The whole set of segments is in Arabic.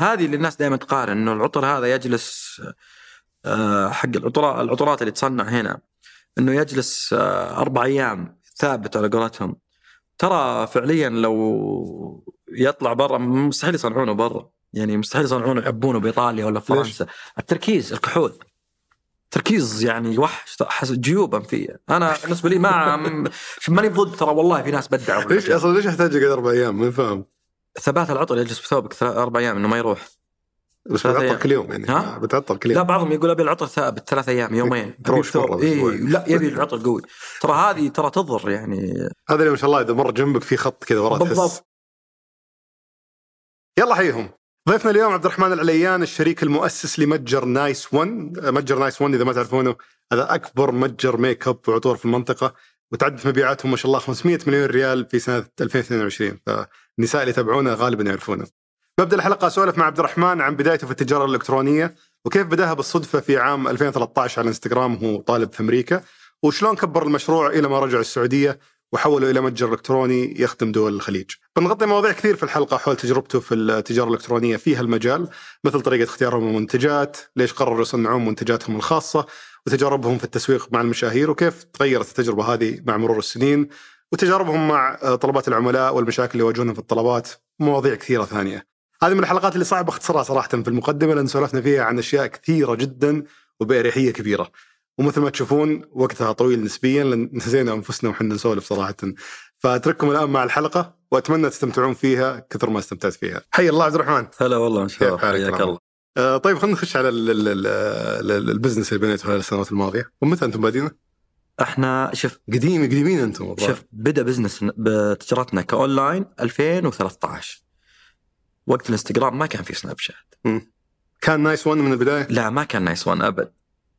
هذه اللي الناس دائما تقارن إنه العطر هذا يجلس حق العطورات اللي تصنع هنا إنه يجلس 4 أيام ثابت على قولتهم. ترى فعليا لو يطلع برا مستحيل يصنعونه برا، يعني مستحيل يصنعونه يعبونه بإيطاليا ولا فرنسا. التركيز، الكحول، تركيز يعني وحش، جيوبا فيه. أنا بالنسبة لي ماني ضد، ترى والله في ناس بدعوا. ليش أصلا ليش يحتاج قدر 4 أيام؟ ما فاهم. ثبات العطر يجلس بثوبك 4 أيام إنه ما يروح. بس بتعطر كل يوم يعني. بتعطر كل يوم. لا بعضهم يقول أبي العطر ثابت 3 أيام يومين. لا يبي العطر قوي. ترى هذه تضر يعني. هذا اللي ما شاء الله إذا مر جنبك في خط كذا ورا تحس. يلا حيهم. ضيفنا اليوم عبد الرحمن العليان، الشريك المؤسس لمتجر نايس 1. متجر نايس 1 إذا ما تعرفونه هذا أكبر متجر ميك اب وعطور في المنطقة، وتعدت مبيعاتهم ما شاء الله 500 مليون ريال في سنة 2022. فالنساء اللي يتابعونه غالبا يعرفونه. ببدأ الحلقة أسولف مع عبد الرحمن عن بدايته في التجارة الإلكترونية، وكيف بداها بالصدفة في عام 2013 على انستغرام وهو طالب في أمريكا، وشلون كبر المشروع إلى ما رجع السعودية وحوله إلى متجر إلكتروني يخدم دول الخليج. بنغطي مواضيع كثير في الحلقة حول تجربته في التجارة الإلكترونية في هالمجال، مثل طريقة اختيارهم المنتجات، ليش قرروا يصنعون منتجاتهم الخاصة، وتجاربهم في التسويق مع المشاهير، وكيف تغيرت التجربة هذه مع مرور السنين، وتجاربهم مع طلبات العملاء والمشاكل اللي يواجهونها في الطلبات، ومواضيع كثيرة ثانية. هذه من الحلقات اللي صعب اختصارها صراحة في المقدمة، لأن سولفنا فيها عن أشياء كثيرة جدا وبأريحية كبيرة، ومثل ما تشوفون وقتها طويل نسبيا لأن نسينا أنفسنا وحنا نسولف صراحة. فأترككم الآن مع الحلقة وأتمنى تستمتعون فيها كثر ما استمتعت فيها. حي الله عبد الرحمن. هلا والله، إن شاء الله. حياك الله. طيب خلينا نخش على البزنس اللي بنيته السنوات الماضية. ومتى أنتم بادين؟ احنا شوف قديمين أنتم والله. شوف بدأ بزنس بتجارتنا كأونلاين 2013. وقت الانستغرام ما كان في سناب شات. كان نايس 1 من البداية؟ لا ما كان نايس 1 أبد.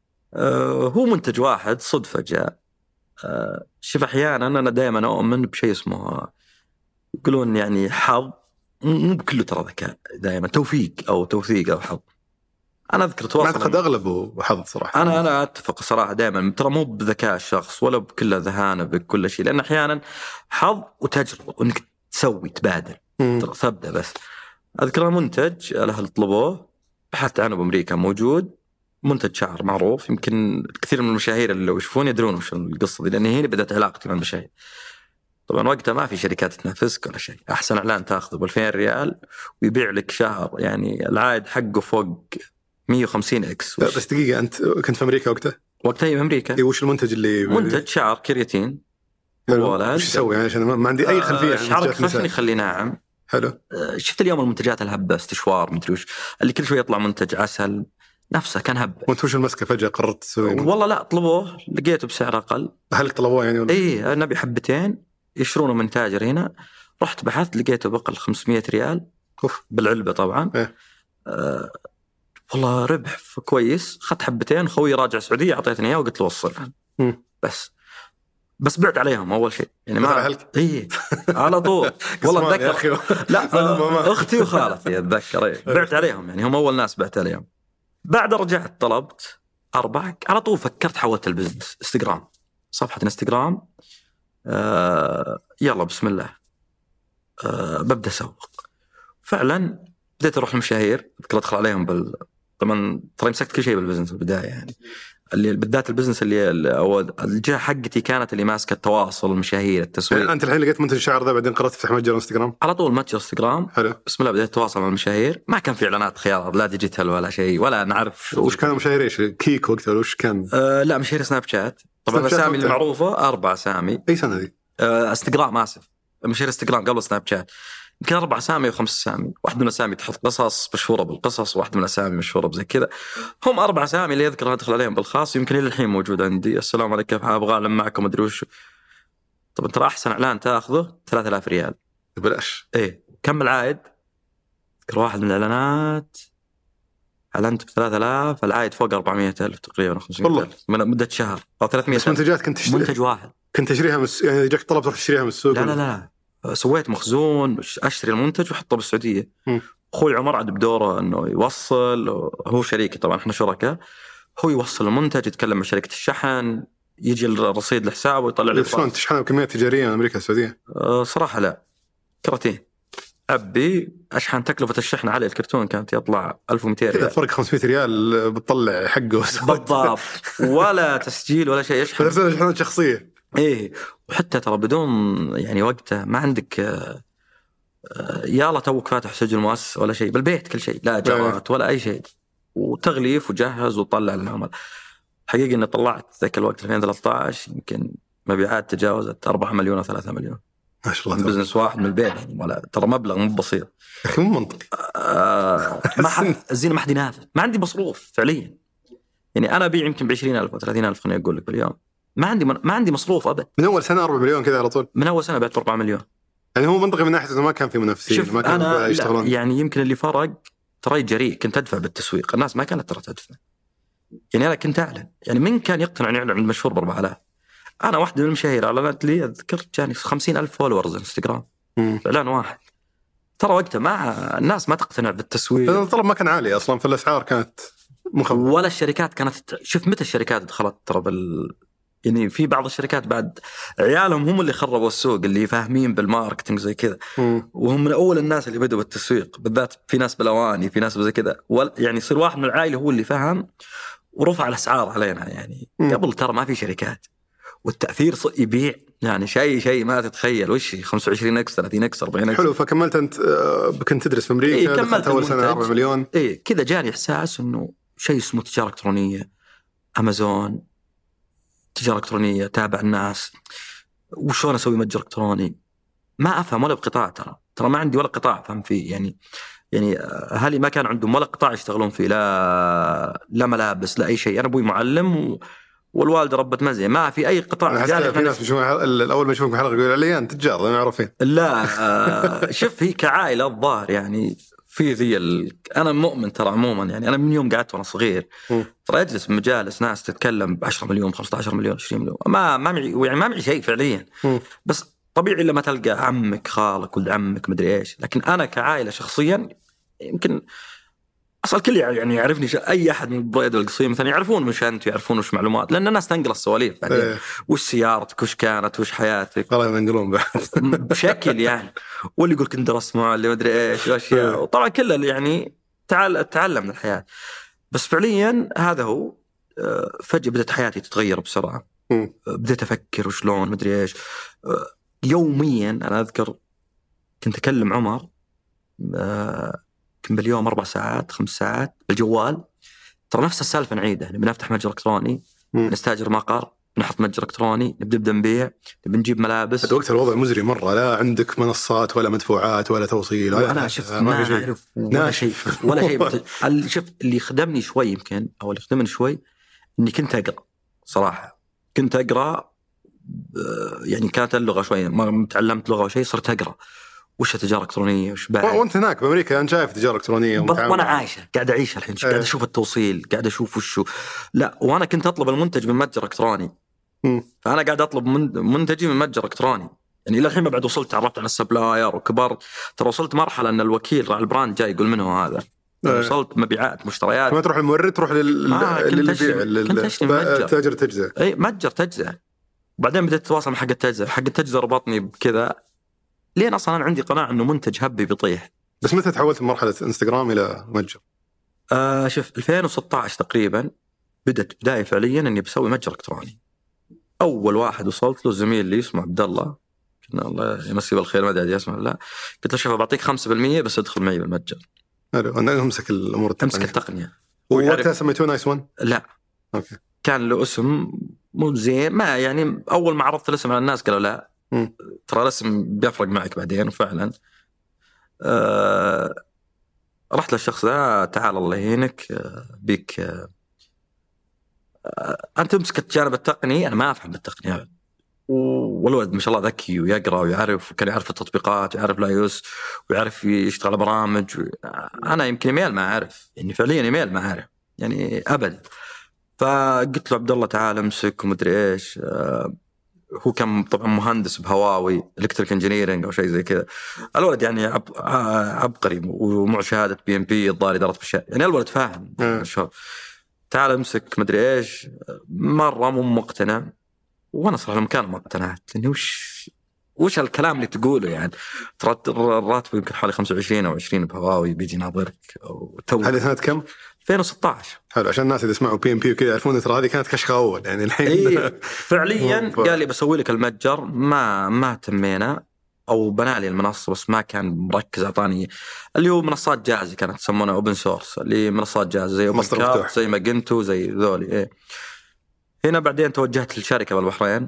هو منتج واحد صدفة جاء. شوف أحيانا أنا دائما أؤمن بشيء اسمه يقولون يعني حظ، مو بكله ترى ذكاء، دائما توفيق أو توثيق أو حظ. أنا أذكر تواصل، ما أعتقد أغلبه حظ صراحة. أنا أتفق صراحة دائما، ترى مو بذكاء الشخص ولا بكل ذهانه بكل شيء، لأن أحيانا حظ وتجربة وإنك تسوي تبادل ترى تبدأ. بس أذكر منتج الأهل طلبوه، بحثت عنه بأمريكا، موجود منتج شعر معروف، يمكن كثير من المشاهير اللي لو يشوفون يدرون وش القصة دي، لأن هنا بدأت علاقتي مع المشاهير. طبعا وقتها ما في شركات تنافسك ولا شيء، أحسن إعلان تأخذه ب2000 ريال ويبيع لك شهر، يعني العائد حقه فوق 150 إكس. بس دقيقة، أنت كنت في أمريكا وقتها في أمريكا. إيه وش المنتج اللي منتج شعر كرياتين. وش يسوي يعني؟ عشان ما عندي أي خلفية عن شعرك خشن يخليه ناعم. حلو. شفت اليوم المنتجات الهبة، استشوار مدري وش اللي كل شوي يطلع منتج عسل نفسه كان هبة. وانت وش المسكة فجأة قررت تسوي؟ والله لا، طلبوه لقيته بسعر أقل. هل طلبوه يعني؟ إيه نبي حبتين يشرونه من تاجر هنا، رحت بحثت لقيته بقل 500 ريال بالعلبة طبعا. إيه؟ والله ربح كويس. خدت حبتين، خوي راجع السعودية أعطيتني إياه وقلت له وصل. بس بعت عليهم أول شيء يعني ما إيه على طول والله أتذكر. لا أختي وخالتي أتذكر إيه بعت عليهم، يعني هم أول ناس بعت عليهم. بعد رجعت طلبت 4 على طول فكرت حولت البزنس انستغرام، صفحة انستغرام. يلا بسم الله ببدأ أسوق. فعلا بديت أروح للمشاهير، أذكر أدخل عليهم طبعا ترى مسكت كل شيء بالبزنس البداية، يعني اللي بالذات البزنس اللي أو الجهة حقتي كانت اللي ماسكة التواصل، المشاهير، التسويق. يعني أنت الحين لقيت منتج الشعر ذا بعدين قررت تفتح متجر انستغرام؟ على طول متجر انستغرام. حلو. بسم الله بديت أتواصل مع المشاهير، ما كان في إعلانات خيار، لا ديجيتال ولا شيء ولا نعرف وش كان مشاهير إيش كيك وقتها وش كان؟ لا مشاهير سناب شات طبعا. الأسامي المعروفة 4 أسامي. أي سنة دي؟ انستغرام آسف، مشاهير انستغرام قبل سناب شات يمكن 4 أسامي و5 أسامي. واحد من الأسامي تحط قصص مشهورة بالقصص، واحد من الأسامي مشهورة بزي كذا. هم 4 أسامي اللي أذكر أدخل عليهم بالخاص، يمكن إلى الحين موجود عندي. السلام عليكم، كيف أبغى أعلم معكم أدري وش. طبعا ترى أحسن إعلان تأخذه 3000 ريال بلاش. إيه كم العائد؟ أذكر واحد من الإعلانات أعلنت ب3000، العائد فوق 400,000 تقريبا 500,000 من مدة شهر أو 300. بس منتجات كنت تشتري؟ منتج واحد كنت تشتريها يعني جاك طلب تروح تشتريها من السوق؟ لا سويت مخزون أشتري المنتج وحطه بالسعودية. أخوي عمر عاد بدوره أنه يوصل، هو شريكي طبعا إحنا شركاء، هو يوصل المنتج، يتكلم مع شركة الشحن، يجي الرصيد لحسابه ويطلع لي. شلون تشحنه بكميات تجارية من أمريكا السعودية؟ صراحة لا، كرتين عبي اشحن، تكلفه الشحن على الكرتون كانت يطلع 1200 إذا ريال فرق 500 ريال بتطلع حقه بالضبط، ولا تسجيل ولا شيء، يشحن ترسل شحنات شخصيه. ايه. وحتى ترى بدون يعني وقته ما عندك يلا توك فاتح سجل مؤسس ولا شيء بالبيت، كل شيء لا جرات ولا اي شيء، وتغليف وجهز وطلع للعمل. حقيقة اني طلعت ذاك الوقت 2013 يمكن مبيعات تجاوزت 4 مليون او 3 مليون ما شاء الله، بزنس واحد من البيت يعني، ولا ترى مبلغ مو بسيط. اخي مو منطقي. ما الزينة ما حد ينافس، ما عندي مصروف فعليا يعني. انا ابيع يمكن ب20,000 او 30,000 خليني اقول لك باليوم، ما عندي مصروف ابد. من اول سنه 4 مليون كذا على طول؟ من اول سنه بعت 4 مليون. يعني هو منطقي من ناحيه انه ما كان في منافسين، ما كانوا يشتغلون. يعني يمكن اللي فرق ترى جريء، كنت ادفع بالتسويق، الناس ما كانت ترى تدفع. يعني انا كنت اعلن، يعني من كان يقتنع ان يعلن عند مشهور ب4000؟ انا واحده من المشاهير اعلنت لي، اذكر جاني 50,000 فولورز انستغرام اعلان واحد. ترى وقتها ما الناس ما تقتنع بالتسويق، الطلب ما كان عالي اصلا، فالاسعار كانت مخفضه، ولا الشركات كانت. شوف متى الشركات دخلت ترى يعني في بعض الشركات بعد عيالهم هم اللي خربوا السوق، اللي فاهمين بالماركتينج زي كذا، وهم من اول الناس اللي بدوا بالتسويق، بالذات في ناس بالاواني، في ناس زي كذا، يعني يصير واحد من العائله هو اللي فهم ورفع الاسعار علينا يعني. قبل ترى ما في شركات، والتاثير يبيع يعني شيء ما تتخيل. وش 25 اكس 30 اكس 40 اكس. حلو. فكملت انت، كنت تدرس في امريكا، كملت اول سنه 4 مليون. كذا جاني احساس انه شيء اسمه تجاره الكترونيه، امازون، تجاره الكترونيه، تابع الناس، وشلون اسوي متجر الكتروني. ما افهم ولا بقطاع، ترى ما عندي ولا قطاع افهم فيه يعني اهلي ما كان عندهم ولا قطاع يشتغلون فيه، لا ملابس لا اي شيء. انا ابوي معلم والوالده ربة منزل، ما في اي قطاع. في ناس اول ما يشوفون حلقه يقول عليان تجار ما يعرفين. لا شوف هي كعائله الظاهر يعني في انا مؤمن ترى عموما يعني. انا من يوم قعدت وانا صغير ترى اجلس بمجالس ناس تتكلم ب10 مليون 15 مليون 20 مليون، ما معي شيء فعليا. بس طبيعي لما تلقى عمك خالك ولد عمك مدري ايش. لكن انا كعائله شخصيا يمكن اصلا الكل يعني يعرفني، اي احد من البريد والقصيم مثلا يعرفون وش انت، يعرفون وش معلومات، لان الناس تنقل السواليف بعدين. وش سيارتك، وش كانت، وش حياتك، والله ينقلون بعد بشكل يعني. واللي يقول كنت درست مع اللي مدري ايش واشياء، وطبعا كله يعني تعلم من الحياه. بس فعليا هذا هو. فجأة بدأت حياتي تتغير بسرعه، بديت افكر وشلون مدري ايش. يوميا انا اذكر كنت اكلم عمر كم باليوم 4 ساعات 5 ساعات بالجوال. ترى نفس السالفة نعيدها، نبي نفتح متجر إلكتروني، نستأجر مقر، نحط متجر إلكتروني، نبدأ نبيع، نبي نجيب ملابس. الوقت الوضع مزري مرة، لا عندك منصات ولا مدفوعات ولا توصيل ولا أنا شفت ما أعرف ولا شيء شوف اللي خدمني شوي يمكن، أو اللي خدمني شوي إني كنت أقرأ صراحة. كنت أقرأ يعني كانت اللغة شوي، ما تعلمت لغة أو شيء، صرت أقرأ وش التجارة الإلكترونية وش باع. وأنت هناك بأمريكا أنا شايف تجارة إلكترونية وأنا عايشة، قاعد أعيش الحين، قاعد أشوف التوصيل، قاعد أشوف وشو. لا وأنا كنت أطلب المنتج من متجر إلكتروني، فأنا قاعد أطلب منتجي من متجر إلكتروني. يعني إلى الحين بعد وصلت تعرفت على السبلاير وكبرت. ترى وصلت مرحلة أن الوكيل راعي البراند جاي يقول منه هذا. وصلت مبيعات مشتريات. ما تروح المورد، تروح للتاجر تجزئة. أي متجر تجزئة. بعدين بدأت أتواصل مع حق التجزئة ربطني بكذا. لين أصلاً أنا عندي قناعة إنه منتج هبي بيطيح. بس متى تحولت من مرحلة إنستغرام إلى متجر؟ شوف 2016 تقريباً بدأت بداية فعلياً إني بسوي متجر إلكتروني. أول واحد وصلت له زميل لي اسمه عبد الله، كنا الله يمسيه بالخير ما أدري اسمه لا، قلت له شوف بعطيك 5% بس ادخل معي بالمتجر. حلو، أنا أمسك الأمور التقنية. أمسك التقنية. وقتها سميتوه نايس ون؟ لا. أوكي. كان له اسم مو زين، ما يعني أول ما عرضت الاسم على الناس قالوا لا. ترى الاسم بيفرق معك بعدين. وفعلا رحت للشخص ذا، تعال الله يهينك بيك أنت تمسك الجانب التقني، أنا ما أفهم بالتقنية. والولد ما شاء الله ذكي ويقرأ ويعرف، وكان يعرف التطبيقات ويعرف الايوس ويعرف يشتغل على برامج. أنا يمكن إيميل ما أعرف، يعني فعليا إيميل ما أعرف يعني أبد. فقلت له عبد الله تعال امسك ومدري إيش. هو كان طبعا مهندس بهواوي الكتريك انجينيرنج او شيء زي كذا. الولد يعني عبقري ومع شهاده BMP الظاهر اداره بالشارع، يعني الولد فاهم. تعال امسك مدري ايش. مره مو مقتنع، وانا صراحه لما كان ما اقتنعت، لاني وش وش الكلام اللي تقوله يعني؟ ترى الراتب يمكن حوالي 25 أو 20 بهواوي بيجي ناظرك. هذه سنة كم؟ 2016. حلو، عشان الناس اللي يسمعوا بي ام بي وكذا يعرفون ترى هذه كانت كشخة أول يعني الحين. إيه فعليا قال لي بسوي لك المتجر، ما تمينا أو بنى لي المنصة بس ما كان مركز. أعطاني اللي هو منصات جاهزة كانت تسمونها أوبن سورس، اللي منصات جاهزة زي أوبن كارت زي ماجنتو زي ذولي. إيه هنا بعدين توجهت للشركة بالبحرين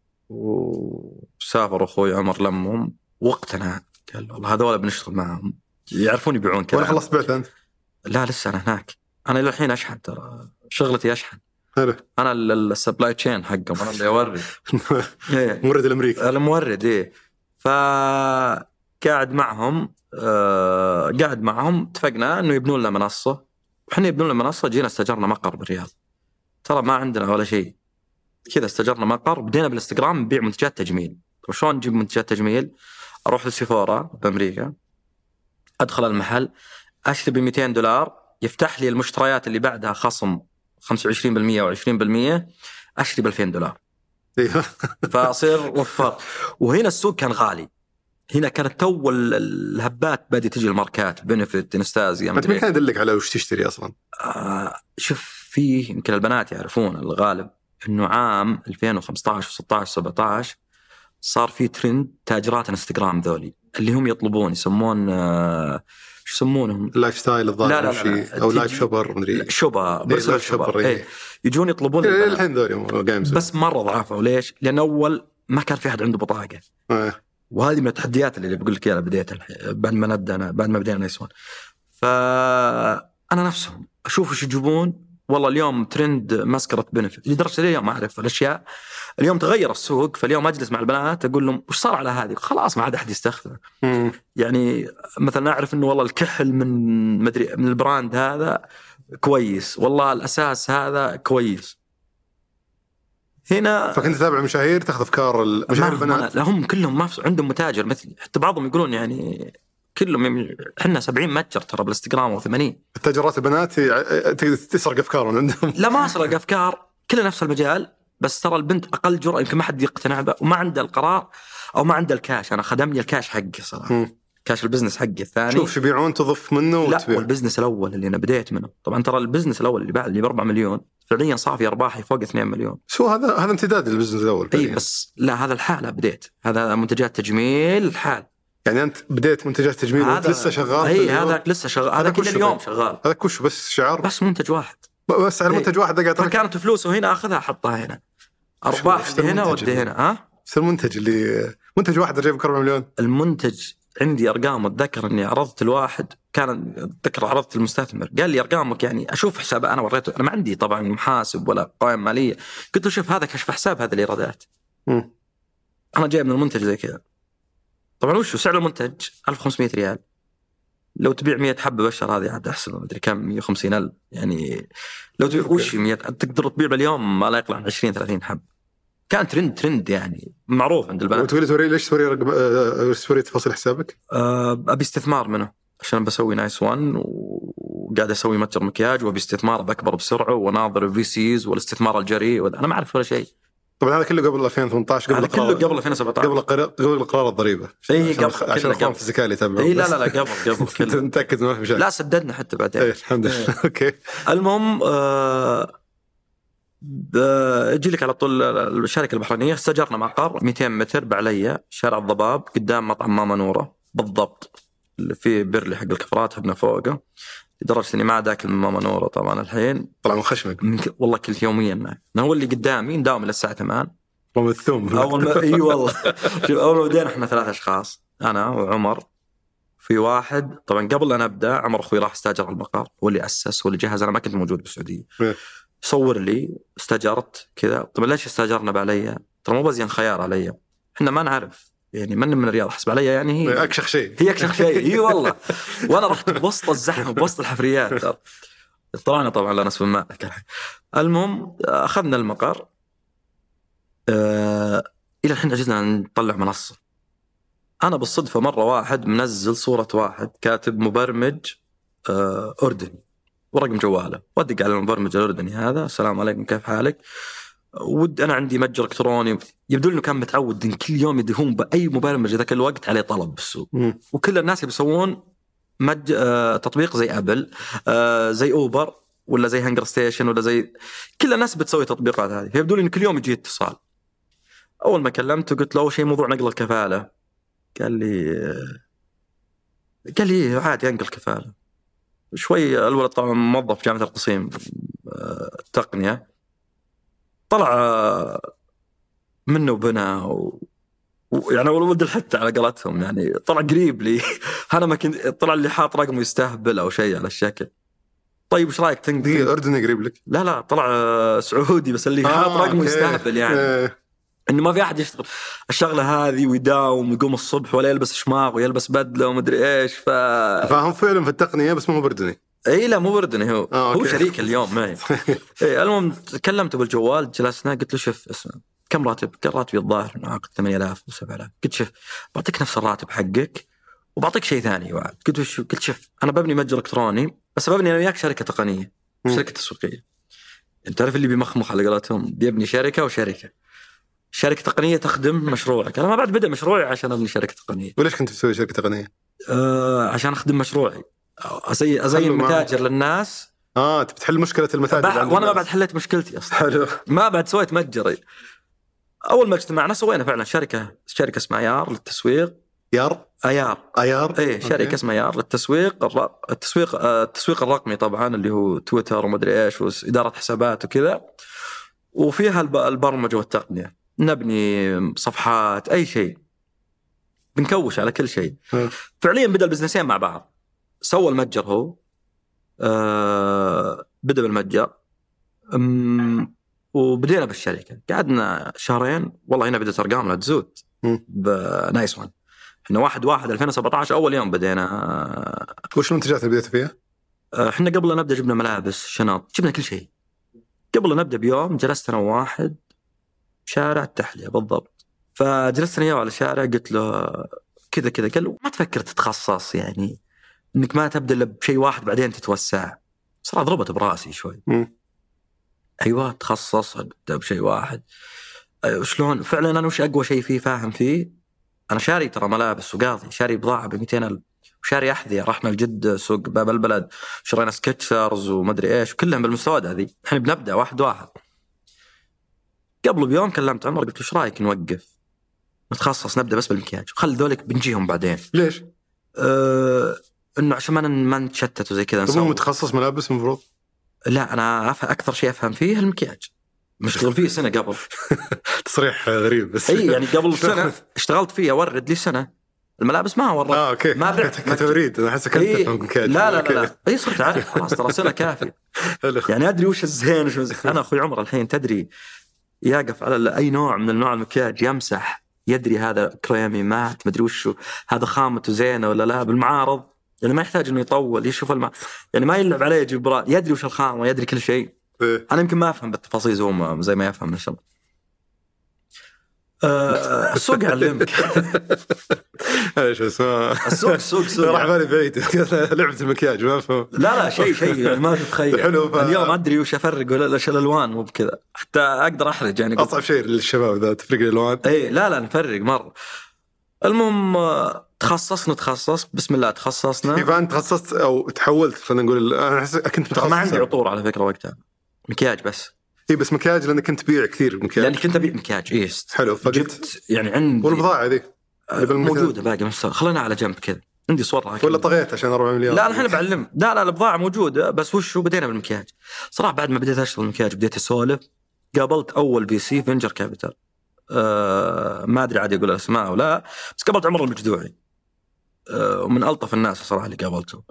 وسافر أخوي عمر لمهم واقتنع، قال والله هذول بنشتغل معهم يعرفون يبيعون كذا. ولا خلصت بعت أنت؟ لا لسه أنا هناك، أنا إلى الحين أشحن، ترى شغلتي أشحن. حلو. أنا السبلاي تشين حقهم، أنا اللي أورد. مورد الأمريكي. المورد إيه. فقاعد معهم قاعد معهم اتفقنا إنه يبنون لنا منصة، وحنا يبنون لنا منصة جينا استأجرنا مقر بالرياض، ترى ما عندنا ولا شيء كذا. استأجرنا مقر، بدينا بالانستغرام نبيع منتجات تجميل. وشون نجيب منتجات تجميل؟ أروح لسيفورا بأمريكا، أدخل المحل أشتري $200، يفتح لي المشتريات اللي بعدها خصم 25% أو 20%، أشتري $2000. فأصير وفر. وهنا السوق كان غالي، هنا كانت تو الهبات بدي تجي الماركات بنفيت انستازيا. ما كان يدلك على وش تشتري أصلا؟ شوف فيه يمكن البنات يعرفون الغالب إنه عام 2015 و16 17 صار في ترند تاجرات انستغرام ذولي اللي هم يطلبون يسمون شو يسمونهم؟ اللايف ستايل الظاهر. لا أو لايف شوبر مدري. شوبر بس لايف شوبر. إيه. يجون يطلبون الحين ذولي بس مرة ضعفوا. ليش؟ لأن أول ما كان في أحد عنده بطاقة. وهذه من التحديات اللي بقول لك أنا بديت بعد ما بدينا نايس ون. فأنا نفسهم أشوف إيش يجيبون. والله اليوم ترند مسكرة بنفيت لدرجة اليوم ما أعرف الأشياء. اليوم تغير السوق، فاليوم أجلس مع البنات أقول لهم وش صار على هذه، خلاص ما عاد أحد يستخدمه. يعني مثلا أعرف إنه والله الكحل من البراند هذا كويس، والله الأساس هذا كويس. هنا فكنت تتابع مشاهير تاخذ أفكار المشاهير البنات. هم كلهم ما عندهم متاجر مثلي، حتى بعضهم يقولون يعني كلهم احنا 70 متجر ترى بالانستغرام و80. التاجرات البنات تقدر تسرق افكارهم عندهم. لا ما اسرق افكار، كلنا نفس المجال، بس ترى البنت اقل جرأة، يمكن ما حد يقتنع به وما عنده القرار او ما عنده الكاش. انا خدمني الكاش حقي صراحه. كاش البزنس حقي الثاني. شوف شو يبيعون تضف منه لا وتبيع. والبزنس الاول اللي انا بديت منه، طبعا ترى البزنس الاول اللي بعد اللي ب4 مليون فعليا صافي ارباحي فوق 2 مليون. شو هذا امتداد للبزنس الاول. اي بس لا هذا الحالة بديت، هذا منتجات تجميل الحال. يعني أنت بديت منتجات تجميل وأنت لسه شغال؟ إيه هذا لسه شغال، هذا كل اليوم شغال. هذا كوش بس شعار؟ بس منتج واحد. بس على منتج واحد قاعد. فكانت فلوسه هنا أخذها أحطها هنا، أرباح هنا ودي هنا. بس المنتج اللي منتج واحد جايب 4 مليون. المنتج عندي أرقام، أتذكر إني عرضت الواحد، كان أتذكر عرضت المستثمر قال لي أرقامك يعني أشوف حساب. أنا وريته، أنا ما عندي طبعا محاسب ولا قائمة مالية، قلت له شوف هذا كشف حساب، هذا الإيرادات. أنا جايب من المنتج زي كذا. طبعا وش سعر المنتج 1500 ريال، لو تبيع 100 حبة بشر هذه عاد أحسن ما أدري كم 150,000 يعني. لو تبيع وش 100 تقدر تبيع باليوم ما لا يقل عن 20-30 حب. كان ترند يعني معروف عند البنات. وتقولي توري ليش توري تفاصيل حسابك؟ أبي استثمار منه عشان بسوي نايس ون وقاعد أسوي متجر مكياج، وأبي استثمار بكبر بسرعة وناظر VCs والاستثمار الجريء. أنا ما أعرف ولا شيء. طبعا هذا كله قبل 2018 قبل كله قبل 2017 قبل قرار الضريبة. اي قبل عشان قبل الزكاة اللي تابعه. اي لا قبل كله نتأكد ما في مشاكل. لا سددنا حتى بعدين. الحمد لله. اوكي المهم اجي لك على طول الشركة البحرينية. استأجرنا مقر 200 متر بعليا شارع الضباب قدام مطعم ماما نورة بالضبط، اللي فيه بيرلي حق الكفرات حبنا فوقه، لدرجة إني ما عاد أكل من ماما نورة طبعا الحين. طلع من خشمك. والله كلت يوميا معه. هو اللي قدامي نداوم إلى الساعة 8. رغم الثوم. اي والله. أول ما بدينا إحنا 3 أشخاص، أنا وعمر في واحد. طبعا قبل أن أبدأ عمر أخوي راح استأجر المقر، هو اللي أسس، هو اللي جهز. أنا ما كنت موجود بالسعودية. صور لي استأجرت كذا. طبعا ليش استأجرنا بعليا؟ ترى مو بزين خيار عليا، إحنا ما نعرف يعني من الرياض. حسب عليا يعني هي أكشخ شيء. هي أكشخ شيء. اي والله. وأنا رحت بوسط الزحمة بوسط الحفريات. طلعنا طبعا لا نصف الماء. المهم أخذنا المقر. إلى الحين عجزنا نطلع منصة. أنا بالصدفة مرة واحد منزل صورة واحد كاتب مبرمج أردني ورقم جواله، ودق على المبرمج الأردني هذا، السلام عليكم كيف حالك، انا عندي متجر الكتروني. يبدو انه كان متعود ان كل يوم يدهون باي مبرمج ذاك الوقت عليه طلب بالسوق. وكل الناس بيسوون تطبيق زي ابل، زي اوبر، ولا زي هانجر ستيشن، ولا زي كل الناس بتسوي تطبيقات هذه. فيبدو لي ان كل يوم يجي اتصال. اول ما كلمته قلت له اول شيء موضوع نقل الكفاله. قال لي عادي انقل كفاله. شوي الولد طبعا موظف جامعه القصيم التقنيه، طلع منه وبنا يعني الولد حتى على قولتهم يعني طلع قريب لي. انا ما كنت طلع اللي حاط رقمه يستهبل او شيء على الشكل. طيب وش رايك دي اردني قريب لك؟ لا طلع سعودي بس اللي حاط رقمه يستهبل يعني. انه ما في احد يشتغل الشغله هذه ويداوم ويقوم الصبح ولا يلبس شماغ ويلبس بدله ومدري ايش. فهم فعلا في التقنيه بس مو بردني. اي لا مو بردني هو شريك اليوم معي. المهم كلمته بالجوال، جلسنا قلت له شوف اسمع كم راتب؟ قال راتبي الظاهر انه عقد 8000 و 7000. قلت شوف بعطيك نفس الراتب حقك وبعطيك شيء ثاني وعد. قلت شوف انا ببني متجر الكتروني بس ببني انا وياك شركه تقنيه، شركه تسويقيه. انت تعرف اللي بيمخمخ على قولتهم بيبني شركه شركه تقنيه تخدم مشروعك. انا ما بعد بدا مشروعي عشان ابني شركه تقنيه. وليش كنت تسوي شركه تقنيه؟ عشان اخدم مشروعي، ازين متاجر للناس. تبي تحل مشكله المتاجر وانا ما بعد حليت مشكلتي اصلا. حلو. ما بعد سويت متجري. اول ما اجتمعنا سوينا فعلا شركه اسمها ايار للتسويق. ايار اي شركه اسمها ايار للتسويق التسويق الرقمي طبعا، اللي هو تويتر ومدري ايش واداره حسابات وكذا. وفيها البرمجه والتقنيه، نبني صفحات اي شيء، بنكوش على كل شيء. فعليا بدا البزنسين مع بعض. سوى المتجر هو بدا بالمتجر وبدينا بالشركه. قعدنا شهرين والله هنا بدت ارقامنا تزود بنايس وان. احنا 1/1/2017 اول يوم بدينا. وش المنتجات اللي بديتوا فيها؟ احنا قبل لا نبدا جبنا ملابس، شنط، جبنا كل شيء. قبل لا نبدا بيوم جلست انا وواحد شارع التحلية بالضبط. فجلست انا على الشارع قلت له كذا قال له ما تفكر تتخصص، يعني انك ما تبدا الا بشيء واحد بعدين تتوسع. صراحه ضربت براسي شوي. ايوه تخصص ابدا بشيء واحد. شلون فعلا انا وش اقوى شيء فيه فاهم فيه؟ انا شاري ترى ملابس وقاضي، شاري بضاعه ب 200,000 وشاري احذيه. رحنا الجد سوق باب البلد شرينا سكتشرز ومدري ايش وكلهم بالمستوى هذه. احنا بنبدا واحد. قبل بيوم كلمت عمر قلت له ايش رايك نوقف نتخصص نبدا بس بالمكياج وخلي ذولك بنجيهم بعدين. ليش؟ انه عشان ما نتشتت وزي كذا. مو متخصص ملابس المفروض؟ لا انا اكثر شيء افهم فيه المكياج، مشتغل فيه سنه قبل. تصريح غريب بس. اي يعني قبل سنه اشتغلت فيه اورد لي سنه. الملابس ما ورد. اوكي ما كتوريد. انا احسك انت تفهم مكياج. لا اي صرت عارف خلاص ترى سنه كافيه. يعني ادري وش الزين وش انا اخوي عمر الحين تدري يقف على اي نوع من النوع المكياج يمسح، يدري هذا كريمي مات مدري وشو، هذا خامته زينه ولا لا. بالمعارض يعني ما يحتاج انه يطول يشوف يعني ما يلعب عليه جبران، يدري وش الخامه يدري كل شيء. انا يمكن ما افهم بالتفاصيل زي ما يفهم ان شاء الله. السوق علمك. ايش اسمه السوق راح بالي بعيد. لعبه المكياج ما افهم. لا شيء يعني ما تتخيل. اليوم ادري وش افرق ولا ايش الالوان مو بكذا حتى اقدر احرج. يعني اصعب شيء للشباب اذا تفرق الالوان. اي لا نفرق مره. المهم تخصص بسم الله تخصصنا. كيف انت تخصصت او تحولت؟ خلينا نقول انا كنت متخصص. ما عندي عطور على فكره وقتها، مكياج بس. اي بس مكياج لانك كنت تبيع كثير مكياج. لانك كنت ابيع مكياج ايست. حلو. فجبت يعني عندي والبضاعه ذي موجوده باقي مستوى. خلينا على جنب كذا عندي صور ولا طغيت عشان 4 مليون. لا الحين بعلم. لا البضاعه موجوده بس وشو بدينا بالمكياج. صراحه بعد ما بديت اشتغل المكياج بديت اسولف. قابلت اول VC فينجر كابيتال. ما ادري عاد يقول اسماء او لا، بس قابلت عمر المجدوعي ومن الطف الناس صراحه اللي قابلته.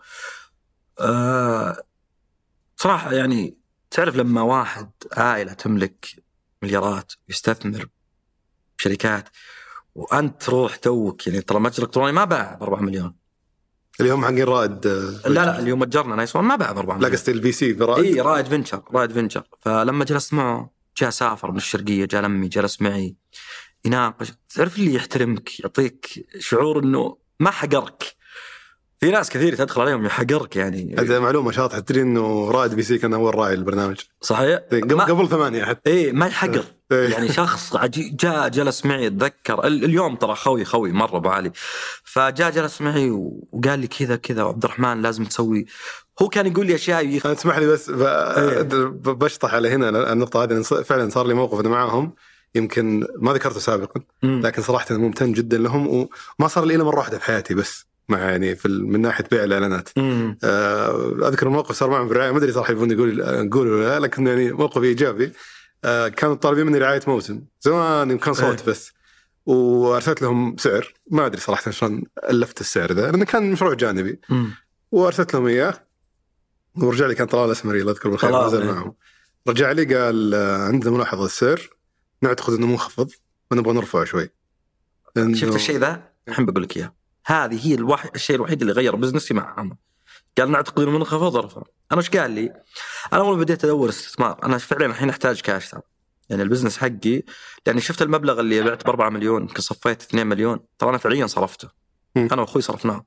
صراحه يعني تعرف لما واحد عائله تملك مليارات يستثمر بشركات وانت تروح توك، يعني ترى متجر الكتروني ما باع ب4 مليون. اليوم حقين رائد. لا اليوم متجرنا نايس وان ما باع ب4 مليون. لا قصدي الVC برائد. اي رائد فينشر. فلما جلست معه جاء سافر من الشرقيه، جاء لمي جلس معي يناقش. تعرف اللي يحترمك يعطيك شعور انه ما حقرك. في ناس كثير تدخل عليهم يحقرك يعني. هذا معلومه شاطحه، تدري انه رائد بي سي كان اول راعي البرنامج صحيح قبل 8 حتى. ايه ما يحقر يعني شخص جاء جلس معي اتذكر اليوم ترى خوي مره ابو علي، فجاء جلس معي وقال لي كذا عبد الرحمن لازم تسوي. هو كان يقول لي اشياء اسمح لي بس بشطح على هنا النقطه هذه. فعلا صار لي موقف انا معهم يمكن ما ذكرته سابقا، لكن صراحه ممتن جدا لهم، وما صار لي الا مره واحده في حياتي بس مع يعني من ناحيه بيع الاعلانات. اذكر الموقف صار معهم بالرعايه، ما ادري صراحه يبون نقول لا، لكن يعني موقف ايجابي. كانوا طالبين مني رعايه موسم زمان يمكن صوت بس، وارسلت لهم سعر ما ادري صراحه شلون الفت السعر ذا لانه كان مشروع جانبي، وارسلت لهم اياه ورجع لي كان طلال الاسمري الله يذكره بالخير نزل معهم. رجع لي قال عندنا ملاحظه السعر نعتقد انه منخفض ونبغى نرفعه شوي. شفت الشيء ذا الحين بقول لك اياه، هذه هي الشيء الوحيد اللي غير بزنسي مع عمر. قال نعتقد انه منخفض ورفع. انا ايش قال لي؟ انا اول بديت ادور استثمار، انا فعلا الحين احتاج كاش يعني البزنس حقي، لاني شفت المبلغ اللي بعت ب4 مليون كصفيت 2 مليون، ترى انا فعليا صرفته. انا واخوي صرفناه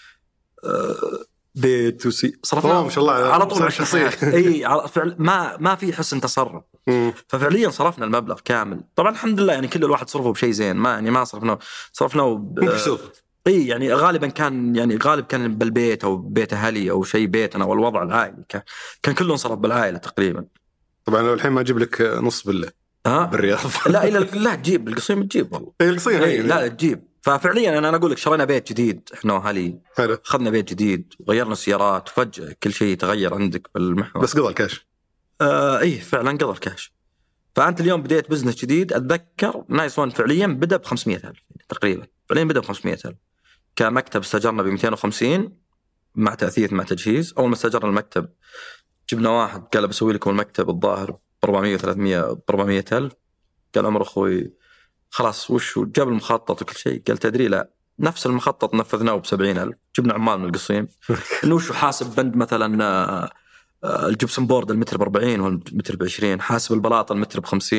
بيت وسي صرفناه ما شاء الله على طول شخصيا. اي ما في حسن تصرف. ففعليا صرفنا المبلغ كامل. طبعا الحمد لله يعني كل الواحد صرفه بشيء زين، ما صرفناه اي يعني غالبا كان بالبيت او بيت اهلي او شيء بيتنا او الوضع العائلي كان كله انصرف بالعائله تقريبا. طبعا لو الحين ما اجيب لك نص بالله بالرياض لا تجيب القصيم تجيب والله القصيم لا تجيب. ففعليا انا اقول لك شرينا بيت جديد احنا واهلي، اخذنا بيت جديد وغيرنا السيارات، وفجأة كل شيء تغير عندك بالمحور. بس قضى الكاش. ايه فعلا قضى الكاش. فانت اليوم بديت بزنس جديد. اتذكر نايس وان فعليا بدا ب500,000 تقريبا، فعليا بدا ب500,000 كمكتب. استاجرنا ب250 مع تأثيث مع تجهيز. اول ما استاجرنا المكتب جبنا واحد قال بسوي لكم المكتب الظاهر 400 300 400,000. قال عمر اخوي خلاص وش جاب المخطط وكل شيء. قال تدري لا نفس المخطط نفذناه ب70,000. جبنا عمال من القصيم انه وش حاسب بند مثلا الجبسن بورد المتر ب40 والمتر ب20، حاسب البلاط المتر ب50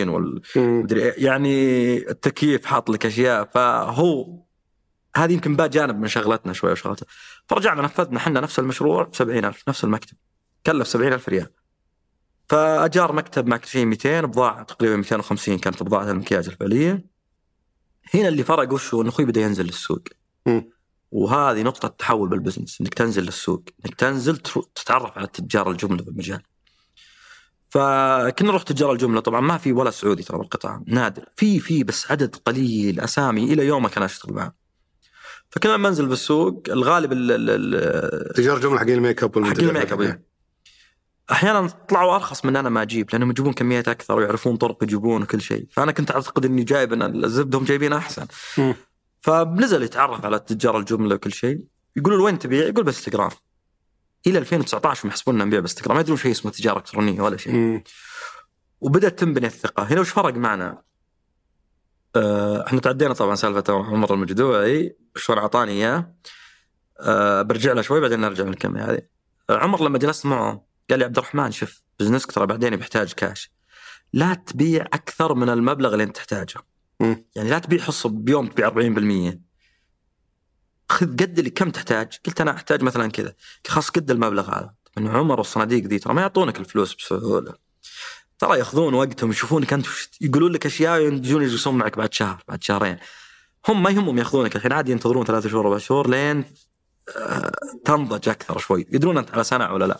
يعني التكييف حاط لك اشياء. فهو هذه يمكن بقى جانب من شغلتنا شويه وشغلته. فرجعنا نفذنا حنا نفس المشروع ب70,000 نفس المكتب كلف 70,000 ريال. فاجار مكتب مع كل شيء 200، بضاعه تقريبا 250 كانت بضاعه المكياج الفعليه. هنا اللي فرق وشو انه اخوي بدا ينزل للسوق. وهذه نقطه تحول بالبزنس، انك تنزل للسوق، انك تنزل تتعرف على تجار الجمله بالمجال. فكنا نروح تجار الجمله، طبعا ما في ولا سعودي ترى بالقطاع نادر، في بس عدد قليل اسامي الى يومك انا اشتغل معه. فكنا منزل بالسوق الغالب تجار جمله حقين الميك اب احيانا طلعوا ارخص من انا ما اجيب، لانهم يجيبون كميات اكثر ويعرفون طرق يجيبون وكل شيء. فانا كنت اعتقد اني جايب الزبده هم جايبين احسن. فبنزل يتعرف على تجار الجمله وكل شيء، يقولوا وين تبيع؟ يقول بانستغرام. الى 2019 يحسبوننا نبيع بانستغرام، ما يدرون شيء اسمه تجاره الكترونيه ولا شيء. وبدات تنبني الثقه. هنا وش فرق معنا؟ احنا تعدينا طبعا سالفه عمر المجدوعي شلون اعطاني اياه. برجع له شوي بعدين نرجع للكلمه هذه. عمر لما جلست معه قال لي عبد الرحمن شوف بزنسك ترى بعدين بيحتاج كاش، لا تبيع اكثر من المبلغ اللي انت تحتاجه. يعني لا تبيع حصه بيوم تبيع 40%، خذ قد اللي كم تحتاج. قلت انا احتاج مثلا كذا، خاص قد المبلغ هذا. من عمر والصناديق ذي ترى ما يعطونك الفلوس بسهوله، ترى ياخذون وقتهم يشوفونك انت، يقولون لك اشياء يجون يجلسون معك بعد شهر بعد شهرين. هم ما يهمهم ياخذونك الحين عادي، ينتظرون 3 شهور 4 شهور لين تنضج اكثر شوي، يدرون انت على سنه ولا لا.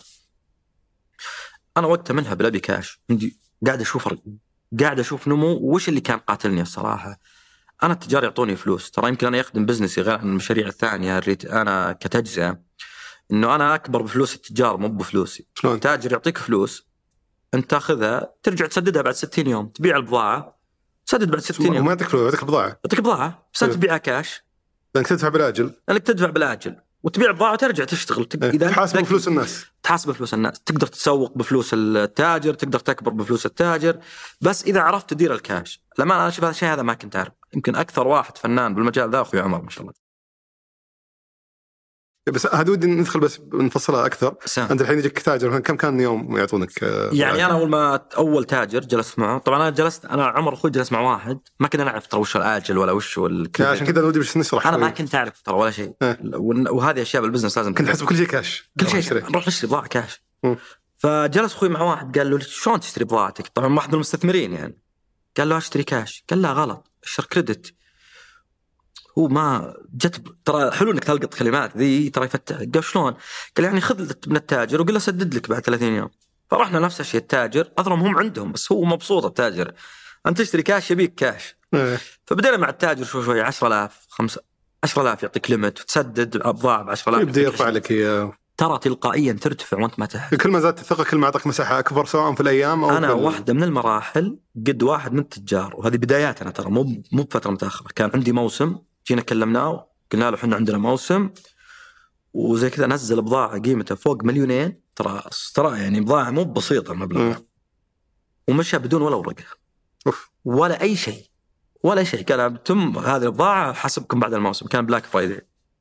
انا وقتها منها بلبي كاش عندي، قاعد اشوف نمو. وش اللي كان قاتلني الصراحه؟ انا التجار يعطوني فلوس، ترى يمكن انا يخدم بزنسي غير عن المشاريع الثانيه انا كتجزئه، انه انا اكبر بفلوس التجار مو بفلوسي. تاجر يعطيك فلوس انت تاخذها ترجع تسددها بعد 60 يوم، تبيع البضاعه تسدد بعد 60 يوم. ما يعطيك فلوس، يعطيك بضاعه بس انت تبيعها كاش لانك تدفع بالاجل وتبيع بضاعه وترجع تشتغل. اذا تحاسب بفلوس الناس، تحاسب بفلوس الناس، تقدر تسوق بفلوس التاجر، تقدر تكبر بفلوس التاجر، بس اذا عرفت تدير الكاش. لما انا اشوف هذا الشيء هذا ما كنت اعرف. يمكن اكثر واحد فنان بالمجال ذا اخوي عمر ما شاء الله. بس هذا ودي ندخل بس نفصلها أكثر. سام. أنت الحين يجيك تاجر، كم كان يوم يعطونك؟ يعني أنا أول تاجر جلست معه، طبعا أنا عمر أخوي جلس مع واحد ما كنا نعرف ترى وش الآجل ولا وش عشان كذا ودي بس نشرح. أنا ما كنت أعرف ترى ولا شيء. وهذه أشياء بالبزنس لازم كنت حسب كل شيء كاش، كل شيء نروح نشتري بضاعة كاش. فجلس أخوي مع واحد قال له شلون تشتري بضاعتك؟ طبعا واحد من المستثمرين يعني. قال له أشتري كاش. قال لا غلط، اشتري كريدت. هو ما جت ترى حلو انك تلقط كلمات ذي ترى يفتح. قال شلون؟ قال يعني خذ من التاجر وقل له سدد لك بعد 30 يوم. فرحنا نفس الشيء التاجر اضرم هم عندهم بس هو مبسوط التاجر، انت تشتري كاش يبيك كاش. فبدينا مع التاجر شوي 10,000 10,000 يعطيك ليمت وتسدد بضاعه ب 10,000 يبدا يرفع لك هي ترى تلقائيا ترتفع وانت ما تحس. كل ما زادت الثقه كل ما اعطاك مساحه اكبر سواء في الايام او انا واحده من المراحل قد واحد من التجار وهذه بداياتنا ترى مو بفتره متاخره. كان عندي موسم جينا كلمناه قلنا له احنا عندنا موسم وزي كذا نزل بضاعه قيمتها فوق 2,000,000 ترى يعني بضاعه مو بسيطه المبلغ ومشى بدون ولا ورقه ولا اي شيء ولا شيء. قال تم هذه البضاعه حسبكم بعد الموسم. كان بلاك فرايداي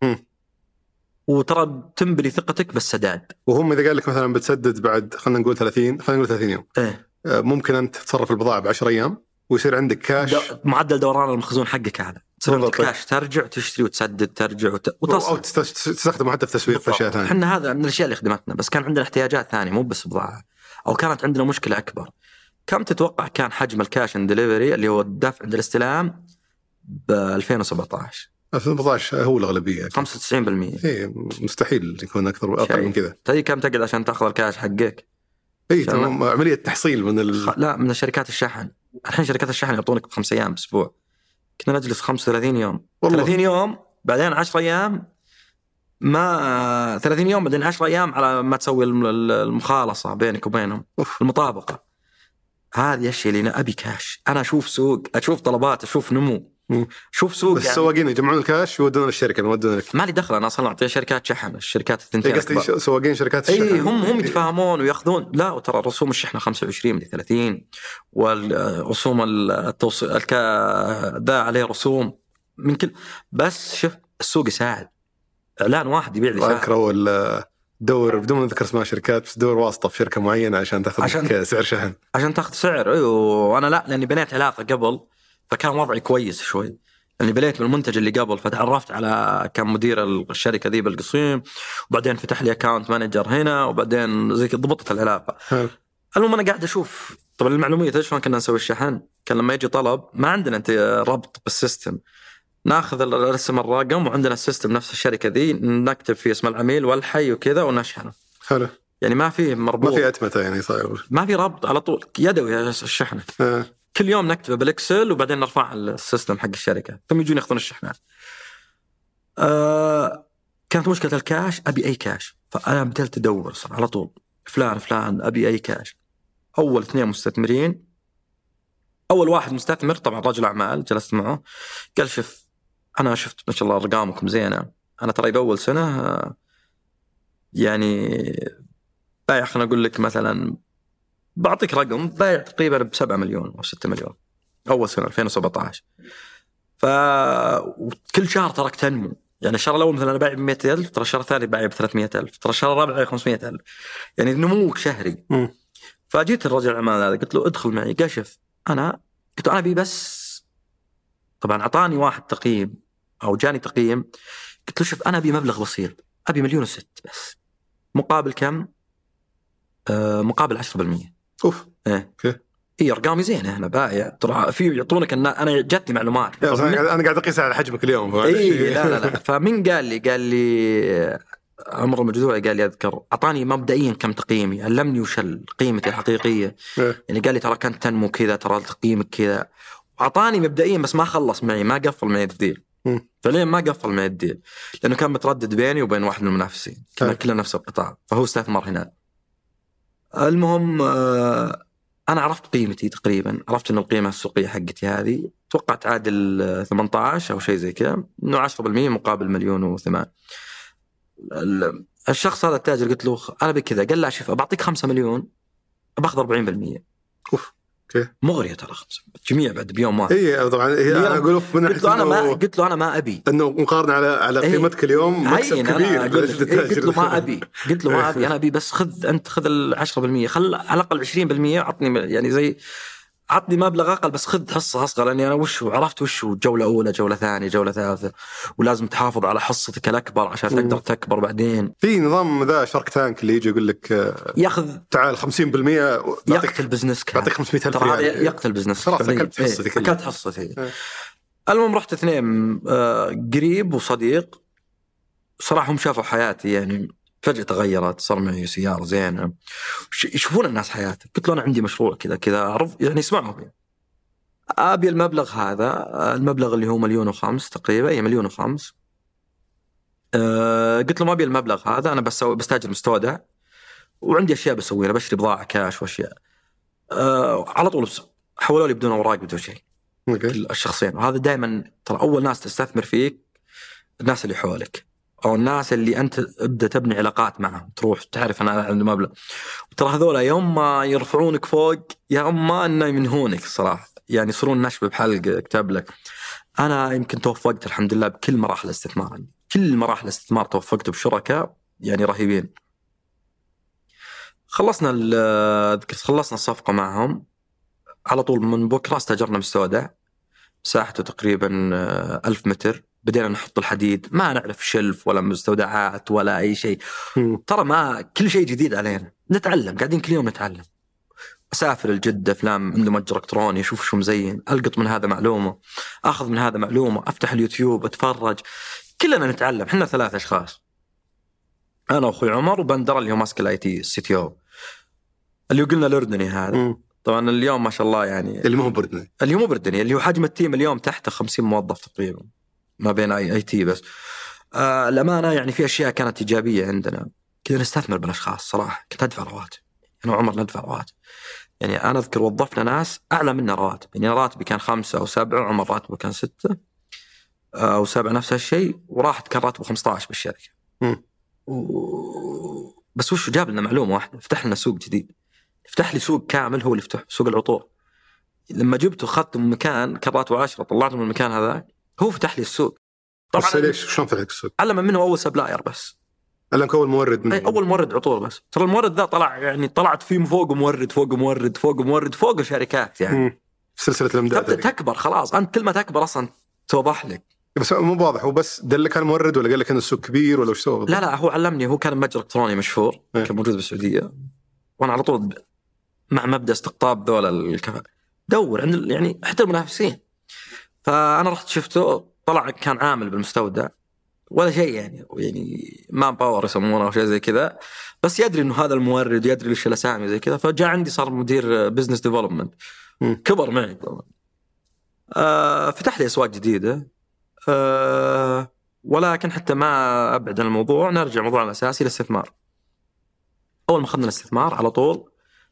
وترى تنبني ثقتك بالسداد. وهم اذا قال لك مثلا بتسدد بعد خلينا نقول 30 يوم ممكن انت تتصرف البضاعه ب10 ايام ويصير عندك كاش معدل دوران المخزون حقك هذا تصير كاش ترجع تشتري وتسدد ترجع أو تستخدمه حتى في تسويق في اشياء ثانيه. احنا هذا من الاشياء اللي خدمتنا بس كان عندنا احتياجات ثانيه مو بس بضاعه او كانت عندنا مشكله اكبر. كم تتوقع كان حجم الكاش اند ديليفري اللي هو الدفع عند الاستلام ب 2017 هو الاغلبيه 95%. اي مستحيل يكون اقل من كذا. تدري كم تقعد عشان تاخذ الكاش حقك؟ اي عمليه تحصيل من لا من شركات الشحن. الحين شركات الشحن يعطونك ب5 أيام باسبوع. كنا نجلس 35 يوم والله. 30 يوم بعدين 10 أيام ما 30 يوم بعدين 10 أيام على ما تسوي المخالصة بينك وبينهم المطابقة. هذا الشيء اللي أنا أبي كاش. أنا أشوف سوق أشوف طلبات أشوف نمو شوف سوق. بس السواقين يجمعون الكاش يودون الشركة ما يودون لك. ما لي دخل أنا أصلا أعطيه شركات شحن الشركات الثنتين. قصدي سواقين شركات الشحن. إيه هم يتفاهمون ويأخذون. لا وترى رسوم الشحنة 25 من 30 والرسوم التوصيل ذا عليه رسوم من كل. بس شوف السوق يساعد. إعلان واحد يبيع لي شهر. دور بدون ما نذكر اسماء شركات بس دور واسطة في شركة معينة عشان تأخذ سعر شحن. عشان تأخذ سعر. أيوه وأنا لا لأني بنيت علاقة قبل فكان وضعي كويس شوي. يعني بليت من المنتج اللي قبل فتعرفت على كان مدير الشركة ذي بالقصيم وبعدين فتح لي أكاونت مانجر هنا وبعدين زي كذا ضبطت العلاقة. المهم أنا قاعد أشوف طبعا المعلومية شلون كنا نسوي الشحن. كان لما يجي طلب ما عندنا أنت ربط بالسيستم ناخذ الاسم الرقم وعندنا السيستم نفس الشركة ذي نكتب فيه اسم العميل والحي وكذا ونشحنه. حلو. يعني ما في مربوط ما في أتمتة يعني صاير ما في ربط على طول يدوي الشحنة. كل يوم نكتبه بالإكسل وبعدين نرفع السيستم حق الشركة ثم يجون يأخذون الشحنات. كانت مشكلة الكاش أبي أي كاش. فأنا بدأت أدور صار على طول فلان أبي أي كاش. أول 2 مستثمرين. أول واحد مستثمر طبعا رجل أعمال جلست معه قال شوف أنا شفت ما شاء الله أرقامكم زينة. أنا ترى بأول سنة يعني بايع خلنا أقول لك مثلا بعطيك رقم بايع تقريبا ب7 مليون أو 6 مليون أول سنة 2017. فكل شهر ترك تنمو. يعني الشهر الأول مثلا أنا بايع ب100,000 ترى الشهر الثاني بايع ب300,000 ترى الشهر الرابع بايع 500,000 يعني نموك شهري. فجيت الرجل الأعمال هذا قلت له ادخل معي. قال شوف أنا قلت أنا بي بس طبعا أعطاني واحد تقييم أو جاني تقييم. قلت له شوف أنا أبي مبلغ بسيط أبي 1,600,000 بس مقابل كم؟ مقابل 10%. أوف. إيه أرقامي زينة هنا بايع ترى في يعطونك أن أنا جتني معلومات. أنا قاعد أقيس على حجمك اليوم. إيه لا فمن قال لي عمر المجذوعي قال لي أذكر أعطاني مبدئيا كم تقييمي علمني وش قيمتي الحقيقية. يعني قال لي ترى كنت تنمو كذا ترى تقييمك كذا وأعطاني مبدئيا بس ما خلص معي ما قفل معي الديل. فعليا ما قفل معي الديل لأنه كان متردد بيني وبين واحد من المنافسين كنا نفس القطاع فهو استثمر هنا. المهم أنا عرفت قيمتي تقريبا عرفت إنه القيمة السوقية حقتي هذه توقعت عادل 18 أو شيء زي كذا إنه 10% مقابل 1,800,000. الشخص هذا التاجر قلت له أنا بكذا. قال لا شوف بعطيك 5 مليون باخذ 40%. مغريه ترى جميع بعد بيوم واحد. اي طبعا انا اقول قلت له انا ما ابي انه مقارنه على قيمتك اليوم مكسب كبير. قلت له ما ابي انا ابي بس خذ ال 10%، خل على الاقل 20% عطني، يعني زي عطني مبلغ اقل بس خذ حصه اصغر، لاني انا عرفت جوله اولى جوله ثانيه جوله ثالثه، ولازم تحافظ على حصتك الاكبر عشان تقدر تكبر بعدين. في نظام ذا شارك تانك اللي يجي يقول لك ياخذ تعال 50% يقتل بزنس كان، يعطيك 500,000 ريال يقتل بزنس. خلاص اكلت حصتي. المهم رحت اثنين قريب وصديق صراحه، هم شافوا حياتي يعني فجأة تغيرت، صار معي سيارة زينة، يشوفون الناس حياتي. قلت له أنا عندي مشروع كذا أعرف يعني اسمعهم يعني. أبي المبلغ هذا، المبلغ اللي هو 1,500,000 تقريبا، 1,500,000. قلت له ما أبي المبلغ هذا، أنا بستاجر مستودع وعندي أشياء بسويها، بشتري بضاعة كاش وأشياء. على طول حولوا لي بدون أوراق بدون شيء الشخصين. وهذا دائما ترى أول ناس تستثمر فيك الناس اللي حولك، أو الناس اللي أنت ابدأ تبني علاقات معهم، تروح تعرف أنا عندي مبلغ. وترى هذولا يوم ما يرفعونك فوق يا أما أنه يمنهونك صراحة، يعني يصيرون نشب بحلق كتاب لك. أنا يمكن توفقت الحمد لله بكل مراحل الاستثمار عندي، كل مراحل الاستثمار توفقت بشركاء يعني رهيبين. خلصنا الصفقة معهم على طول، من بكرة استأجرنا مستودع مساحته تقريبا 1000 متر. بدينا نحط الحديد، ما نعرف شلف ولا مستودعات ولا أي شيء. ترى ما كل شيء جديد علينا، نتعلم، قاعدين كل يوم نتعلم. أسافر الجدة فلان عنده متجر إلكتروني، أشوف شو مزين، ألقط من هذا معلومة، أخذ من هذا معلومة، أفتح اليوتيوب أتفرج، كلنا نتعلم. حنا 3 أشخاص، أنا وأخوي عمر وبندر اللي هو ماسك الIT CTO اللي قلنا الأردني هذا. طبعا اليوم ما شاء الله يعني اللي مو بردني اللي هو حجم التيم اليوم تحته 50 موظف تقريبا ما بين IT بس. الأمانة يعني في أشياء كانت إيجابية عندنا، كذا نستثمر بالأشخاص صراحة. كنت أدفع رواتب، أنا وعمر ندفع رواتب. يعني أنا أذكر وظفنا ناس أعلى منا رواتب، يعني راتبي كان 5 أو 7 وعمر راتبه كان 6 أو 7 نفس الشيء، وراحت كان راتبه 15 بالشركة. بس وش جاب لنا معلومة واحدة، فتح لنا سوق جديد، فتح لي سوق كامل هو اللي فتح سوق العطور. لما جبته أخذته من مكان كان راتبه 10 طلعته من المكان هذا، هو فتح لي السوق. طبعا ليش شلون فتح السوق؟ علم منه أول سبلاير بس، علمك أول مورد منه. أول مورد عطور بس. ترى المورد ذا طلع يعني طلعت فيه فوق مورد فوق مورد فوق مورد فوق شركات يعني سلسلة الإمداد تبدأ تكبر خلاص. أنت كل ما تكبر أصلا توضح لك. بس مو واضح، هو بس دلك على المورد ولا قال لك أن السوق كبير ولا وش سوى؟ لا هو علمني. هو كان متجر إلكتروني مشهور كان موجود بالسعودية، وأنا على طول مع مبدأ استقطاب ذولا الكفاءة دور عند يعني حتى المنافسين. فأنا رحت شفته، طلع كان عامل بالمستودع ولا شيء يعني ما باور يسمونه أو شيء زي كذا، بس يدري إنه هذا المورد، يدري وش الأسامي زي كذا. فجاء عندي صار مدير بزنس ديفلوبمنت، كبر معي طبعا. فتح لي أسواق جديدة. ولكن حتى ما أبعد عن الموضوع، نرجع موضوعنا الأساسي الاستثمار. أول ما أخذنا الاستثمار على طول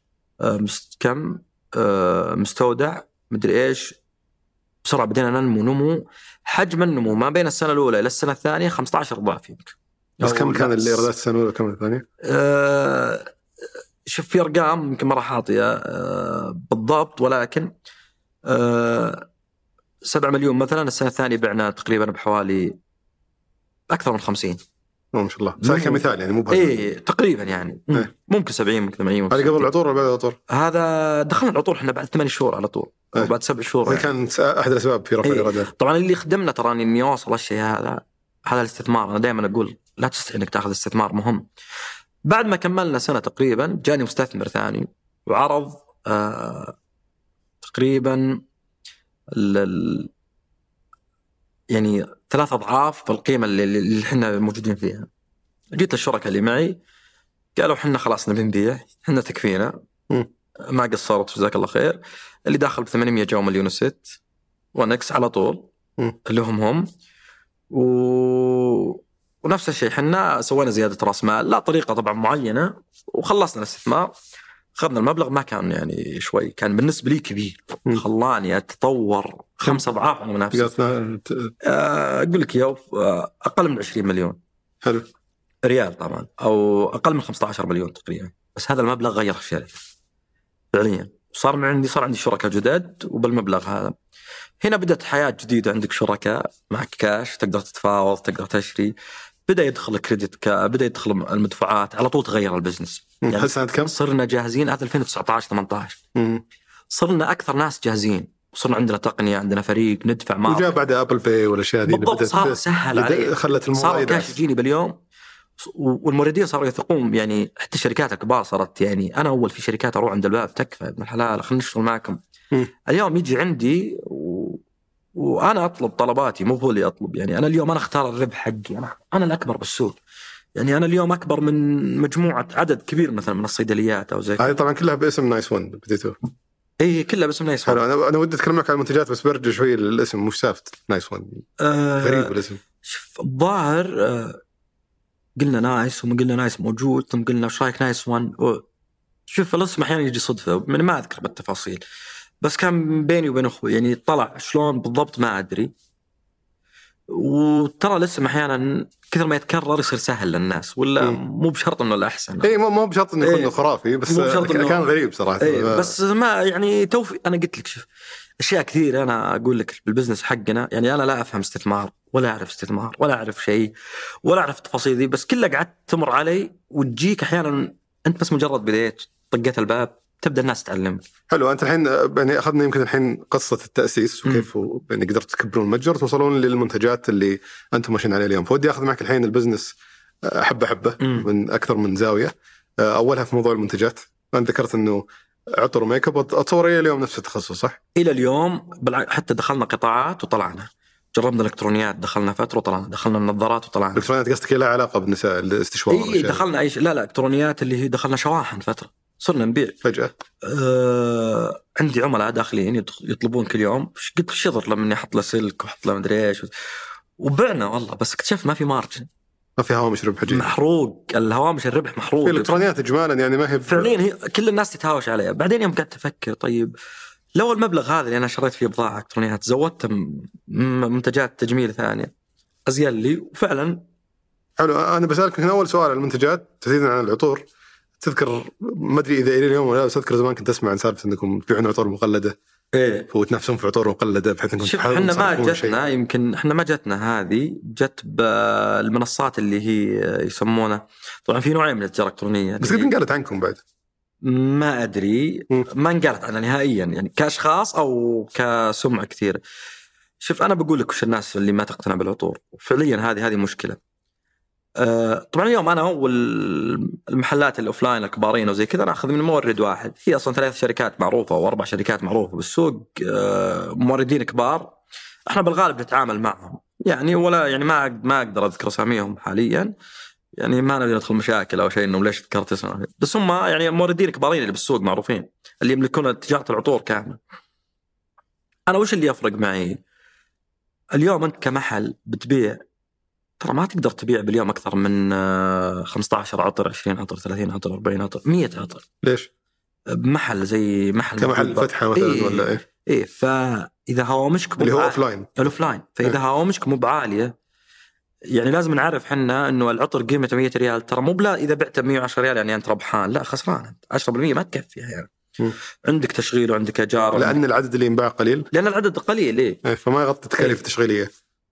مستودع مدري إيش، بسرعة بدينا نمو حجم النمو ما بين السنة الأولى إلى السنة الثانية 15 ضعف يمكن. بس كم كان اللي إيرادات السنة الأولى كم الثانية؟ شوف في أرقام يمكن ما راح أعطيها بالضبط، ولكن 7 مليون مثلا. السنة الثانية بعنا تقريبا بحوالي أكثر من 50. ما شاء الله. هذا كمثال يعني مو إيه تقريبا يعني ممكن 70 ممكن 80. هذا قبل العطور ولا بعد العطور؟ هذا دخلنا العطور إحنا بعد 8 شهور على طول أو بعد 7 شهور. يعني كان أحد الأسباب في رفع الإيرادات. طبعا اللي خدمنا ترى إني أوصل الشيء هذا الاستثمار. أنا دائما أقول لا تستحي إنك تأخذ استثمار مهم. بعد ما كملنا سنة تقريبا جاني مستثمر ثاني وعرض تقريبا يعني 3 أضعاف القيمة اللي إحنا موجودين فيها. جيت للشركة اللي معي قالوا حنا خلاص نبي نبيع، حنا تكفينا. ما قصرت جزاك الله خير. اللي داخل ب800 جاء 1,600,000 ونكس على طول اللي هم ونفس الشيء حنا سوينا زيادة رأس مال، لا طريقة طبعا معينة، وخلصنا الاستثمار. أخذنا المبلغ ما كان يعني شوي، كان بالنسبة لي كبير، خلاني أتطور 5 أضعاف عن منافسي. أقول لك أقل من 20 مليون حلو ريال طبعا، أو أقل من 15 مليون تقريبا. بس هذا المبلغ غير الشركة فعليا. صار عندي شركاء جدد وبالمبلغ هذا. هنا بدأت حياة جديدة، عندك شركاء معك كاش، تقدر تتفاوض، تقدر تشتري، بدأ يدخل الكريدت بدأ يدخل المدفوعات، على طول تغير البزنس. يعني سنة كم؟ صرنا جاهزين هذا 2019-18. صرنا أكثر ناس جاهزين، وصرنا عندنا تقنية، عندنا فريق ندفع معه. وجاء بعد أبل باي والأشياء دي بالضبط، صار سهل عليه، خلت صار كاش يجيني باليوم، والموردين صاروا يثقون. يعني حتى الشركات الكبار صارت، يعني أنا أول في شركات أروح عند الباب تكفى ابن الحلال خلينا نشتغل معكم. اليوم يجي عندي وأنا أطلب طلباتي، مو هو اللي أطلب. يعني أنا اليوم أنا أختار الربح حقي، أنا الأكبر بالسوق. يعني أنا اليوم أكبر من مجموعة عدد كبير مثلا من الصيدليات أو زي كذا. هذه طبعا كلها باسم نايس ون بديتوه. إيه كلها باسم نايس ون. أنا ودي أتكلمك عن المنتجات بس برجع شوي للاسم، مش سافت نايس ون. غريب الاسم. الظاهر قلنا نايس وما قلنا نايس موجود، ثم قلنا وش رايك نايس ون. شوف الاسم أحيانا يجي صدفة، من ما أذكر بالتفاصيل، بس كان بيني وبين أخوي يعني طلع شلون بالضبط ما أدري. وترى الاسم أحيانا كثر ما يتكرر يصير سهل للناس، ولا مو بشرط إنه الأحسن. إيه مو بشرط إنه يكون خرافي، بس كان غريب صراحة. بس ما يعني توفي. أنا قلت لك شوف أشياء كثير، أنا أقول لك بالبزنس حقنا، يعني أنا لا أفهم استثمار ولا أعرف استثمار ولا أعرف شيء ولا أعرف التفاصيل دي، بس كلها قعدت تمر علي وتجيك أحيانا أنت بس مجرد بديت طقت الباب تبدأ الناس تعلمك. حلو. أنت الحين يعني أخذنا يمكن الحين قصة التأسيس وكيف يعني قدرت تكبرون المتجر توصلون للمنتجات اللي أنتم ماشيين عليها اليوم. فودي أخذ معك الحين البزنس حبة من أكثر من زاوية. أولها في موضوع المنتجات، أنت ذكرت إنه عطر وميك اب، أتصور إلى اليوم نفس التخصص صح؟ إلى اليوم حتى دخلنا قطاعات وطلعنا، جربنا الإلكترونيات دخلنا فترة وطلعنا، دخلنا النظارات وطلعنا. الإلكترونيات قصدك لها علاقة بالنساء الاستشوار؟ إيه دخلنا أي شيء. لا إلكترونيات اللي هي دخلنا شواحن فترة، صرنا نبيع فجأة. عندي عملاء داخلين يطلبون كل يوم، قلت الشذر لما اني احط له سلك واحط له مدري ايش، وبعنا والله، بس اكتشفت ما في مارجن، ما في هوامش ربح جيد، محروق الهوامش الربح محروق. الالكترونيات اجمالا يعني ما هي فعليا هي كل الناس تتهاوش عليها. بعدين يوم قعدت افكر طيب لو المبلغ هذا اللي انا شريت فيه بضاعه الكترونيات زودت منتجات تجميل ثانيه ازين لي، وفعلا. حلو. انا بسالك من اول سؤال عن المنتجات تحديدا عن العطور. تذكر ما ادري اذا الى اليوم ولا، بس اذكر زمان كنت اسمع عن سالفه انكم تبيعون عطور مقلده. ايه وتنافسون في عطور مقلده بحيث انكم تحاولون. احنا ما جتنا يمكن احنا ما جتنا هذه، جت بالمنصات اللي هي يسمونها طبعا في نوعين من التجاره الالكترونيه، بس قد انقالت عنكم بعد ما ادري. ما انقالت عنها نهائيا يعني كاشخاص او كسمعه كثير. شوف انا بقول لك وش الناس اللي ما تقتنع بالعطور فعليا هذه مشكله. طبعا اليوم انا اول المحلات الاوفلاين الكبارين وزي كذا انا اخذ من مورد واحد، هي اصلا 3 شركات معروفه او 4 شركات معروفه بالسوق، موردين كبار احنا بالغالب نتعامل معهم يعني، ولا يعني ما اقدر اذكر اساميهم حاليا، يعني ما نبي ندخل مشاكل او شيء انه ليش ذكرت اسمه، بس هم يعني موردين كبارين اللي بالسوق معروفين اللي يملكون تجاره العطور كامله. انا وش اللي يفرق معي اليوم؟ انت كمحل بتبيع ترى ما تقدر تبيع باليوم أكثر من 15 عطر، 20 عطر، 30 عطر، 40 عطر، 100 عطر. ليش؟ بمحل زي محل كمحل فتحة مثلا ولا إيه؟ إيه فإذا هوامشك اللي هو أوفلاين. الأوفلاين فإذا هوامشك مو بعالية يعني لازم نعرف حنا إنه العطر قيمة 100 ريال ترى مو بلا إذا بعته 110 ريال يعني أنت ربحان، لا خسران. 10% ما تكفيها يعني. عندك تشغيل وعندك إيجار، لأن العدد اللي ينباع قليل. لأن العدد قليل إيه فما يغطي التكاليف التشغيلية.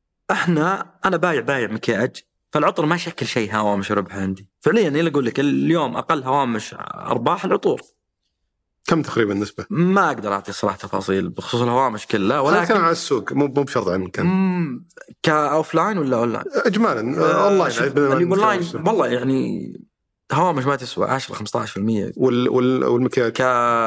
أنا بايع مكياج، فالعطر ما شكل شيء هوامش ربح عندي فعليا. اللي أقول لك اليوم أقل هوامش أرباح العطور كم تقريبا نسبة؟ ما أقدر أعطي صراحة تفاصيل بخصوص الهوامش كلها، ولكن أتكلم عن السوق مو بشرط عن المكان. كأوفلاين ولا أونلاين؟ إجمالا أونلاين والله يعني هوامش ما تسوى 10-15%. والمكياج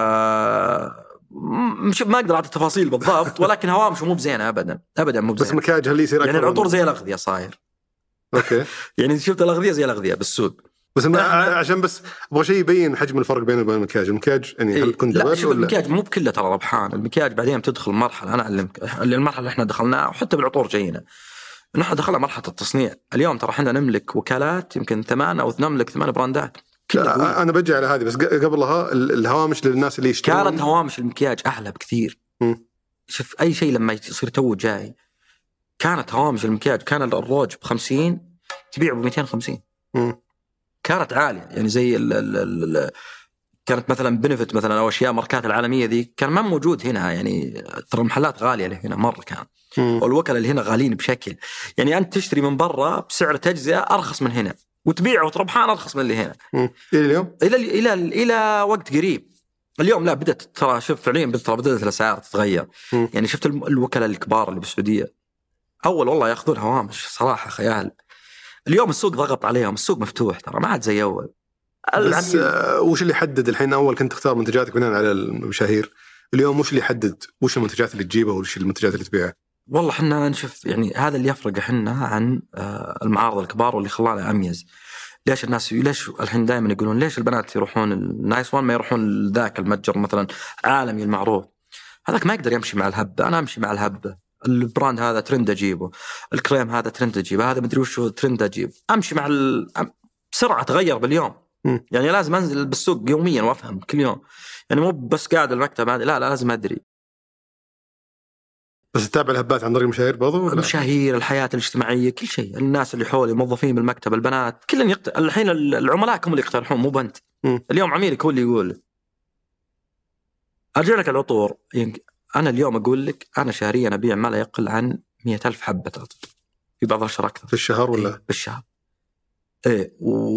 ما أقدر أعطي تفاصيل بالضبط، ولكن هوامش مو بزينة أبدا مو بزينة. بس مكياج هل يصير يعني العطور زي الأغذية صاير. أوكي. يعني شفت الأغذية زي الأغذية بالسوق، بس عشان بس أبغى شيء يبين حجم الفرق بينه وبين المكياج يعني هل كنت لا شوف المكياج مو بكله ترى ربحان. المكياج بعدين بتدخل مرحلة، أنا أعلمك المرحلة اللي إحنا دخلناها وحتى بالعطور جينا نحن دخلنا مرحلة التصنيع. اليوم ترى إحنا نملك وكالات يمكن 8 أو نملك 8 براندات. أنا بجي على هذه، بس قبلها الهوامش للناس اللي يشترون كانت هوامش المكياج أعلى بكثير. شوف أي شيء لما يصير تو جاي كانت هوامش المكياج كان الروج ب50 تبيعه ب250. كانت عالية يعني زي كانت مثلا بنفت مثلا او اشياء ماركات العالميه ذي كان ما موجود هنا. يعني ترى المحلات غاليه له هنا مره كان، والوكلاء اللي هنا غاليين بشكل، يعني انت تشتري من برا بسعر تجزئه ارخص من هنا وتبيعه وتربحان ارخص من اللي هنا. الى اليوم الى وقت قريب. اليوم لا بدت ترى شوف فعليا بدت الاسعار تتغير. يعني شفت الوكلاء الكبار اللي بالسعوديه اول والله ياخذون هوامش صراحه خيال. اليوم السوق ضغط عليهم، السوق مفتوح ترى ما عاد زي اول. بس وش اللي يحدد الحين؟ اول كنت تختار منتجاتك بناء على المشاهير، اليوم وش اللي يحدد وش المنتجات اللي تجيبها وش المنتجات اللي تبيعها؟ والله احنا نشوف يعني هذا اللي يفرق احنا عن المعارض الكبار واللي خلانا اميز. ليش الناس ليش الحين دائما يقولون ليش البنات يروحون النايس وان ما يروحون ذاك المتجر مثلا عالمي المعروف؟ هذاك ما يقدر يمشي مع الهبه، انا امشي مع الهبه. البراند هذا ترند اجيبه، الكريم هذا ترند اجيبه، هذا مدري وش ترند اجيب، امشي مع بسرعه تغير باليوم. يعني لازم انزل بالسوق يوميا وافهم كل يوم، يعني مو بس قاعد المكتب هذا، لا لازم ادري. بس تتابع الهبات عن طريق المشاهير برضو؟ المشاهير، الحياه الاجتماعيه، كل شيء، الناس اللي حولي، موظفين بالمكتب، البنات، كلهم الحين العملاء هم اللي يقترحون مو بنت. اليوم عميلك هو اللي يقول. ارجع لك العطور، أنا اليوم أقول لك أنا شهريا أبيع ما لا يقل عن 100,000 حبة عطر، في بعض الأشهر أكثر. في الشهر ولا؟ إيه بالشهر. إيه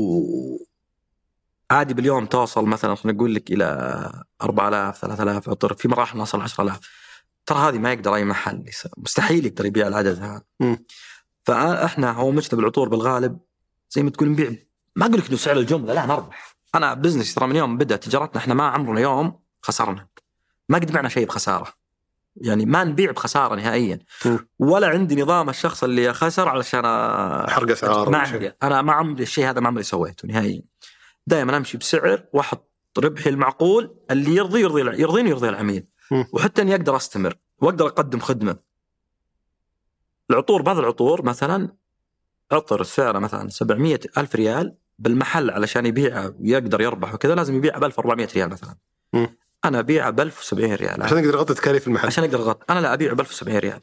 عادي باليوم توصل مثلا خلينا نقول لك إلى 4,000 3,000 عطر، في مراحل نصل 10,000. ترى هذه ما يقدر أي محل مستحيل يقدر يبيع العدد هذا. فإحنا هو مجتمع العطور بالغالب زي ما تقول نبيع، ما أقول لك إنه سعر الجملة، لا نربح. أنا بزنس ترى من يوم بدأ تجارتنا إحنا ما عمرنا يوم خسرنا، ما قد بعنا شيء بخسارة، يعني ما نبيع بخسارة نهائيا. ولا عندي نظام الشخص اللي خسر علشان حرق أسعار. أنا ما عمري الشيء هذا، ما عمري سويته نهائيا. دائما أمشي بسعر واحط ربحي المعقول اللي يرضيني ويرضي العميل، وحتى أني أقدر أستمر وأقدر أقدم خدمة. العطور بعض العطور مثلا عطر سعره مثلا 700,000 ريال بالمحل علشان يبيعه ويقدر يربح وكذا لازم يبيع ب1400 ريال مثلا. أنا أبيع ب1070 ريال عشان أقدر أغطي تكاليف المحل، عشان أقدر أغطي. أنا لا أبيع ب1070 ريال.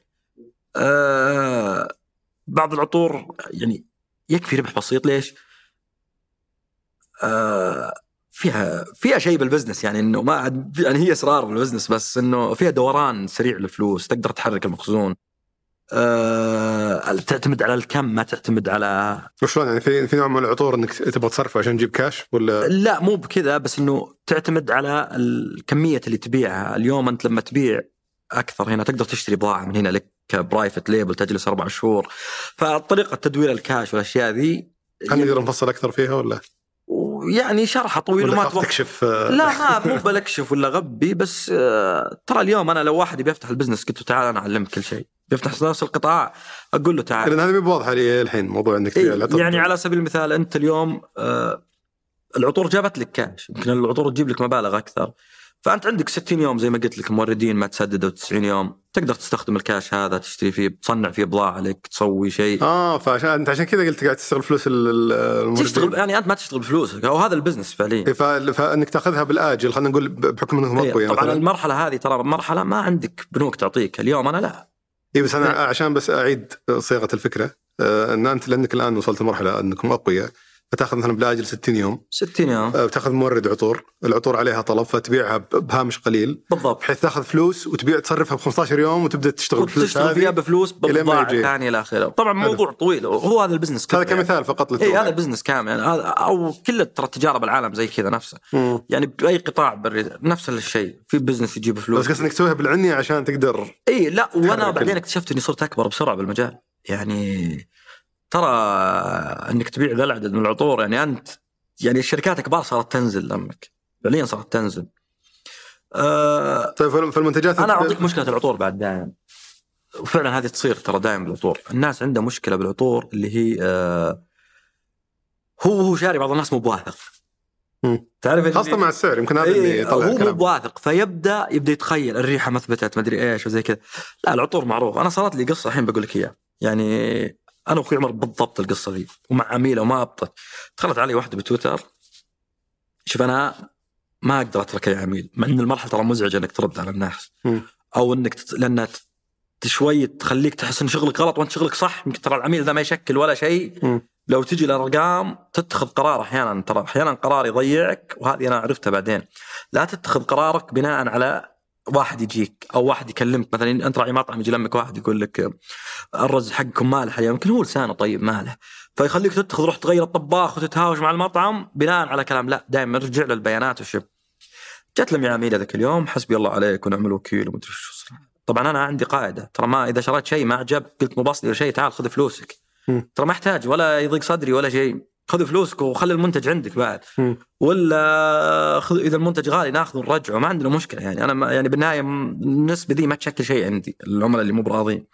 بعض العطور يعني يكفي ربح بسيط. ليش؟ فيها شيء بالبزنس، يعني إنه ما يعني هي أسرار بالبزنس، بس إنه فيها دوران سريع للفلوس، تقدر تحرك المخزون. تعتمد على الكم، ما تعتمد على وشلون يعني في نوع من العطور انك تبغى تصرفه عشان تجيب كاش ولا لا مو بكذا، بس انه تعتمد على الكميه اللي تبيعها. اليوم انت لما تبيع اكثر هنا تقدر تشتري بضاعه من هنا لك برايفت ليبل تجلس 4 شهور. فطريقه تدوير الكاش والاشياء ذي نقدر نفصل اكثر فيها ولا يعني شرحها طويل وما تكشف؟ لا مو بلكشف ولا غبي، بس ترى اليوم انا لو واحد بيفتح البزنس قلت له تعال انا اعلمك كل شيء، بيفتح نفس القطاع اقول له تعال. لان هذا مو واضح لي الحين موضوع انك تبيع العطور. يعني على سبيل المثال انت اليوم العطور جابت لك كاش، يمكن العطور تجيب لك مبالغ اكثر، فانت عندك 60 يوم زي ما قلت لك موردين ما تسددوا 90 يوم تقدر تستخدم الكاش هذا تشتري فيه، تصنع فيه بضاعه لك، تسوي شيء. فعشان انت عشان كذا قلت قاعد تشتغل فلوس الموردين. تشتغل يعني انت ما تشتغل بفلوسك، او هذا البزنس فعليا. فانك تاخذها بالاجل، خلينا نقول بحكم انهم اقوياء. طبعا المرحله هذه ترى مرحله ما عندك بنوك تعطيك، اليوم انا لا. بس انا عشان بس اعيد صياغه الفكره، ان انت لانك الان وصلت لمرحله انكم اقوياء فتاخذ مثلا بالاجل 60 يوم بتاخذ مورد عطور، العطور عليها طلب فتبيعها بهامش قليل بالضبط، بحيث تاخذ فلوس وتبيع تصرفها ب15 يوم وتبدا تشتغل فيها بفلوس بضاعه ثانيه الى اخره. طبعا موضوع طويل، هو هذا البزنس هذا كمثال فقط للتوضيح. هذا البزنس كامل يعني، هذا او كل ترى التجاره بالعالم زي كذا نفسه. يعني باي قطاع نفس الشيء، في بزنس يجيب فلوس، بس انك تسويها بالعنيه عشان تقدر. لا وانا بعدين اكتشفت اني صرت اكبر بسرعه بالمجال. يعني ترى انك تبيع ذا العدد من العطور، يعني انت يعني الشركات الكبار صارت تنزل لمك فعليا، صارت تنزل. طيب فالمنتجات انا اعطيك مشكله العطور بعد دائما، وفعلا هذه تصير ترى دائما بالعطور. الناس عندها مشكله بالعطور اللي هي هو شاري، بعض الناس مو بواثق، تعرف خاصه مع السعر، يمكن هذا اللي يطلع هو مو بواثق، فيبدا يتخيل الريحه مثبتت ما ادري ايش وزي كذا. لا العطور معروف. انا صارت لي قصه الحين بقول لك اياها، يعني انا واخوي عمر بالضبط القصه دي، ومع عميله وما ابطت. دخلت علي واحده بتويتر، شوف انا ما اقدر اترك اي عميل، مع ان المرحله ترى مزعجه انك ترد على الناس او انك لان شوي تخليك تحس ان شغلك غلط وانت شغلك صح. يمكن ترى العميل ذا ما يشكل ولا شيء، لو تجي الأرقام تتخذ قرار أحيانا، ترى أحيانا قرار يضيعك، وهذه أنا عرفتها بعدين. لا تتخذ قرارك بناء على واحد يجيك أو واحد يكلمك، مثلا أنت راعي مطعم يجي لمك واحد يقول لك الرز حقكم مالح اليوم، يمكن هو لسانه طيب مالح، فيخليك تتخذ روح تغير الطباخ وتتهاوش مع المطعم بناء على كلام. لا، دائما ارجع للبيانات وشوف. جت لي عميل ذاك اليوم حسبي الله عليك ونعمل وكيل ومدري شو. طبعا أنا عندي قاعدة، ترى ما إذا شريت شيء ما عجب قلت مبسط ولا شيء تعال خذ فلوسك، ترى ما احتاج ولا يضيق صدري ولا شيء، خذ فلوسك وخلي المنتج عندك بعد، ولا خذ إذا المنتج غالي ناخذه ونرجعه، ما عندنا مشكلة يعني. أنا يعني بالنهاية النسبة دي ما تشكل شيء عندي، العملاء اللي مو براضين.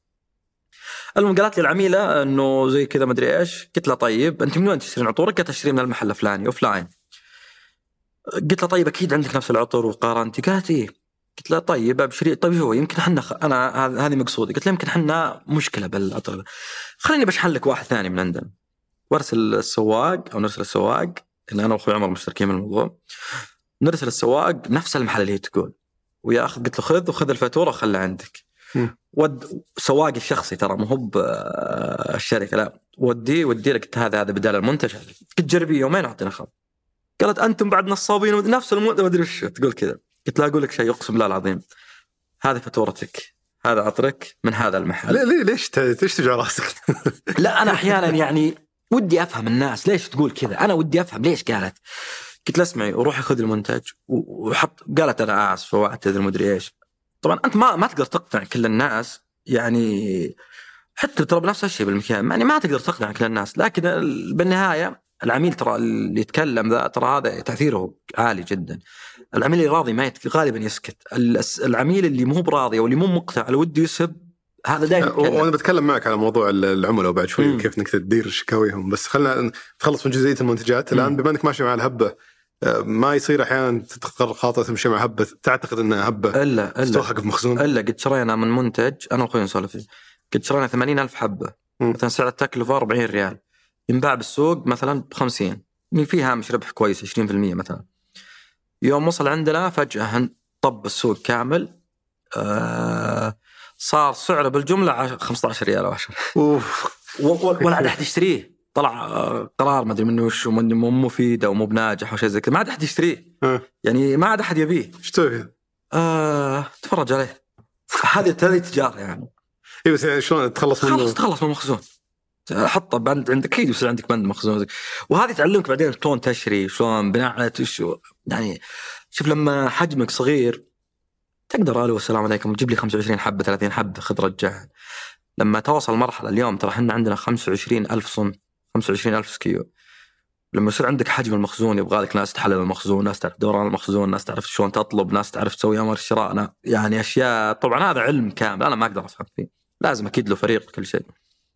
المهم قالت لي العميلة إنه زي كذا ما أدري إيش، قلت له طيب أنت من وين تشترين عطورك؟ قالت أشتري من المحل الفلاني أوفلاين. قلت له طيب أكيد عندك نفس العطور وقارنتي؟ قالت إيه. قلت له طيب أبشري. طيب هو يمكن حنا أنا هذه مقصودي. قلت له يمكن حنا مشكلة بالعطر، خليني بشحن لك واحد ثاني من عندنا. وارسل السواق أو نرسل السواق، إن أنا وأخوي عمر مشتركين من الموضوع، نرسل السواق نفس المحل اللي هي تقول وياخذ. قلت له خذ الفاتورة وخلها عندك. سواق الشخصي ترى مو هو الشركة، لا ودي لك هذا بدال المنتج. قلت جربي يومين أعطينا خبر. قالت أنتم بعد نصابين نفس المنتج ما أدري وش تقول كذا. قلت لا أقول لك شيء أقسم بالله العظيم، هذه فاتورتك، هذا عطرك من هذا المحل. ليش تجع راسك؟ لا أنا أحيانا يعني ودي أفهم الناس ليش تقول كذا، أنا ودي أفهم ليش قالت. قلت لا اسمعي وروحي خذ المنتج وحط. قالت أنا آسف وأعتذر مدري إيش. طبعا أنت ما تقدر تقنع كل الناس يعني، حتى ترى بنفس الشيء بالمكان يعني ما تقدر تقنع كل الناس، لكن بالنهاية العميل ترى اللي يتكلم ذا ترى هذا تأثيره عالي جدا. العميل اللي راضي ما غالبا يسكت، العميل اللي مو براضي واللي مو مقتنع اللي وده يسب هذا دائما. وانا بتكلم معك على موضوع العملاء وبعد شوي كيف انك تدير شكاويهم، بس خلنا نتخلص من جزئيه المنتجات الان. بما انك ماشي مع الهبه، ما يصير احيانا تقرر خاطر تمشي مع هبه تعتقد انها هبه الا توحق في مخزون؟ الا قد شرينا من منتج انا واخوي نسولف فيه، قد شرينا 80,000 حبه، مثلا سعر التكلفه 40 ريال، ينباع بالسوق مثلا ب50، من فيها هامش ربح كويس 20% مثلا. يوم وصل عندنا فجاه طب السوق كامل، صار سعره بالجمله 15 ريال او 10 ولا عاد احد يشتريه. طلع قرار ما ادري منه وش، مو مفيد او مو بناجح او شيء زي كذا، ما عاد احد يشتريه يعني، ما عاد احد يبيه. ايش تسوي؟ تفرج عليه. هذه تجاره يعني. اي بس يعني شلون تتخلص منه؟ تخلص من المخزون، حطه بند عندك، اكيد يصير عندك بند مخزون، وهذه تعلمك بعدين شلون تشري، شلون بناء على شو يعني. شوف لما حجمك صغير تقدر الو السلام عليكم تجيب لي 25 حبه 30 حبه خذ رجع. لما توصل مرحله اليوم ترى احنا عندنا 25,000 صنف، 25,000 سكيو. لما يصير عندك حجم المخزون يبغى لك ناس تحلل المخزون، ناس تعرف دوران المخزون، ناس تعرف شلون تطلب، ناس تعرف تسوي امر الشراء، يعني اشياء طبعا هذا علم كامل انا ما اقدر افهم فيه، لازم اكيد له فريق كل شيء.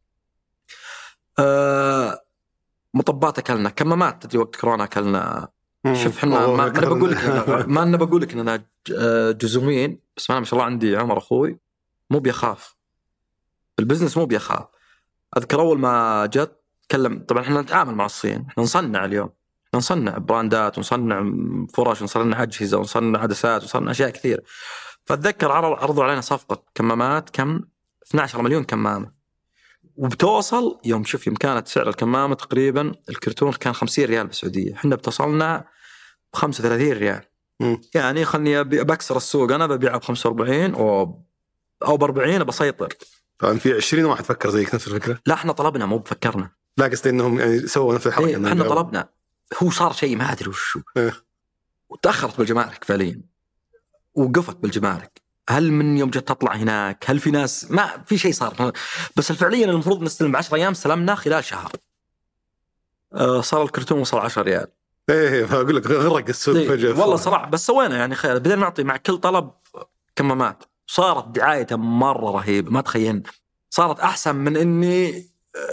مطبات اكلنا، كمامات تدري وقت كورونا اكلنا. شوف احنا ما انا بقول لك اننا جزومين، بس انا ما شاء الله عندي عمر اخوي مو بيخاف البزنس، مو بيخاف. اذكر اول ما جت تكلم، طبعا احنا نتعامل مع الصين، احنا نصنع اليوم، احنا نصنع براندات ونصنع فرش ونصنع اجهزه ونصنع عدسات ونصنع اشياء كثير. فاتذكر عرضوا علينا صفقه كمامات، كم 12 مليون كمامه، وبتوصل يوم شوف يوم كانت سعر الكمامه تقريبا الكرتون كان 50 ريال بالسعوديه، احنا بتصلنا ب 35 ريال. يعني خلني بكسر السوق، انا ببيعها ب 45 او ب 40 بسيطر. طبعا في 20 واحد فكر زيك نفس الفكره. لا احنا طلبنا مو بفكرنا، لا قصدي انهم يعني سووا نفس الحركه. احنا طلبنا، هو صار شيء ما ادري وشو وتاخرت بالجمارك فعليا، وقفت بالجمارك. هل من يوم جت تطلع هناك، هل في ناس، ما في شيء صار، بس فعليا المفروض نستلم 10 ايام، سلمنا خلال شهر. صار الكرتون وصل 10 ريال. ايه اقول لك غرق السوق فجأة. والله صراحه بس سوينا يعني خير، بدنا نعطي مع كل طلب كمامات. صارت دعايته مره رهيبه ما تخيلن، صارت احسن من اني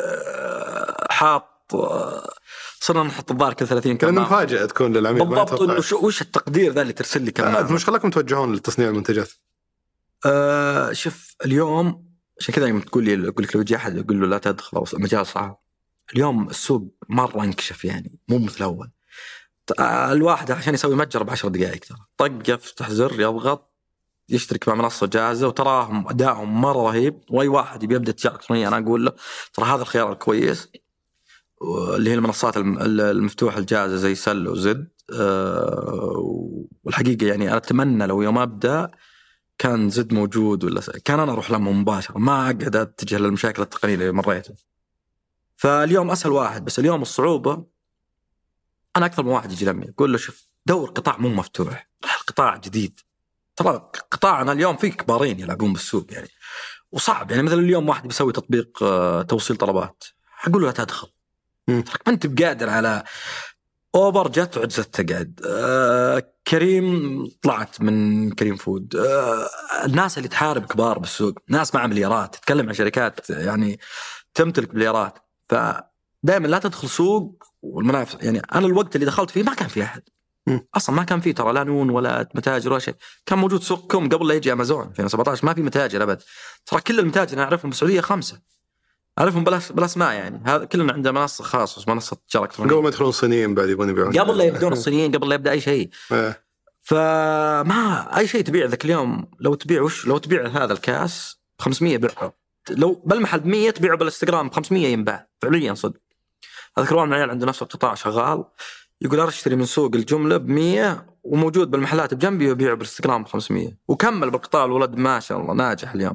حاط صرنا نحط الظاهر كل 30 كمامه. كان مفاجاه تكون للعميل بالضبط، انه وش التقدير ذا اللي ترسل لي كمامه. مش خلاكم توجهون لتصنيع المنتجات؟ شوف اليوم عشان كذا تقول لي، اقول لك لو جاء احد يقول له لا تدخل مجال صعب، اليوم السوق مره انكشف يعني، مو مثل اول. الواحد عشان يسوي متجر ب10 دقائق ترى، طق يفتح زر يضغط يشترك مع منصه جاهزه، وتراهم ادائهم مره رهيب. واي واحد يبي يبدا تجاره الكترونيه انا اقول له ترى هذا الخيار الكويس. اللي هي المنصات المفتوحة الجاهزة زي سل وزد. والحقيقة يعني أنا أتمنى لو يوم أبدأ كان زد موجود ولا كان أنا أروح لهم مباشرة، ما أقعد أتجه للمشاكل التقنية اللي مريتها. فاليوم أسهل واحد، بس اليوم الصعوبة أنا أكثر من واحد يجي لمي يقول له شوف دور قطاع مو مفتوح، قطاع جديد. ترى قطاعنا اليوم فيه كبارين يلعبون بالسوق يعني، وصعب يعني. مثلا اليوم واحد بيسوي تطبيق توصيل طلبات، حقول له لا تدخل، ما أنت بقادر على أوبر جت وعجزت تقعد. كريم طلعت من كريم فود. الناس اللي تحارب كبار بالسوق، ناس مع مليارات، تتكلم عن شركات يعني تمتلك مليارات. فدائما لا تدخل سوق والمنافس. يعني أنا الوقت اللي دخلت فيه ما كان في أحد أصلا، ما كان فيه ترى لا نون ولا متاجر ولا شيء. كان موجود سوقكم قبل لا يجي أمازون في 2017، ما في متاجر أبد. ترى كل المتاجر أنا أعرفهم بالسعودية 5 أعرفهم بلا اسماء يعني. هذا كلنا عنده منصة خاصة، منصة تجارة إلكترونية. قبل ما يدخلون الصينيين بعد يبون يبيعون، قبل لا يبدون الصينيين، قبل لا يبدأ أي شيء. فما أي شيء تبيع ذاك اليوم. لو تبيع لو تبيع هذا الكاس 500 بيعه، لو بالمحل 100 تبيعه بالإنستغرام 500 ينباع فعليا صدق. أذكر واحد من العيال عنده نفس القطاع شغال يقول أشتري من سوق الجملة ب100 وموجود بالمحلات بجنبي وبيعه بالإنستغرام 500، وكمل بالقطاع. الولد ما شاء الله ناجح اليوم.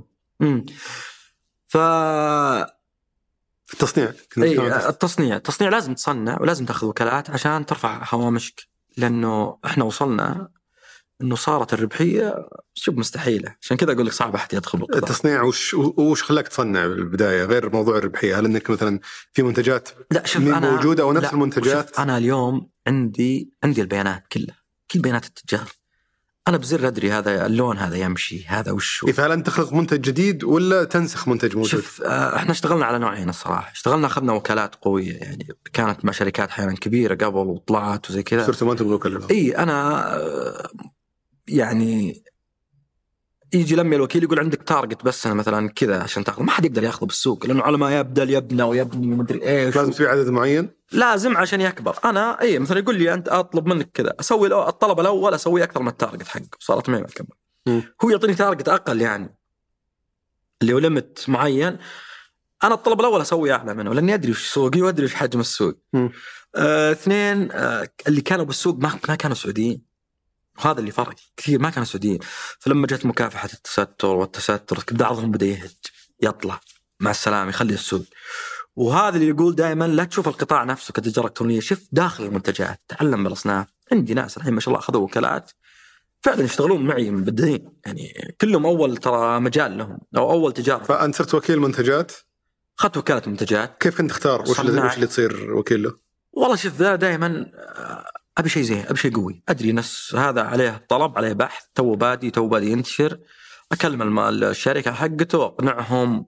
التصنيع التصنيع لازم تصنع ولازم تأخذ وكالات عشان ترفع هوامشك، لأنه إحنا وصلنا إنه صارت الربحية شبه مستحيلة. عشان كذا أقول لك صعب أحد يدخل بالقطاع. التصنيع وش خلاك تصنع بالبداية غير موضوع الربحية؟ هل إنك مثلا في منتجات موجودة أو نفس المنتجات؟ أنا اليوم عندي البيانات كلها، كل بيانات التجار. أنا بزر أدري هذا اللون هذا يمشي هذا وش. فهل أنت تخلق منتج جديد ولا تنسخ منتج موجود؟ شوف إحنا اشتغلنا على نوعين الصراحة. اشتغلنا أخذنا وكالات قوية يعني كانت مع شركات أحيانا كبيرة قبل وطلعت وزي كذا. صرتوا ما أنتم الوكلاء؟ أنا يعني يجي لمي الوكيل يقول عندك تارجت بس أنا مثلا كذا عشان تأخذ، ما حد يقدر يأخذه بالسوق لأنه على ما يبنى ويبني مدري إيش. لازم في عدد معين لازم عشان يكبر. أنا مثلا يقول لي أنت أطلب منك كذا، أسوي الطلب الأول أسوي أكثر من التارجت حقه، صارت معي أكبر. هو يعطيني تارجت أقل يعني اللي هو ليمت معين، أنا الطلب الأول أسوي أعلى منه لأني أدري وش سوقي وأدري وش حجم السوق. اثنين اللي كانوا بالسوق ما كانوا سعوديين، وهذا اللي فرق كثير، ما كانوا سعوديين. فلما جت مكافحة التستر بعضهم بدأ يهج يطلع مع السلامة يخلي السوق. وهذا اللي يقول دائما لا تشوف القطاع نفسه كتجارة إلكترونية، شوف داخل المنتجات، تعلم بالأصناف. عندي ناس الحين ما شاء الله أخذوا وكالات فعلا يشتغلون معي مبدعين يعني، كلهم أول ترى مجال لهم أو أول تجارة. فأنت صرت وكيل منتجات؟ أخذت وكالة منتجات. كيف كنت تختار وش اللي تصير وكيل له؟ والله شوف دائما أبي شيء زين، أبي شيء قوي، أدري ناس هذا عليه طلب عليه بحث تو بادي ينتشر، أكلم الشركة حقته أقنعهم.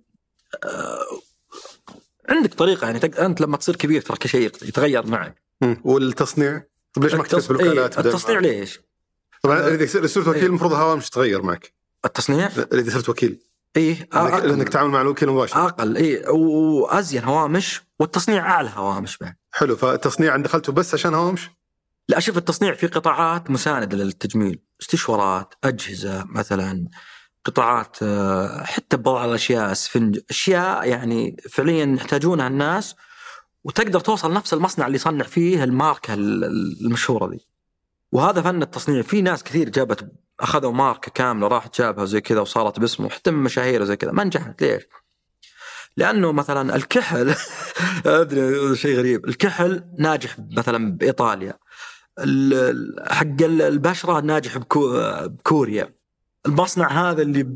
عندك طريقة يعني أنت لما تصير كبير ترى كل شيء يتغير معك. والتصنيع طب ليش ما اكتسب بالوكالات؟ التصنيع ليش؟ طبعا إذا صرت وكيل المفروض هوامش تغير معك. التصنيع إذا صرت وكيل لأنك تعامل مع الوكيل مباشرة أقل وأزين هوامش، والتصنيع أعلى هوامش بعد. حلو. فالتصنيع عند دخلته بس عشان هوامش؟ لا أشوف التصنيع في قطاعات مساندة للتجميل، استشوارات، أجهزة مثلا، قطاعات حتى بعض الأشياء اسفنج، أشياء يعني فعليا يحتاجونها الناس وتقدر توصل نفس المصنع اللي يصنع فيه الماركة المشهورة دي. وهذا فن التصنيع. في ناس كثير أخذوا ماركة كاملة راحت جابها زي كذا وصارت باسمه حتى من مشاهير زي كذا ما نجحت. ليش؟ لأنه مثلا الكحل أدري شيء غريب، الكحل ناجح مثلا بإيطاليا، حق البشرة ناجح بكوريا، المصنع هذا اللي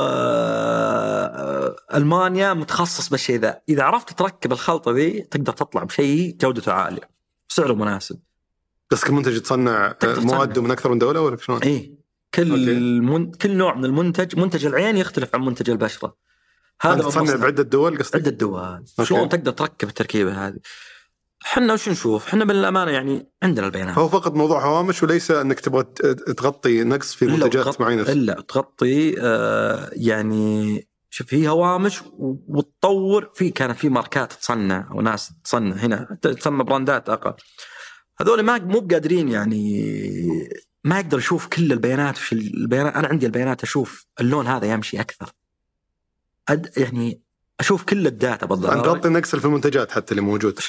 بألمانيا متخصص بالشيء ذا. إذا عرفت تركب الخلطة ذي تقدر تطلع بشيء جودته عالية سعره مناسب. بس كل منتج يتصنع مواد من أكثر من دولة ولا شلون؟ كل نوع من منتج العين يختلف عن منتج البشرة. هذا تصنع بعدة دول قصدي؟ عدة دول. شلون تقدر تركب التركيبة هذه؟ حنا وش نشوف؟ حنا بالأمانة يعني عندنا البيانات. هو فقط موضوع هوامش وليس أنك تبغى تغطي نقص في منتجات معينة. إلا تغطي يعني شوف هي هوامش وتطور كانت في ماركات تصنع وناس تصنع هنا تسمى براندات أقل. هذول مو بقادرين يعني ما يقدر يشوف كل البيانات. وش البيانات؟ أنا عندي البيانات أشوف اللون هذا يمشي أكثر يعني أشوف كل الداتا بالضبط. نغطي النقص في المنتجات حتى اللي موجود. شلون؟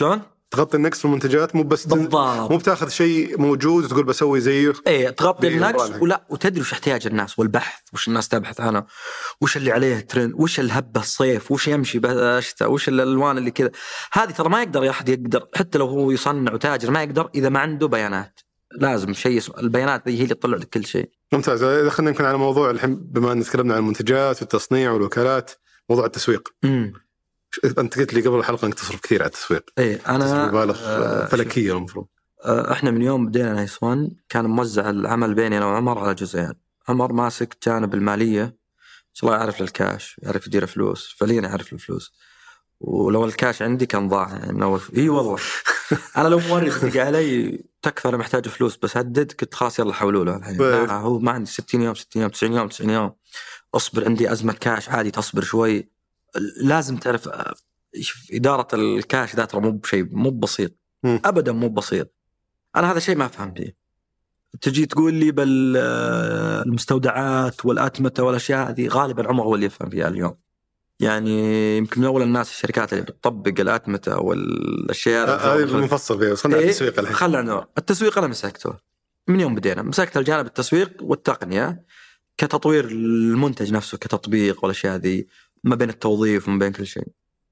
تغطي النقص في المنتجات، مو بس مو بتاخذ شيء موجود وتقول بسوي زيه. ايه تغطي النقص وتدري وش احتياج الناس والبحث، وش الناس تبحث عنه، وش اللي عليه ترند، وش الهبه الصيف، وش يمشي بالشتاء، وش الالوان اللي كذا. هذه ترى ما يقدر أحد يقدر حتى لو هو يصنع وتاجر ما يقدر اذا ما عنده بيانات. لازم شيء البيانات هي اللي تطلع لك كل شيء. ممتاز. دخلنا يمكن على موضوع الحين بما ان تكلمنا عن المنتجات والتصنيع والوكالات، موضوع التسويق. انت قلت لي قبل الحلقه انك تصرف كثير على التسويق. ايه انا مبالغ فلكيه المفروض. احنا من يوم بدينا نايس 1 كان موزع العمل بيني انا وعمر على جزئين. عمر ماسك جانب الماليه، الله يعرف للكاش، يعرف يدير فلوس، فعليا يعرف الفلوس. ولو الكاش عندي كان ضاع يعني من اول. اي والله انا لو مورد تجي علي تكفى انا محتاج فلوس بس هدد، كنت خلاص يلا حولوا له الحين. لا هو ما عندي 60 يوم 60 يوم 90 يوم 90 يوم اصبر، عندي ازمه كاش عادي تصبر شوي. لازم تعرف اداره الكاش ذات مو بشيء مو بسيط ابدا، مو بسيط. انا هذا شيء ما افهم فيه. تجي تقول لي بالمستودعات والاتمته والاشياء هذه غالبا عمر هو اللي يفهم فيها اليوم. يعني يمكن من اول الناس الشركات اللي بتطبق الاتمته والاشياء هذه المفصل فيها. بس خلينا على التسويق الحين. خلينا التسويق. انا مسكته من يوم بدينا، مسكت الجانب التسويق والتقنيه كتطوير المنتج نفسه كتطبيق والاشياء هذه، ما بين التوظيف وما بين كل شيء.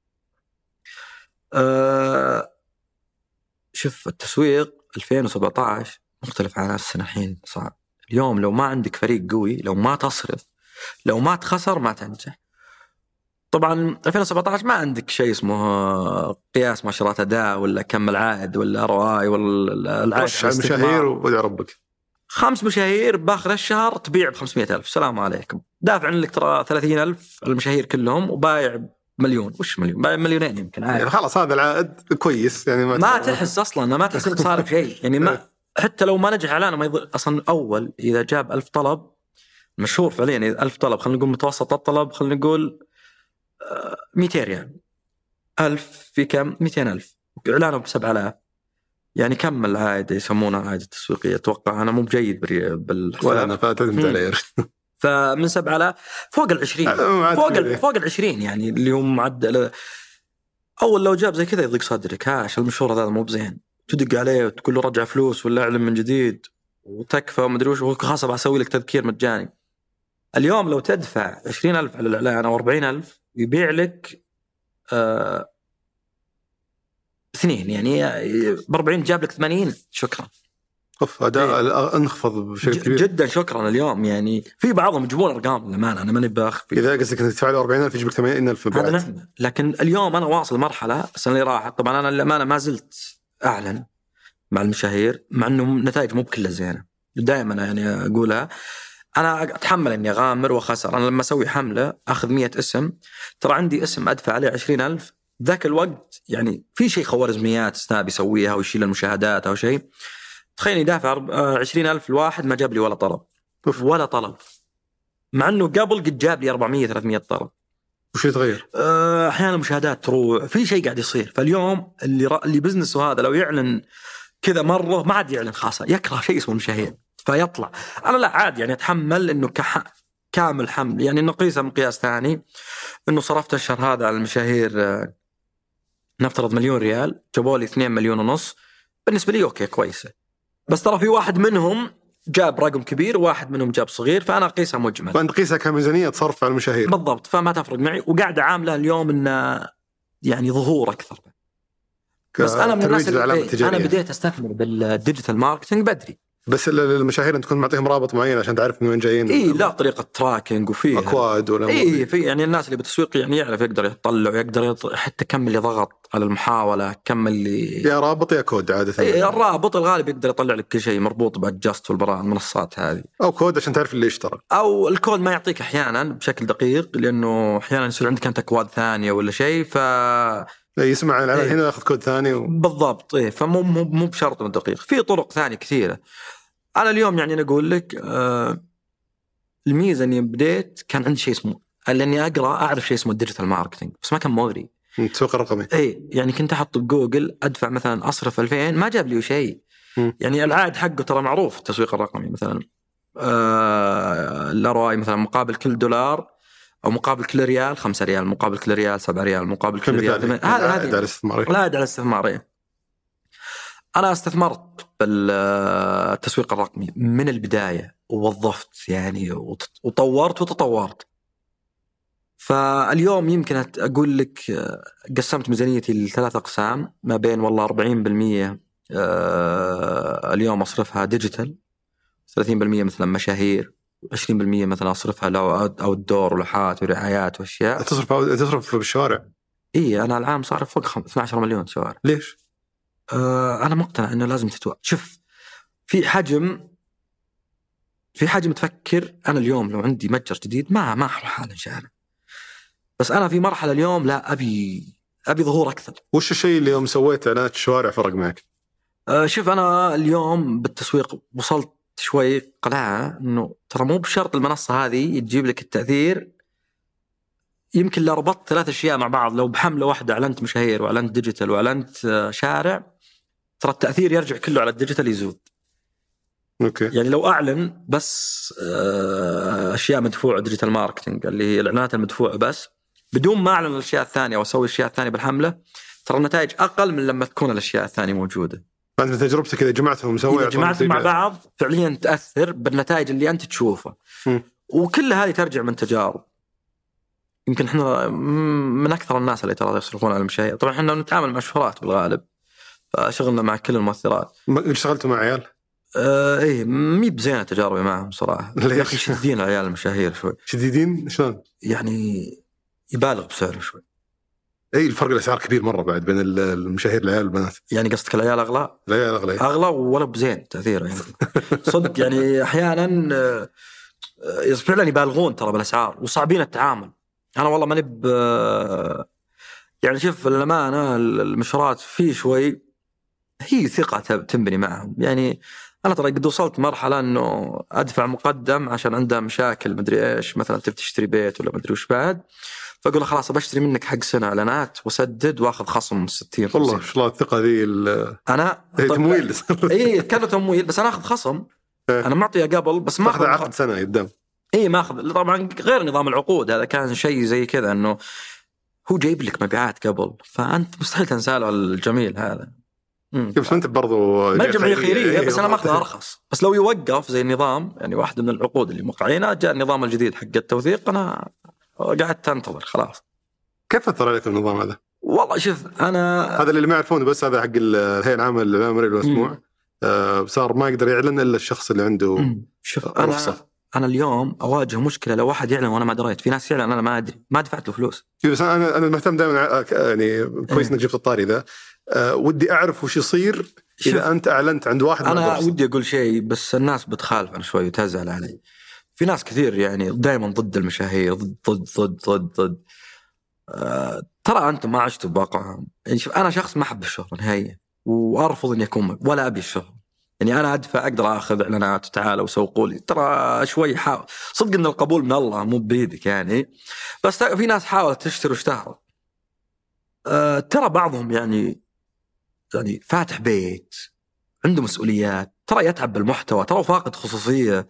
شوف التسويق 2017 مختلف عن السنة الحين، صعب. اليوم لو ما عندك فريق قوي، لو ما تصرف، لو ما تخسر، ما تنجح. طبعا 2017 ما عندك شيء اسمه قياس مؤشرات أداء ولا كم العائد ولا ROI ولا العائد على المشاهير وادعي ربك 5 مشاهير باخر الشهر تبيع ب500,000. السلام عليكم. دافع لك ترى 30,000 المشاهير كلهم وبايع مليون. وش مليون؟ بايع مليونين يمكن. يعني خلاص هذا العائد كويس يعني ما تحس أصلا، ما تحس صار شيء يعني. ما حتى لو ما نجح إعلانه ما يضل أصلا. أول إذا جاب 1000 طلب مشهور فعليا، إذا 1000 طلب خلينا نقول متوسط الطلب خلينا نقول 200 ريال. 1000 في كم؟ 200,000. إعلانه ب7,000 يعني كم العائد يسمونه العائد التسويقي؟ أتوقع أنا مو بجيد بالحساب ولا أنا فاتت عليه. فمن 7,000 فوق 20 فوق 20 يعني اللي هم معدل. أول لو جاب زي كذا يضيق صدرك، عشان المشهور هذا مو بزين، تدق عليه وتقول له رجع فلوس ولا اعلن من جديد وتكفى وما ادري وش، وخلاص بسوي لك تذكير مجاني. اليوم لو تدفع 20,000 على الإعلان أو 40,000 يبيع لك 2 يعني ب40 جاب لك 80. شكرا. أداء انخفض بشكل كبير جدا. شكرا. اليوم يعني في بعضهم يجيبون أرقام للأمانة، أنا ماني باخفي. إذا قصدك أنك تدفع له 40,000 يجيب لك 80,000 هذا. لكن اليوم أنا واصل مرحلة السنة اللي راحت، طبعا أنا للأمانة ما زلت أعلن مع المشاهير مع أنه نتائج مو بكلها زينة. دائما يعني أقولها، أنا أتحمل إني أغامر وخسر. أنا لما أسوي حملة أخذ 100 اسم، ترى عندي اسم أدفع عليه 20,000 ذاك الوقت يعني في شيء خوارزميات سناب يسويها ويشيل المشاهدات أو شيء. تخيل يدافع 20,000 الواحد ما جاب لي ولا طلب. ولا طلب، مع أنه قبل قد جاب لي 400-300 طلب. وش يتغير؟ أحيانا المشاهدات تروح، في شيء قاعد يصير. فاليوم اللي بزنسه هذا لو يعلن كذا مرة ما عاد يعلن، خاصة يكره شيء اسمه المشاهير فيطلع. أنا لا عادي يعني أتحمل إنه كامل حمل. يعني نقيسها من قياس ثاني، إنه صرفت الشهر هذا على المشاهير نفترض 1,000,000 ريال، جابوا لي 2.5 مليون، بالنسبة لي أوكي كويسة. بس ترى في واحد منهم جاب رقم كبير وواحد منهم جاب صغير، فأنا أقيسها مجمل. فأنت قيسها كميزانية تصرف على المشاهير بالضبط، فما تفرق معي. وقاعد عاملة اليوم إنه يعني ظهور أكثر. بس أنا من الناس اللي أنا بديت أستثمر بالديجيتال ماركتينج بدري. بس المشاهير أنت كنت معطيهم رابط معين عشان تعرف من وين جايين. إيه لا طريقة تراكنج وفيه أكواد ولا إيه في يعني الناس اللي بتسويق يعني يعرف يقدر يطلع ويقدر حتى كم اللي ضغط على المحاولة، كم اللي يا رابط يا كود عادة. إيه الرابط الغالب يقدر يطلع لك كل شيء مربوط بأدجست والمنصات هذه، أو كود عشان تعرف اللي اشترى، أو الكود ما يعطيك أحيانا بشكل دقيق لأنه أحيانا يصير عندك أنت أكواد ثانية ولا شيء يسمع عن الإعلان هنا ياخذ كود ثاني بالضبط. إيه فمو بشرط إنه دقيق. في طرق ثانية كثيرة. أنا اليوم يعني نقول لك الميزة إني بديت كان عندي شيء اسمه، لأني أعرف شيء اسمه الديجيتال ماركتينج بس ما كان مغري. التسويق الرقمي. إيه يعني كنت أحط بجوجل أدفع مثلا أصرف 2000 ما جاب لي شيء. يعني العائد حقه ترى معروف التسويق الرقمي، مثلا الROI مثلا مقابل كل $، أو مقابل كل ريال 5 ريال، مقابل كل ريال 7 ريال، مقابل كل ريال. هذا العائد على الاستثمار. أنا استثمرت بالتسويق الرقمي من البداية، ووظفت يعني وطورت وتطورت. فاليوم يمكن أقول لك قسمت ميزانيتي ل3 أقسام، ما بين والله 40% اليوم أصرفها ديجيتال، 30% مثلا مشاهير، 20% مثلا أصرفها أو الدور ولوحات ورعايات وأشياء. تصرف بالشوارع؟ إيه، أنا العام صارف فوق 12 مليون شوارع. ليش؟ أنا مقتنع إنه لازم شوف، في حجم تفكر. أنا اليوم لو عندي متجر جديد ما أروح على شارع، بس أنا في مرحلة اليوم لا أبي ظهور أكثر. وش الشيء اللي يوم سويت إعلانات الشوارع فرق معك؟ شوف، أنا اليوم بالتسويق وصلت شوي قناعة إنه ترى مو بشرط المنصة هذه تجيب لك التأثير. يمكن لو ربطت 3 أشياء مع بعض، لو بحملة واحدة أعلنت مشاهير وأعلنت ديجيتال وأعلنت شارع، ترى التأثير يرجع كله على الديجيتال، يزود. أوكي. يعني لو أعلن بس أشياء مدفوعة ديجيتال ماركتينج اللي هي الإعلانات المدفوعة بس، بدون ما أعلن الأشياء الثانية وأسوي الأشياء الثانية بالحملة، ترى النتائج أقل من لما تكون الأشياء الثانية موجودة. فأنت تجربتك إذا جمعتهم مع بعض فعليا تأثر بالنتائج اللي أنت تشوفها. وكل هذه ترجع من تجارب. يمكن إحنا من أكثر الناس اللي ترى يصرفون على المشاهير. طبعا إحنا نتعامل مع شهرات بالغالب، فشغلنا مع كل المؤثرات. اشتغلتوا مع عيال؟ إيه، مي بزينة تجاربي معهم صراحة. يا أخي شديدين عيال المشاهير شوي. شديدين شلون؟ يعني يبالغ بسعره شوي. اي الفرق الاسعار كبير مره بعد بين المشاهير العيال والبنات. يعني قصدك العيال اغلى؟ العيال اغلى ولا بزين تاثيره يعني. صدق يعني احيانا فعلا يبالغون ترى بالاسعار وصعبين التعامل. انا والله ماني يعني شوف الامانه المشروعات فيه شوي هي ثقه تنبني معهم. يعني انا ترى قد وصلت مرحله انه ادفع مقدم عشان عنده مشاكل مدري ايش، مثلا تبي تشتري بيت ولا مدري وش بعد، فأقول له خلاص بشتري منك حق سنة إعلانات وسدد وأخذ خصم 60. والله شو الثقة ذي؟ أنا تمويل. إيه كانوا تمويل، بس أنا أخذ خصم. أنا معطيه قبل بس ما أخذ عقد سنة قدام. إيه ما أخذ طبعا غير نظام العقود. هذا كان شيء زي كذا إنه هو جايب لك مبيعات قبل، فأنت مستحيل تنساله الجميل هذا. بس أنت برضو ما جمعية خيرية، بس أنا ما أخذ أرخص. بس لو يوقف زي النظام، يعني واحدة من العقود اللي موقعينها جاء النظام الجديد حق التوثيق، أنا قعدت أنتظر خلاص. كيف أثر عليك النظام هذا؟ والله شوف، أنا هذا اللي ما يعرفونه، بس هذا حق الهيئة العامة للإعلام والمسموع. صار ما يقدر يعلن إلا الشخص اللي عنده شوف أنا اليوم أواجه مشكلة لو واحد يعلن وأنا ما دريت. في ناس يعلن أنا ما أدري، ما دفعت له فلوس. بس أنا مهتم دائما، يعني كويس إنك جبت الطاري ذا. ودي أعرف وش يصير إذا أنت أعلنت عند واحد. أنا ودي أقول شيء بس الناس بتخالف أنا شوي وتزعل علي. في ناس كثير يعني دائما ضد المشاهير، ضد ترى أنتم ما عشتوا بواقعهم. يعني شوف، أنا شخص ما أحب الشهرة نهائيا، وأرفض إني أكون ولا أبي الشهرة. يعني أنا أدفع، أقدر أخذ إعلانات وتعالوا وسوقوا لي. ترى شوي حاول صدق إن القبول من الله مو بيدك يعني. بس في ناس حاولت تشتري واشتهرت. ترى بعضهم يعني فاتح بيت، عنده مسؤوليات، ترى يتعب بالمحتوى، ترى فاقد خصوصية،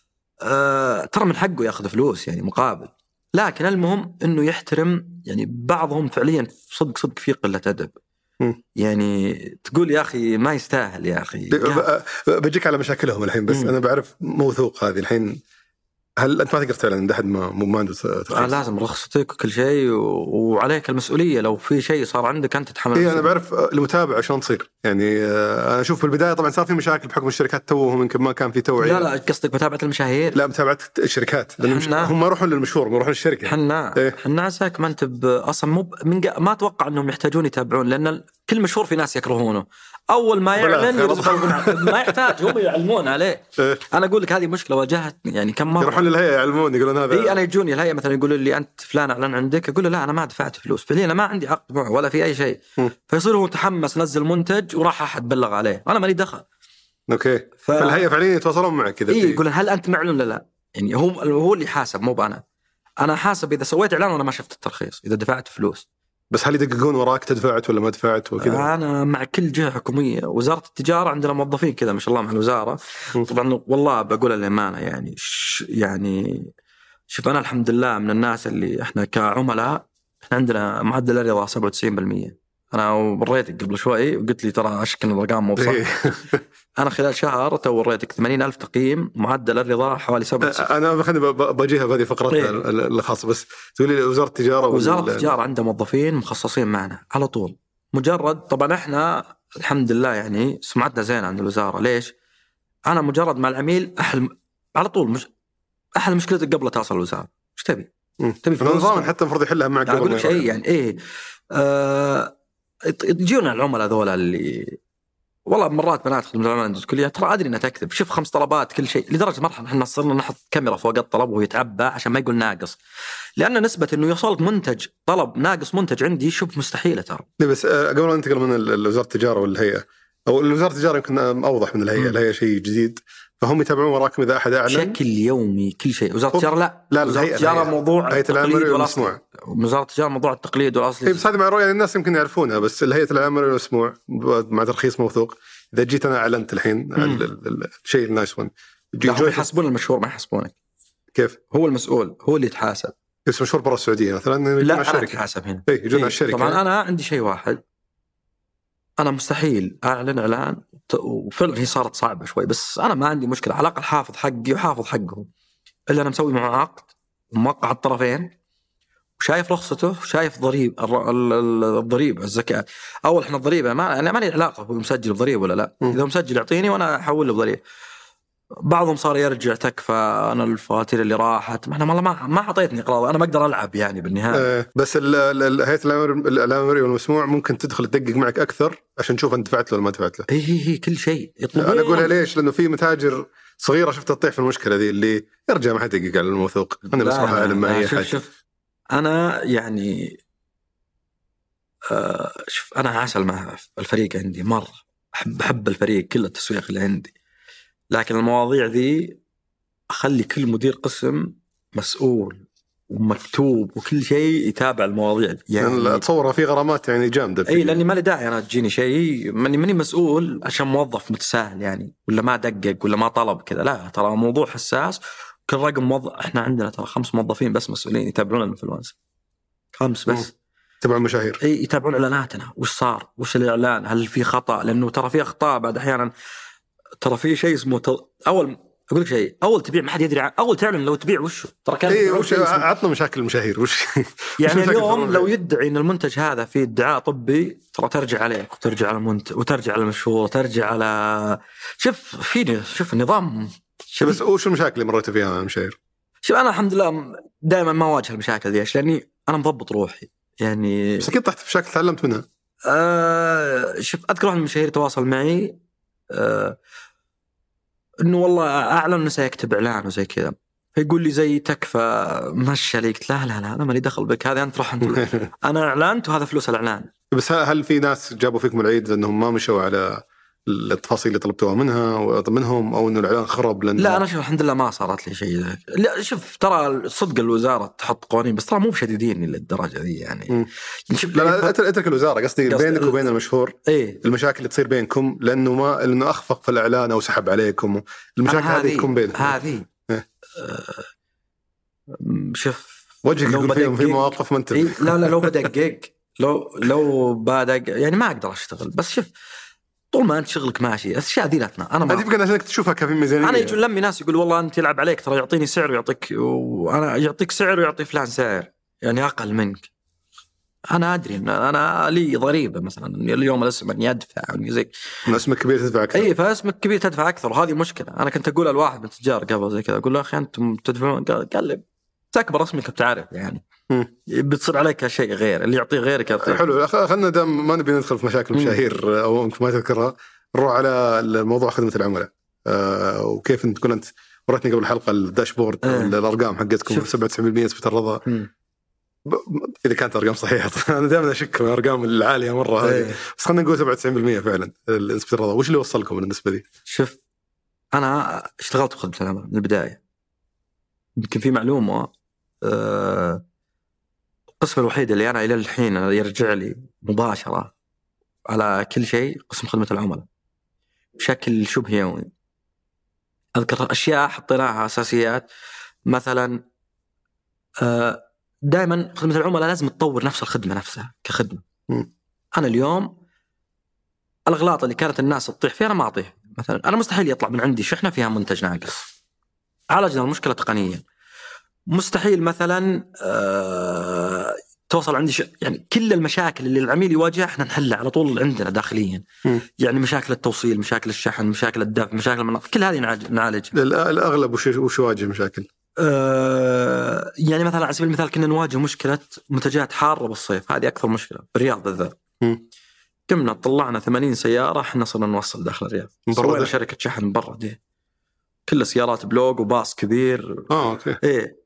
ترى من حقه ياخذ فلوس يعني مقابل. لكن المهم انه يحترم. يعني بعضهم فعليا صدق في قلة أدب. يعني تقول يا اخي ما يستاهل يا اخي. بجيك على مشاكلهم الحين، بس انا بعرف موثوق هذه الحين. هل انت ما تقدر تعلن عند احد ما عنده ترخيص؟ لازم رخصتك وكل شيء، وعليك المسؤوليه لو في شيء صار عندك انت تتحمل. انا بعرف المتابعه شلون تصير. يعني انا اشوف في البدايه طبعا صار في مشاكل بحكم الشركات توهم، يمكن ما كان في توعيه. لا قصدك متابعه المشاهير؟ لا، متابعه الشركات، هم يروحون للمشهور، ما يروحون للشركه. احنا عساك ما انت اصلا مو ما اتوقع انهم يحتاجون يتابعون، لان كل مشهور في ناس يكرهونه. اول ما يعلن ما يحتاج، هم يعلمون عليه. انا اقول لك هذه مشكله واجهتني يعني كم مره. يروحون للهيئه يعلمون، يقولون هذا. اي انا يجوني الهيئه مثلا يقولوا لي انت فلان اعلن عندك، اقول له لا انا ما دفعت فلوس فعليا، انا ما عندي عقد معه ولا في اي شيء. فيصير هو متحمس نزل منتج وراح احد بلغ عليه، انا مالي دخل. اوكي. فالهيئه فعليا يتواصلون معك كذا. يقولون هل انت معلن ولا لا. يعني هو اللي حاسب، مو انا حاسب اذا سويت اعلان وانا ما شفت الترخيص، اذا دفعت فلوس. بس هل يدققون وراك تدفعت ولا ما دفعت وكذا؟ أنا مع كل جهة حكومية، وزارة التجارة عندنا موظفين كذا ما شاء الله مع الوزارة. طبعا والله بقول الأمانة يعني شوف أنا الحمد لله من الناس اللي إحنا كعملاء إحنا عندنا معدل الرضا 97%. أنا وريتك قبل شوي وقلت لي ترى أشك إن الأرقام مو صح. أنا خلال شهر وريتك 80,000 تقييم، معدل الرضا حوالي 7. أنا خليني بجيها بهذه فقرتنا الخاصة. بس تقولي لي وزارة التجارة. وزارة التجارة عندها موظفين مخصصين معنا على طول. مجرد طبعا إحنا الحمد لله يعني سمعتنا زين عند الوزارة. ليش؟ أنا مجرد مع العميل على طول أحل مشكلتك قبل توصل الوزارة. إيش تبي؟ النظام حتى المفروض يحلها معك قبل ما يروح. شيء يعني إيه يجيونا العملاء ذولا اللي والله مرات بنات خدمة العملاء عند الكلية ترى أدري إنها تكذب. شوف 5 طلبات كل شيء، لدرجة مرة إحنا صرنا نحط كاميرا فوق الطلب وهو يتعبى عشان ما يقول ناقص، لأن نسبة إنه يوصلك منتج طلب ناقص منتج عندي شوف مستحيلة ترى. بس قبل ما ننتقل من وزارة التجارة والهيئة، أو وزارة التجارة يمكن أوضح من الهيئة شيء جديد، فهم يتابعون وراكم إذا أحد أعلن بشكل يومي كل شيء. وزارة التجارة لا وزارة التجارة موضوع هيئة العمل والمسموع. وزارة التجارة موضوع التقليد والأصلي. بس هذه معروفة يعني الناس يمكن يعرفونها. بس الهيئة العمل والمسموع مع ترخيص موثوق. إذا جيت أنا أعلنت الحين عن الشيء النايس ون، هم يحاسبون المشهور ما يحاسبونك. كيف؟ هو المسؤول هو اللي يتحاسب. بس مشهور برا السعودية مثلا لا أنا أتحاسب هنا. يجون على الشركة. طبعا أنا عندي شيء واحد، أنا مستحيل أعلن إعلان، وفعلا هي صارت صعبة شوي، بس أنا ما عندي مشكلة على الأقل حافظ حقي وحافظ حقهم. إلا أنا مسوي معه عقد وموقع الطرفين وشايف رخصته وشايف الضريبة الزكاة. أول إحنا الضريبة ما لي علاقة هو مسجل بضريبة ولا لا. إذا مسجل يعطيني وأنا أحول له بضريبة. بعضهم صار يرجع تكفى أنا الفواتير اللي راحت، ما أنا ما حطيتني قرار، أنا ما أقدر ألعب يعني بالنهاية. بس هيئة العمل والمسموع ممكن تدخل تدقق معك أكثر عشان تشوف أنت دفعت له ولا ما دفعت له. هي كل شيء يطلبون. أنا أقولها ليش؟ لأنه في متاجر صغيرة شفت تطيح في المشكلة ذي اللي يرجع ما حد يدقق على الموثوق. أنا بس راح أعلم مع أي حاجة. شوف أنا يعني شوف أنا عسل مع الفريق عندي مرة، أحب الفريق كل التسويق اللي عندي، لكن المواضيع ذي أخلي كل مدير قسم مسؤول ومكتوب وكل شيء يتابع المواضيع يعني أتصور في غرامات يعني جامدة. أي لأني ما لي داعي أنا تجيني شيء ماني مسؤول عشان موظف متساهل يعني ولا ما دقق ولا ما طلب كذا. لا ترى موضوع حساس. كل رقم موظف إحنا عندنا ترى 5 موظفين بس مسؤولين يتابعون الانفلونسر 5 بس. يتابعون مشاهير. أي يتابعون إعلاناتنا وش صار وش الإعلان هل في خطأ، لأنه ترى في أخطاء بعد أحيانا. ترى في شيء اسمه أول أقول لك شيء، أول تبيع ما حد يدري أول تعلن لو تبيع وش ترى كان وش عطنا مشاكل المشاهير وش يعني اليوم لو يدعي إن المنتج هذا فيه ادعاء طبي ترى ترجع عليك وترجع على المنتج وترجع على المشهور وترجع على شوف النظام. بس وش المشاكل اللي مريت فيها مع المشاهير؟ شوف أنا الحمد لله دائما ما أواجه المشاكل دي لأني أنا مضبط روحي يعني. بس أكيد طحت في مشاكل تعلمت منها. شوف أذكر واحد من المشاهير تواصل معي إنه والله أعلن إنه سيكتب إعلان وزي كذا، فيقول لي زي تكفى مشى لي. قلت لا أنا مالي دخل بك، هذا أنت روح أنا أعلنت وهذا فلوس الإعلان. بس هل في ناس جابوا فيكم العيد لأنهم ما مشوا على التفاصيل اللي طلبتوها منهم أو إنه الإعلان خرب؟ لا أنا شوف الحمد لله ما صارت لي شيء ذاك. لا شوف ترى صدق الوزارة تحط قوانين بس ترى مو بشديدين للدرجة دي يعني. لا اترك الوزارة قصدي بينك وبين المشهور. إيه؟ المشاكل اللي تصير بينكم لأنه أخفق في الإعلان أو سحب عليكم، المشاكل هذه تكون بينكم. هذه شوف وجهك يقول فيهم في مواقف ما انت. لا لو بدقق لو بدق يعني ما أقدر أشتغل. بس شوف طول ما أنت شغلك ماشي الأشياء ذي لا أنا ما يمكن عشانك تشوفها كافي ميزانية. أنا يجون لمي ناس يقول والله أنت يلعب عليك ترى يعطيني سعر ويعطيك وأنا يعطيك سعر ويعطي فلان سعر يعني أقل منك. أنا أدري إن أنا لي ضريبة مثلا اليوم الاسم أني أدفع زي اسمك كبير تدفع أكثر. أي فاسمك كبير تدفع أكثر وهذه مشكلة. أنا كنت أقول الواحد من التجار قبل زي كذا أقول له أخي أنتم تدفعون، قال لي تكبر اسمك بتعرف يعني بتصير عليك شيء غير اللي يعطيه غيرك يعطيه. حلو خلنا دام ما نبي ندخل في مشاكل مشاهير أو أنت ما تذكرها، نروح على الموضوع خدمة العملاء. وكيف أنت كنت ورتني قبل الحلقة الداشبورد الأرقام حقتكم 97% نسبة الرضا. إذا كانت أرقام صحيحة أنا دائما أشك من الأرقام العالية مرة هذه. بس خلنا نقول 97% فعلا نسبة الرضا. وش اللي وصلكم من النسبة دي؟ شوف أنا اشتغلت بخدمة العملاء من البداية. يمكن في معلومة القسم الوحيد اللي أنا إلى الحين يرجع لي مباشرة على كل شيء قسم خدمة العملاء بشكل شبه يومي. أذكر أشياء حطيناها أساسيات مثلا دائما خدمة العملاء لازم تطور نفس الخدمة نفسها كخدمة. انا اليوم الاغلاط اللي كانت الناس تطيح فيها انا ما اعطيه. مثلا انا مستحيل يطلع من عندي شحنه فيها منتج ناقص، عالجنا المشكله تقنيا. مستحيل مثلا توصل عندي يعني كل المشاكل اللي العميل يواجهها احنا نحلها على طول عندنا داخليا. يعني مشاكل التوصيل، مشاكل الشحن، مشاكل الدفع، مشاكل المناطق، كل هذه نعالج. الاغلب وش يواجه مشاكل؟ يعني مثلا على سبيل المثال كنا نواجه مشكله منتجات حاره بالصيف، هذه اكثر مشكله بالرياض بالذات. كنا طلعنا 80 سياره احنا صرنا نوصل داخل الرياض، سوينا شركه شحن برا دي، كل سيارات بلوج وباص كبير. اوكي. ايه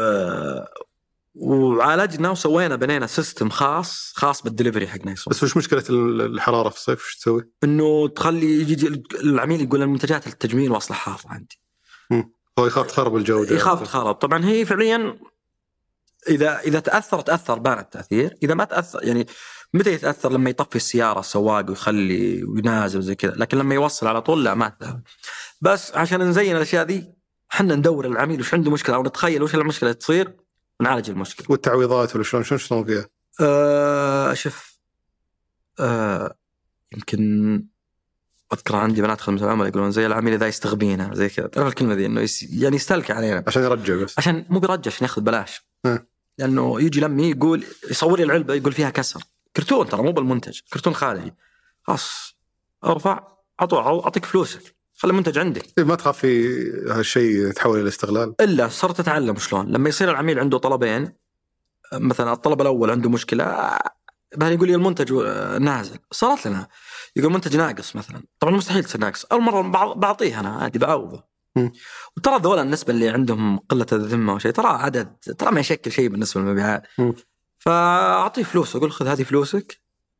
وعالجنا وسوينا بنينا سيستم خاص بالدليفري حق نايس ون. بس وش مشكله الحراره في الصيف؟ وش تسوي؟ انه تخلي يجي العميل يقول المنتجات التجميل واصله حاره عندي. هو يخاف تخرب الجوده. يخاف تخرب. طبعا هي فعليا اذا تاثر بان التاثير. اذا ما تاثر يعني متى يتاثر؟ لما يطفي السياره السواق ويخلي وينازل زي كذا، لكن لما يوصل على طول لا ما تذهب. بس عشان نزين الاشياء ذي احنا ندور العميل وش عنده مشكله او نتخيل وش المشكله تصير ونعالج المشكله. والتعويضات ولا شلون فيها؟ شوف يمكن اذكر عندي بنات خدمه العملاء يقولون زي العميل اذا يستغبينا زي كذا. تعرف الكلمه ذي انه يعني يستلك علينا عشان يرجع، بس عشان مو بيرجع، عشان ياخذ بلاش. لانه يجي لمي يقول يصور لي العلبه يقول فيها كسر، كرتون ترى مو بالمنتج، كرتون خارجي، خلاص ارفع اعطيك فلوسك، خلي المنتج عندك. ما تخاف في هالشيء يتحول الى استغلال؟ الا صرت اتعلم شلون لما يصير العميل عنده طلبين، مثلا الطلب الاول عنده مشكله بعدين يقول لي المنتج نازل، صارت لنا يقول منتج ناقص مثلا، طبعا مستحيل تصير ناقص، اول مره بعطيه انا عادي بعوضه. وترى ذولا النسبه اللي عندهم قله الذمه وشيء ترى عدد ترى ما يشكل شيء بالنسبه للمبيعات. فاعطيه فلوس اقول خذ هذه فلوسك،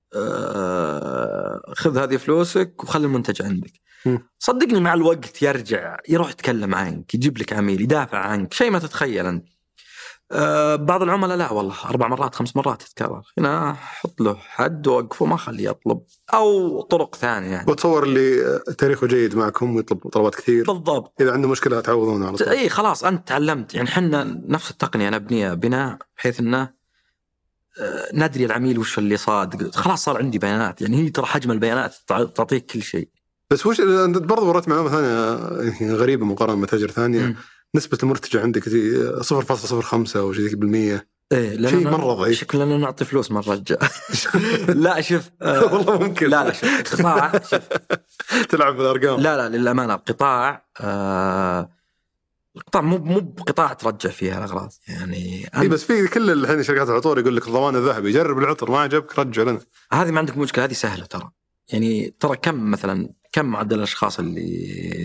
خذ هذه فلوسك وخلي المنتج عندك. صدقني مع الوقت يروح يتكلم عنك، يجيب لك عميل يدافع عنك، شيء ما تتخيل انت. بعض العملاء لا والله 4 مرات 5 مرات يتكرر، هنا حط له حد ووقفه ما خليه يطلب، او طرق ثانيه يعني. وتصور اللي تاريخه جيد معكم ويطلب طلبات كثير بالضبط، اذا عنده مشكله تعوضونه على طول. اي خلاص انت تعلمت يعني. حنا نفس التقنيه نبنيها بناء بحيث انه ندري العميل وش اللي صادق، خلاص صار عندي بيانات يعني. هي ترى حجم البيانات تعطيك كل شيء. بس وش انت برضه وريت معلومه ثانيه غريبه مقارنه بمتاجر ثانيه، نسبه المرتجع عندك 0.05 او شيء بالمية. ايه شيء مره ضعيف. شكلنا نعطي فلوس مره رجع. لا شوف والله ممكن. لا شوف قطاع شوف تلعب بالارقام. لا للامانه القطاع القطاع مو بقطاع ترجع فيها الاغراض يعني. بس في كل الحين شركات العطور يقول لك الضمان الذهبي، جرب العطر ما عجبك رجع لنا. هذه ما عندك مشكله، هذه سهله ترى يعني. ترى كم معدل الاشخاص اللي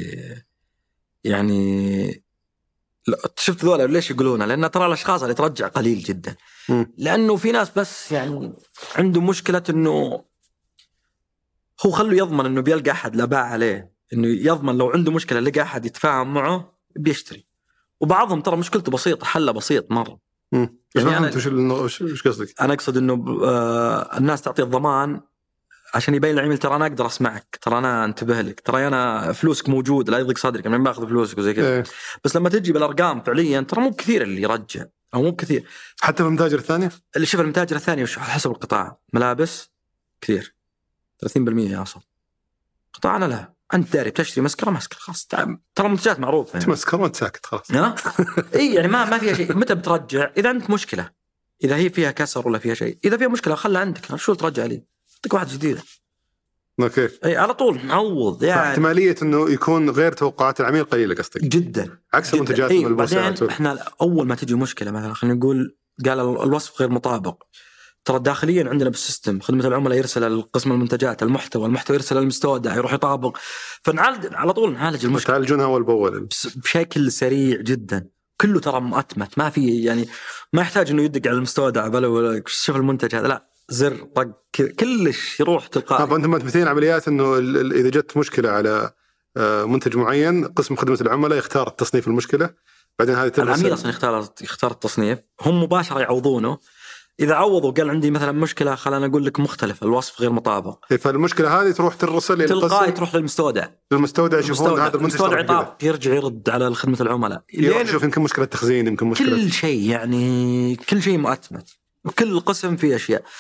يعني شفت ذولا ليش يقولونها؟ لأن ترى الأشخاص اللي ترجع قليل جدا. لأنه في ناس بس يعني عنده مشكلة إنه هو خلوا يضمن إنه بيلقى أحد لا باع عليه، إنه يضمن لو عنده مشكلة لقى أحد يتفاهم معه بيشتري. وبعضهم ترى مشكلته بسيطة، حله بسيط مرة. يعني أنا وش قصدك؟ أنا أقصد إنه الناس تعطي الضمان عشان يبين العميل ترى أنا أقدر أسمعك، ترى أنا أنتبه لك، ترى أنا فلوسك موجود لا يضيق صدرك أنا باخذ فلوسك وزي كذا. بس لما تجي بالأرقام فعليا ترى مو كثير اللي يرجع، أو مو كثير حتى في المتاجر الثانية. اللي شوف المتاجر الثانية وش حسب القطاع، ملابس كثير 30% يا أصل. قطاعنا لا، أنت داري بتشتري مسكرة خلاص، ترى منتجات معروفة يعني. مسكرة وأنت ساكت خلاص. إيه يعني ما فيها شيء. متى بترجع؟ إذا عندك مشكلة، إذا هي فيها كسر ولا فيها شيء. إذا فيها مشكلة خلها عندك، شو ترجع لي؟ أعطيك واحد جديد. اوكي. اي على طول نعوض يعني. احتماليه انه يكون غير توقعات العميل قليله قصدك؟ جدا عكس المنتجات الملبوسات. احنا اول ما تجي مشكله مثلا خلينا نقول قال الوصف غير مطابق، ترى داخليا عندنا بالسيستم خدمه العملاء يرسل لقسم المنتجات المحتوى يرسل للمستودع يروح يطابق، فنعالج على طول نعالج المشكله. تعالجونها اول باول بشكل سريع جدا، كله ترى مؤتمت، ما في يعني ما يحتاج انه يدق على المستودع ولا شوف المنتج هذا، لا زر طق كلش يروح تلقائي. انتم مثلين عمليات انه اذا جت مشكله على منتج معين قسم خدمه العملاء يختار تصنيف المشكله، بعدين هذه العميل اصلا يختار التصنيف، هم مباشره يعوضونه. اذا عوضوا قال عندي مثلا مشكله خلينا اقول لك مختلف الوصف غير مطابق، فالمشكله هذه تروح ترسل تلقائي تروح للمستودع يشوفون هذا المستودع يرجع يرد على خدمه العملاء، يشوف يمكن مشكله تخزين، يمكن مشكله كل شيء يعني، كل شيء مؤتمت وكل قسم فيه اشياء.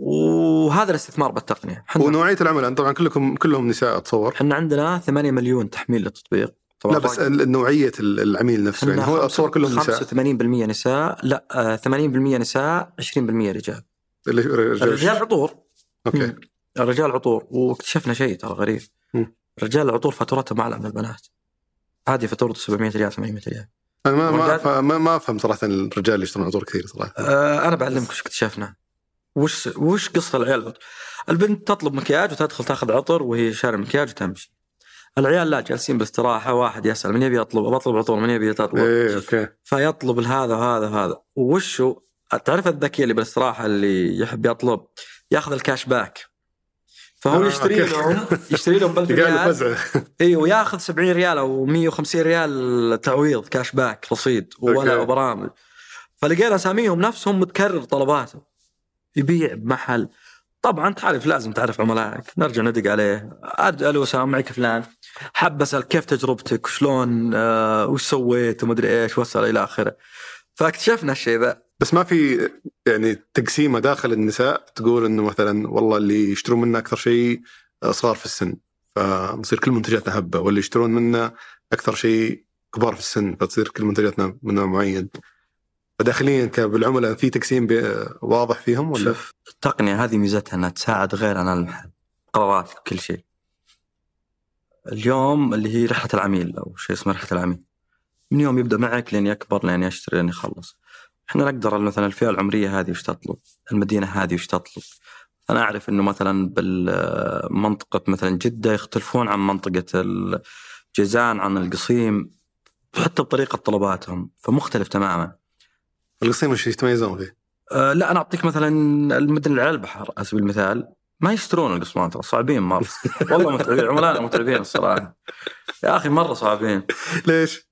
وهذا الاستثمار بالتقنيه. ونوعيه العملاء طبعا كلهم نساء اتصور. احنا عندنا 8 مليون تحميل للتطبيق. لا بس نوعيه العميل نفسه يعني هو اتصور كلهم نساء. 85% نساء، لا 80% نساء، 20% رجال. الرجال عطور. اوكي. الرجال عطور، واكتشفنا شيء ترى غريب. رجال العطور فاتورتهم اعلى من البنات. عادي فاتورته 700 ريال 800 ريال. انا ما افهم صراحه الرجال اللي يشترون عطور كثير صراحه. انا بعلمك وش اكتشفنا. وش قصه العيال؟ البنت تطلب مكياج وتدخل تاخذ عطر وهي شاري مكياج وتمشي. العيال لا، جالسين باستراحه، واحد يسال من يبي يطلب، بطلب عطور، من يبي تطلب. اوكي. فيطلب هذا وهذا وهذا. وشو تعرف الذكي اللي بالاستراحه اللي يحب يطلب ياخذ الكاش باك، فهو يشتري لهم بالريال. ايوه، وياخذ 70 ريال او 150 ريال تعويض كاش باك رصيد ولا برامج. فلقينا اساميهم نفسهم متكرر طلباته، يبيع بمحل. طبعا تعرف لازم تعرف عملائك، نرجع ندق عليه، الو سلام معك فلان، حاب اسال كيف تجربتك وشلون وش سويت ومدري ايش، وصل الى اخره. فاكتشفنا الشيء ذا. بس ما في يعني تقسيمه داخل النساء تقول انه مثلا والله اللي يشترون منا اكثر شيء صغار في السن فنصير كل منتجاتنا هبه، واللي يشترون منا اكثر شيء كبار في السن فتصير كل منتجاتنا من نوع معين. فداخليا بالعملاء في تقسيم واضح فيهم ولا؟ شوف، التقنيه هذه ميزتها انها تساعد غيرنا المحل قرارات كل شيء. اليوم اللي هي رحله العميل او شيء اسمه رحله العميل، من يوم يبدا معك لين يكبر لين يشتري لين يخلص. احنا نقدر مثلا الفئه العمريه هذه وش تطلب، المدينه هذه وش تطلب. انا اعرف انه مثلا بالمنطقه مثلا جده يختلفون عن منطقه الجيزان عن القصيم، حتى بطريقه طلباتهم فمختلف تماما. القصيم وش يتميزون فيه؟ لا انا اعطيك مثلا المدن على البحر على سبيل المثال ما يشترون القصمان، ترى صعبين مره. والله متعبين، عملائنا متعبين الصراحه يا اخي، مره صعبين. ليش؟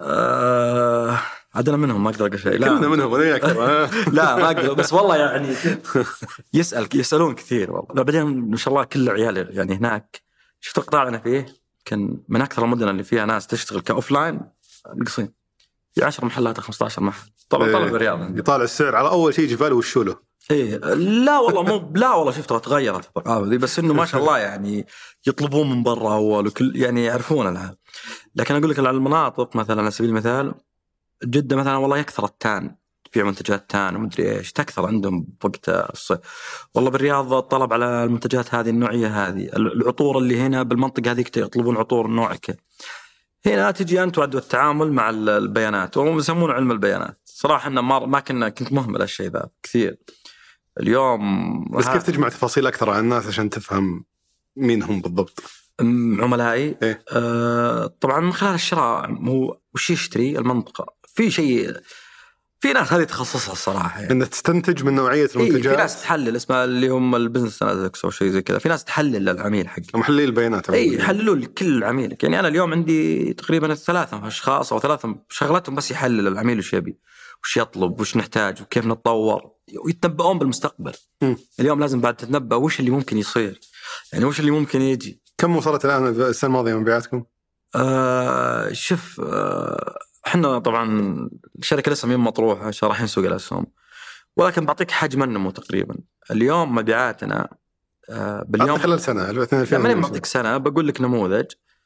عدنا منهم ما اقدر اقول شيء. كلنا منهم ولا لا ما اقدر، بس والله يعني يسالون كثير والله. بعدين ما شاء الله كل عيال يعني هناك. شفت القطاع اللي انا فيه كان من اكثر المدن اللي فيها ناس تشتغل كاوفلاين القصيم، في 10 محلات 15 محل. طبعا طلب الرياض يطالع السعر على اول شيء يجي باله وش له. ايه لا والله مو لا والله شفتها تغيرت الثقافه دي، بس انه ما شاء الله يعني يطلبون من برا اول وكل يعني يعرفون العاب. لكن اقول لك على المناطق مثلا على سبيل المثال جده مثلا والله يكثر التان، تبيع منتجات تان ومدري ايش، تكثر عندهم بوقت الصيف. والله بالرياض الطلب على المنتجات هذه النوعيه هذه، العطور اللي هنا بالمنطقه هذيك يطلبون عطور نوعك. هنا تجي انت وعد التعامل مع البيانات، وهم يسمونه علم البيانات. صراحه ان ما كنت مهمل الشيء ذا كثير. اليوم بس كيف تجمع تفاصيل اكثر عن الناس عشان تفهم مين هم بالضبط؟ عملائي إيه؟ طبعا من خلال الشراء، هو وش يشتري المنطقه. في شيء في ناس هذه تخصصها الصراحه يعني. انك تستنتج من نوعيه المنتجات. في ناس تحلل اسمها اللي هم البزنس اناليتكس او شيء زي كذا. في ناس تحلل للعميل حقك، محللي البيانات. يحللوا لكل عميلك. يعني انا اليوم عندي تقريبا 3 اشخاص او 3 شغلتهم بس يحلل العميل وش يبي وش يطلب وش نحتاج وكيف نتطور، ويتنبؤون بالمستقبل. اليوم لازم بعد تتنبأ وش اللي ممكن يصير، يعني وش اللي ممكن يجي. كم وصلت الآن السنة الماضية مبيعاتكم؟ شوف احنا طبعا الشركة لسه مين مطروحة شارحين سوق الأسهم، ولكن بعطيك حجم النمو تقريبا. اليوم مبيعاتنا باليوم خلال سنة 2020. ماني بعطيك سنة، بقول لك نموذج.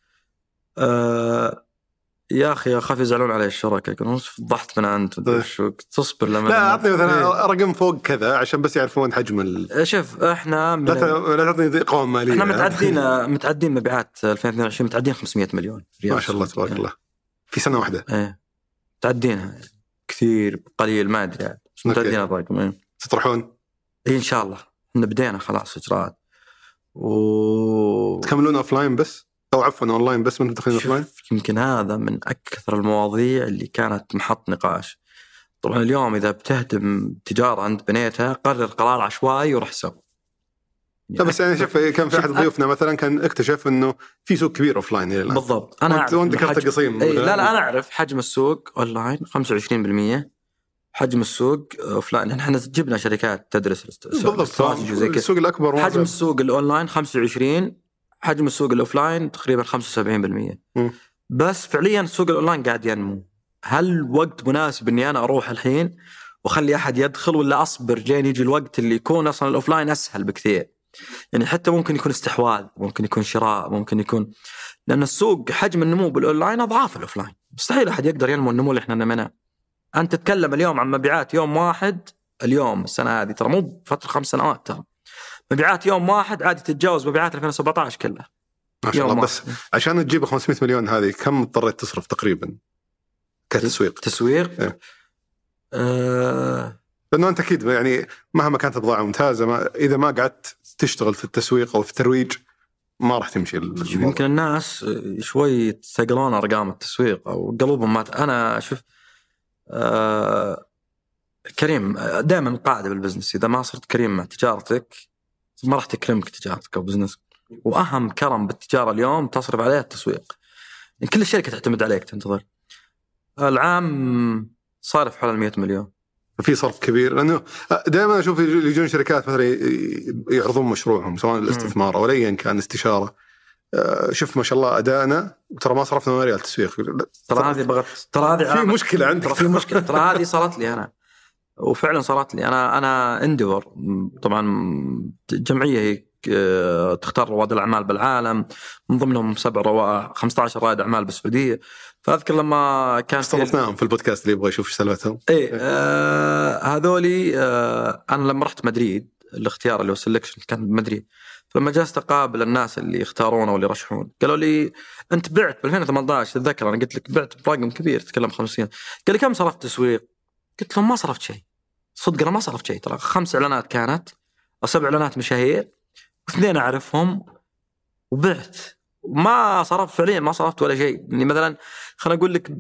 يا أخي أخاف يزعلون علي الشركة، كنت فضحت من أنت شو تصبر لما لا أعطني مثلا رقم فوق كذا عشان بس يعرفون حجم شوف إحنا لا تعطني قوام مالية. إحنا متعدين مبيعات 2022 متعدين 500 مليون ريال. ما شاء الله تبارك الله في سنة واحدة. إيه تعدينها كثير قليل ما أدري يعني. متعدين الرقم. إيه تطرحون؟ إيه إن شاء الله إحنا بدينا خلاص إجراءات تكملون أوفلاين بس أو عفوا أونلاين بس من تدخلين أوفلاين؟ يمكن هذا من أكثر المواضيع اللي كانت محط نقاش. طبعا اليوم إذا بتهدم تجارة أنت بنيتها قرر قرار عشوائي وروح سوي. لا بس يعني شوف كان في أحد ضيوفنا مثلا كان اكتشف إنه في سوق كبير أوفلاين الآن. بالضبط. أنا أعرف قصيم. لا أنا أعرف حجم السوق أونلاين 25%، حجم السوق أوفلاين. نحن جبنا شركات تدرس السوق الأكبر. حجم السوق الأونلاين 25، حجم السوق الأوفلاين تقريبا 75%. بس فعليا السوق الأونلاين قاعد ينمو. هل وقت مناسب إني أنا أروح الحين وخلي احد يدخل، ولا اصبر جاي يجي الوقت اللي يكون اصلا الاوفلاين اسهل بكثير. يعني حتى ممكن يكون استحواذ، ممكن يكون شراء، ممكن يكون، لان السوق حجم النمو بالاونلاين اضعاف الاوفلاين. مستحيل احد يقدر ينمو النمو اللي احنا نمناه. انت تتكلم اليوم عن مبيعات يوم واحد، اليوم السنه هذه ترى مو فتره 5 سنوات، ترى مبيعات يوم واحد عادي تتجاوز مبيعات 2017 كلها ما شاء الله. بس عشان تجيب 500 مليون هذه كم اضطريت تصرف تقريبا كتسويق؟ تسويق لأنه أنت أكيد يعني مهما كانت البضاعة ممتازة، إذا ما قعدت تشتغل في التسويق أو في الترويج ما راح تمشي. يمكن الناس شوي يتسجلون أرقام التسويق أو قلوبهم ما أنا أشوف كريم دائما قاعدة بالبزنس، إذا ما صرت كريم مع تجارتك ما راح تكرمك تجارتك أو بزنس. وأهم كرم بالتجارة اليوم تصرف عليها التسويق. يعني كل الشركة تعتمد عليك، تنتظر العام صارف حول 100 مليون. في صرف كبير، لأنه دائما أشوف يجون شركات مثلا يعرضون مشروعهم سواء الاستثمار أو أيا كان استشارة، شوف ما شاء الله أدائنا وترى ما صرفنا ولا ريال تسويق. ترى هذه بغت، ترى هذه في مشكلة عندك، في مشكلة. ترى هذه صارت لي أنا، وفعلا صارت لي أنا اندور طبعا جمعية هي تختار رواد الأعمال بالعالم، من ضمنهم 15 رائد أعمال بالسعودية. فأذكر لما كان استضفناهم في البودكاست اللي يبغى يشوف سالفتهم. هذولي أنا لما رحت مدريد الاختيار اللي هو سيلكشن كان بمدريد، فلما جلست أقابل الناس اللي يختارونه واللي يرشحون قالوا لي أنت بعت ب 2018 تتذكر أنا قلت لك بعت برقم كبير تتكلم 50. قال لي كم صرفت تسويق؟ قلت لهم ما صرفت شيء، صدق أنا ما صرفت شيء. ترى 5 إعلانات كانت أو 7 إعلانات مشاهير و2 أعرفهم وبعت، ما صرفت فعليا، ما صرفت ولا شيء. يعني مثلا خلنا أقول لك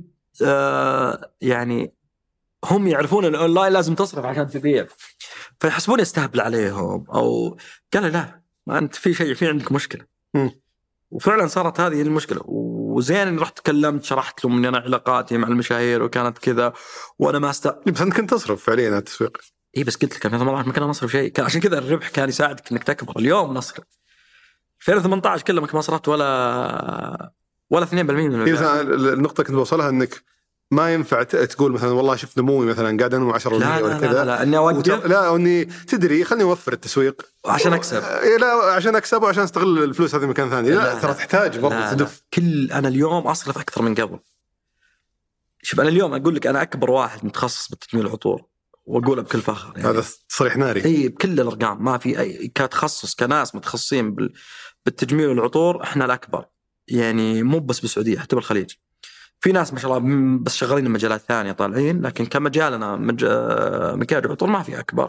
يعني هم يعرفون أن الأونلاين لازم تصرف عشان تبيع، فيحسبون يستهبل عليهم أو قال لا ما أنت في شيء، في عندك مشكلة. وفعلا صارت هذه المشكلة. وزين رحت تكلمت شرحت لهم أن أنا علاقاتي مع المشاهير وكانت كذا وأنا ما بس أنت كنت تصرف فعليا على التسويق. إيه بس قلت لك أنا ما كنا نصرف شيء، عشان كذا الربح كان يساعدك إنك تكبر. اليوم نصرف 2018 كله ما صرفت ولا 2% من المبيعات. النقطة كنت بوصلها إنك ما ينفع تقول مثلا والله شفت نموي مثلا قاعد أنمو 10% ولا كذا. لا إني أوقف، لا إني تدري خلني أوفر التسويق عشان أكسب. لا عشان أكسب وعشان أستغل الفلوس هذه مكان ثاني. لا ترى تحتاج برضه تدف. أنا اليوم أصرف أكثر من قبل. شوف أنا اليوم أقول لك أنا أكبر واحد متخصص بالتجميل العطور وأقولها بكل فخر يعني. هذا صريح ناري. أي بكل الأرقام، ما في أي كتخصص كناس متخصصين بالتجميل والعطور إحنا الأكبر. يعني مو بس بالسعودية حتى بالخليج في ناس ما شاء الله بس شغالين مجالات ثانية طالعين، لكن كمجالنا مكياج وعطور ما في أكبر.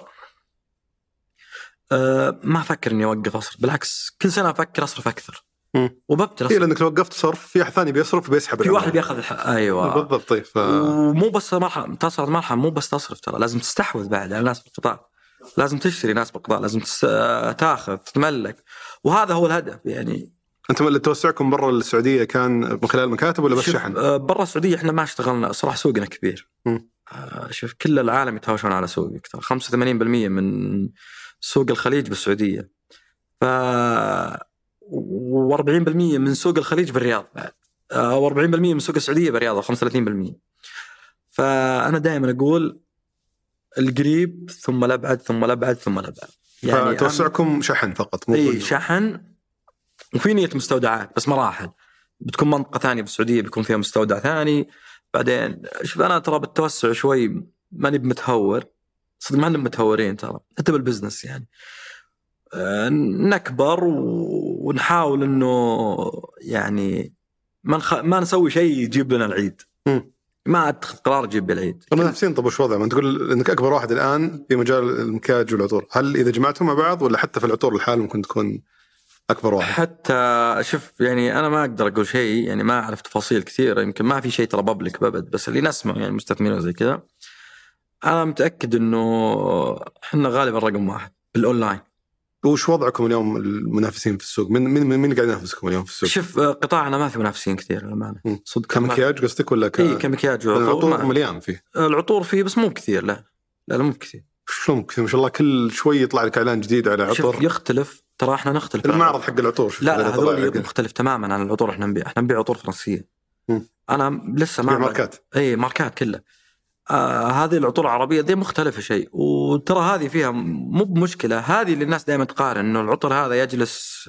ما أفكر إني أوقف أصرف، بالعكس كل سنة أفكر أصرف أكثر وببتل. إيه لأنك لو وقفت صرف في أحد ثاني بيصرف وبيسحب، في واحد بياخذ أيوة بالضبط. طيب ومو بس مرحلة مو بس تصرف، ترى لازم تستحوذ بعد على الناس بالقطاع، لازم تشتري ناس بالقطاع، لازم تاخذ تتملك، وهذا هو الهدف. يعني أنتم اللي توسعكم برا السعودية كان من خلال المكاتب ولا بس شحن؟ برا السعودية إحنا ما اشتغلنا صراحة، سوقنا كبير. شوف كل العالم يتهاوشون على سوقك، ترى 85% من سوق الخليج بالسعودية، و40% من سوق الخليج بالرياض بعد، و40% من سوق السعودية بالرياض، 35%. فأنا دائما أقول القريب ثم الأبعد ثم الأبعد ثم الأبعد. يعني فتوسعكم شحن فقط؟ مو شحن، وفي نية مستودعات بس مراحل. بتكون منطقة ثانية بالسعودية بيكون فيها مستودع ثاني بعدين. شوف أنا ترى بالتوسع شوي ماني بمتهور، صدق ما عندنا متهورين ترى حتى بالبزنس. يعني نكبر ونحاول إنه يعني ما نسوي شيء يجيب لنا العيد. ما أتخذ قرار يجيب العيد. المنافسين طب وش وضعهم؟ أنت تقول إنك أكبر واحد الآن في مجال المكياج والعطور، هل إذا جمعتهم مع بعض ولا حتى في العطور الحال ممكن تكون أكبر واحد؟ حتى شوف يعني أنا ما أقدر أقول شيء، يعني ما أعرف تفاصيل كثيرة، يمكن ما في شيء ترى بابليك ببد، بس اللي نسمع يعني مستثمرين وزي كذا أنا متأكد إنه إحنا غالبا رقم 1 بالأونلاين. وش وضعكم اليوم المنافسين في السوق؟ من قاعد ينافسكم اليوم في السوق؟ شوف قطاعنا ما في منافسين كثير للأمانة. صدق كمكياج قصدك ولا كمكياج العطور مليان فيه. العطور فيه بس مو كثير. لا مو كثير. شلون كثير؟ ما شاء الله كل شوي يطلع لك إعلان جديد على عطور. شوف يختلف ترى، احنا نختلف. المعرض حق العطور لا هذول مختلف تماما عن العطور. احنا نبيع عطور فرنسية. انا لسه ما ماركات. اي ماركات كلها. هذه العطور العربية دي مختلفة شيء، وترى هذه فيها مو بمشكلة. هذه اللي الناس دائما تقارن إنه العطر هذا يجلس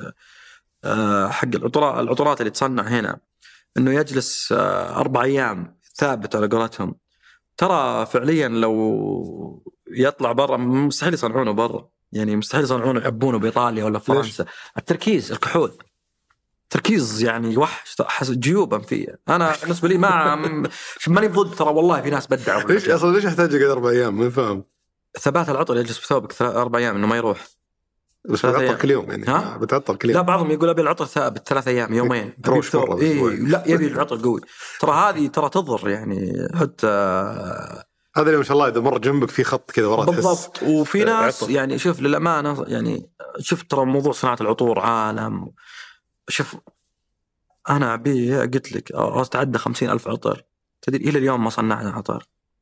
حق العطورات اللي تصنع هنا إنه يجلس 4 أيام ثابت على قولتهم. ترى فعليا لو يطلع برا مستحيل يصنعونه برا، يعني مستحيل يصنعونه يعبونه بإيطاليا ولا فرنسا. التركيز، الكحول، تركيز يعني وحش جيوبا فيه. انا بالنسبه لي ماني ضد، ترى والله في ناس بدعوا. ليش اصلا ليش يحتاج قد 4 أيام؟ ما فاهم. ثبات العطر يجلس في ثوبك 4 أيام انه ما يروح. بس بتعطر كل يوم يعني، بتعطر كل يوم. لا بعضهم يقول ابي العطر ثابت 3 أيام يومين. لا يبي العطر قوي. ترى هذه ترى تضر يعني. حتى هذا اللي ما شاء الله اذا مر جنبك في خط كذا ورا بالضبط. وفي ناس يعني شوف للامانه يعني شوف ترى موضوع صناعه العطور عالم. شوف أنا أبي قلت لك أتعدى 50,000 عطر، تدري إلى اليوم ما صنعنا عطر،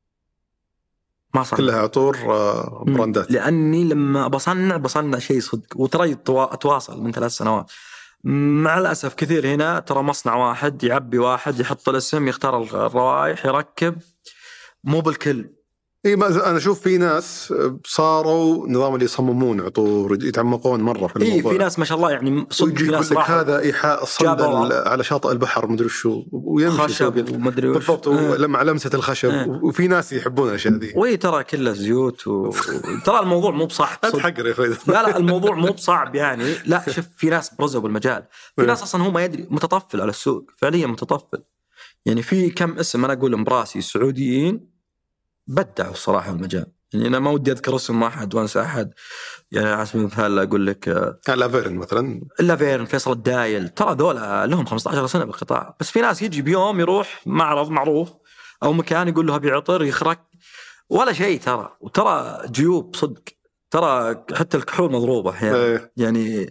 ما صنع كلها عطور براندات. لأني لما بصنع شيء صدق. وترى أتواصل من 3 سنوات مع الأسف كثير هنا. ترى مصنع واحد يعبي واحد يحط الاسم يختار الروائح يركب، مو بالكل. اي ما انا اشوف في ناس صاروا نظام اللي يصممون عطور يتعمقون مره في الموضوع. في ناس ما شاء الله يعني صدق. في ناس هذا ايحاء الصندل على شاطئ البحر مدري شو ويمشي خشب ومدري وش بالضبط لما لمسه الخشب وفي ناس يحبون الاشياء ذي. وي ترى كله زيوت ترى الموضوع مو بصعب. تحقر يا اخوي. لا الموضوع مو بصعب يعني. لا شوف في ناس برزوا بالمجال، في ناس اصلا هو ما يدري، متطفل على السوق فعليا متطفل يعني. في كم اسم انا اقول امبراسي سعوديين بدعوا الصراحة المجال. يعني أنا ما ودي أذكر اسم واحد وأنسى أحد. يعني على سبيل المثال أقول لك لافيرن مثلا، لافيرن، فيصل الدايل، ترى دولة لهم 15 سنة بالقطاع. بس في ناس يجي بيوم يروح معرض معروف أو مكان يقول له أبي عطر يخرج ولا شيء. وترى جيوب صدق. ترى حتى الكحول مضروبة أحيانا يعني.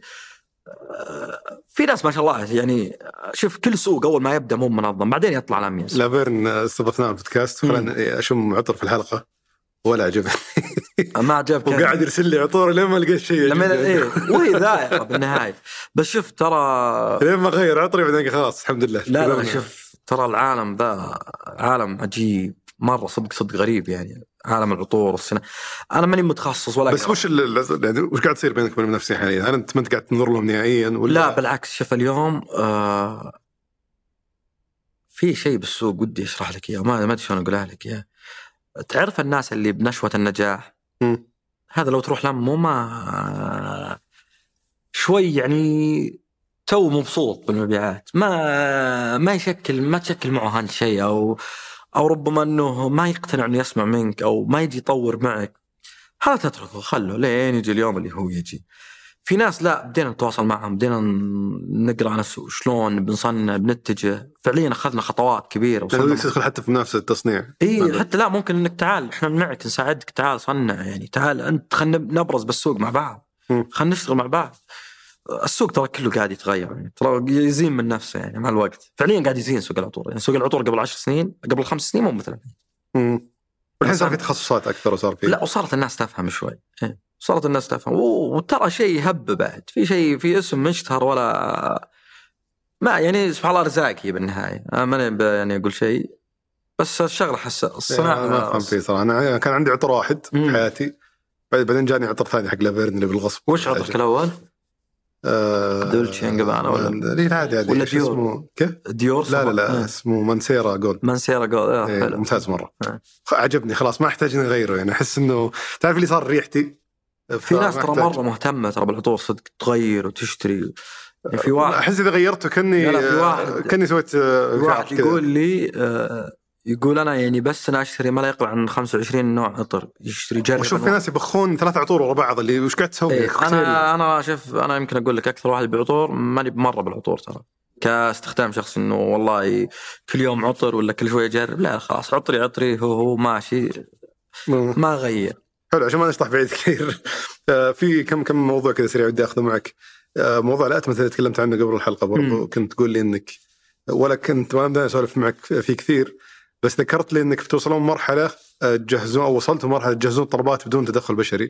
في ناس ما شاء الله يعني. شوف كل سوق أول ما يبدأ مو منظم بعدين يطلع الأميز. لافيرن استضفناه البودكاست خلنا أشم عطر في الحلقة ولا عجبني. ما عجبك وقاعد يرسل لي عطور لين ما لقيت شيء وهي ذائقة بالنهاية. بس شوف ترى لين ما غير عطري بعدين خلاص الحمد لله. لا شوف ترى العالم ذا عالم عجيب مرة صدق غريب يعني. عالم العطور والصناعة أنا ماني متخصص ولا بس وش يعني وش قاعد تصير بينك وبين نفسك حاليا؟ هل أنت ما أنت قاعد تنظر لهم نهائيا ولا؟ لا بالعكس. شوف اليوم في شيء بالسوق ودي أشرح لك إياه ما أدري شلون أقولها لك إياه. تعرف الناس اللي بنشوة النجاح هذا لو تروح لهم ما شوي يعني تو مبسوط بالمبيعات ما تشكل معه هالشيء أو ربما أنه ما يقتنع أنه يسمع منك أو ما يجي يطور معك. هذا تتركه خله لين يجي اليوم اللي هو يجي. في ناس لا بدينا نتواصل معهم بدينا نقرأ عن السوق شلون بنصنع بنتجه. فعليا أخذنا خطوات كبيرة. تدخل حتى في نفس التصنيع. حتى لا ممكن إنك تعال إحنا بنعك نساعدك تعال صنع يعني. تعال أنت خلنا نبرز بالسوق مع بعض. خلنا نشتغل مع بعض. السوق ترى كله قاعد يتغير يعني. ترى يزين من نفسه يعني مع الوقت. فعليا قاعد يزين سوق العطور يعني. سوق العطور قبل 10 سنين قبل 5 سنين مو مثل والحين صار في تخصصات أكثر وصار في. لا وصارت الناس تفهم شوي. صارت الناس تفهم وترى شيء هب بعد في شيء في اسم مشتهر ولا ما يعني. سبحان الله رزاقي بالنهاية. أنا يعني أقول شيء بس الشغلة الصناعة ما أفهم فيه صراحة. أنا كان عندي عطر واحد في حياتي بعدين جاني عطر ثاني حق لافيرن اللي بالغصب. وش عطرك الأول؟ دولتشي إن قبانا ولا ليه عادي ولا ديور؟ اسمه كيف؟ ديور لا اسمه مانسيرا جولد. حلو ممتاز مرة. عجبني خلاص ما احتاج نغيره يعني. أحس إنه تعرف اللي صار ريحتي. في ناس ترى مرة مهتمة ترى بالعطور صدق تغير وتشتري يعني. في واحد أحس إذا غيرته كني سويت واحد يقول لي يقول أنا يعني بس أنا أشتري ما لا يقل عن 25 نوع عطر يشتري جرب. وشوف في ناس يبخون 3 عطور ورا بعض اللي وش قاعد تسوي؟ أنا شوف أنا يمكن أقول لك أكثر واحد بعطور ماني بمرة بالعطور ترى كاستخدام شخصي إنه والله كل يوم عطر ولا كل شوية أجرب. لا خلاص عطري هو ماشي ما غير. حلو عشان ما نشطح بعيد كثير. في كم موضوع كذا سريع بدي أخذه معك. موضوع الأتمة اللي تكلمت عنه قبل الحلقة برضو كنت تقول لي إنك ولا بدأنا أسولف معك فيه كثير بس ذكرت لي إنك بتوصلون مرحلة تجهزون أو وصلتوا مرحلة تجهزون طلبات بدون تدخل بشري.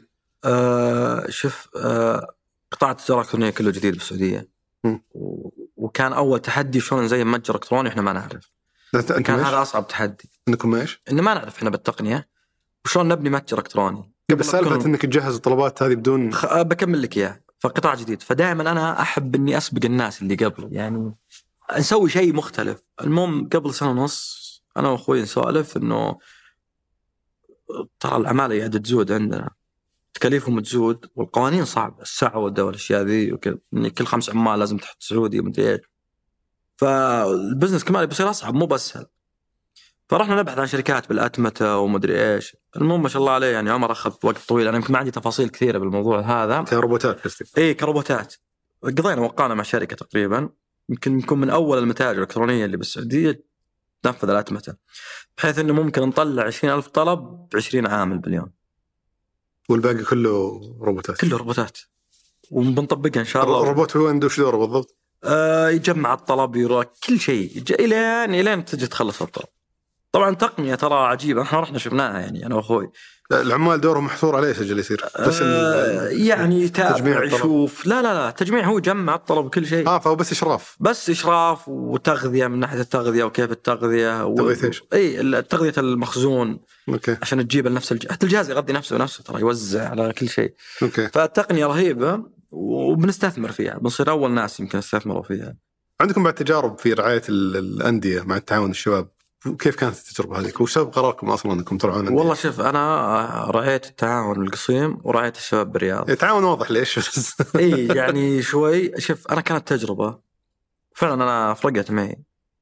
شوف قطاع التجارة الإلكترونية كله جديد بالسعودية وكان أول تحدي شلون نزين متجر إلكتروني إحنا ما نعرف. كان هذا أصعب تحدي. إنكم إيش؟ إن ما نعرف إحنا بالتقنية وشلون نبني متجر إلكتروني. قبل سالفة إنك تجهز الطلبات هذه بدون بكمل لك إياه. فقطاع جديد، فدائما أنا أحب إني أسبق الناس اللي قبل، يعني نسوي شيء مختلف. المهم قبل سنة ونص أنا وأخوي نسولف إنه ترى العمالة قاعدة تزود عندنا، تكاليفهم تزود والقوانين صعبة، السعودة والأشياء ذي وكذا، إن كل 5 عمال لازم تحط سعودي ومدري إيش، فالبزنس كمان بيصير أصعب مو بسهل. فرحنا نبحث عن شركات بالأتمتة ومدري إيش. المهم ما شاء الله عليه يعني عمر أخذ وقت طويل، أنا يمكن ما عندي تفاصيل كثيرة بالموضوع هذا. كروبوتات قصدك؟ إيه كروبوتات. قضينا وقعنا مع شركة تقريبا يمكن نكون من أول المتاجر الإلكترونية اللي بالسعودية تنفذ الأتمتة، بحيث إنه ممكن نطلع 20,000 طلب ب20 عامل باليوم. والباقي كله روبوتات؟ كله روبوتات وبنطبقها إن شاء الله. الروبوت هو عنده وش دوره بالضبط؟ يجمع الطلب، يراك كل شيء إلين تجي تخلص الطلب. طبعا تقنية ترى عجيبة، احنا رحنا شفناها يعني أنا وأخوي. العمال دورهم محصور عليه سجل يصير بس يعني تجميع يشوف. لا تجميع، هو جمع الطلب وكل شيء. فهو بس إشراف وتغذية من ناحية التغذية وكيف التغذية تغذية إيش؟ التغذية المخزون. أوكي. عشان تجيب لنفس حتى الجهاز يغذي نفسه ترى، يوزع على كل شيء. أوكي. فالتقنية رهيبة وبنستثمر فيها، بنصير أول ناس يمكن نستثمروا فيها. عندكم بعد تجارب في رعاية الأندية مع التعاون الشباب، كيف كانت التجربة هذه؟ وش سبب قراركم أصلاً أنكم ترعون أندية؟ والله شوف، أنا رعيت التعاون القصيم ورعيت الشباب بالرياض. التعاون واضح ليش؟ يعني شوي. شوف أنا كانت تجربة فعلاً أنا فرقت معي.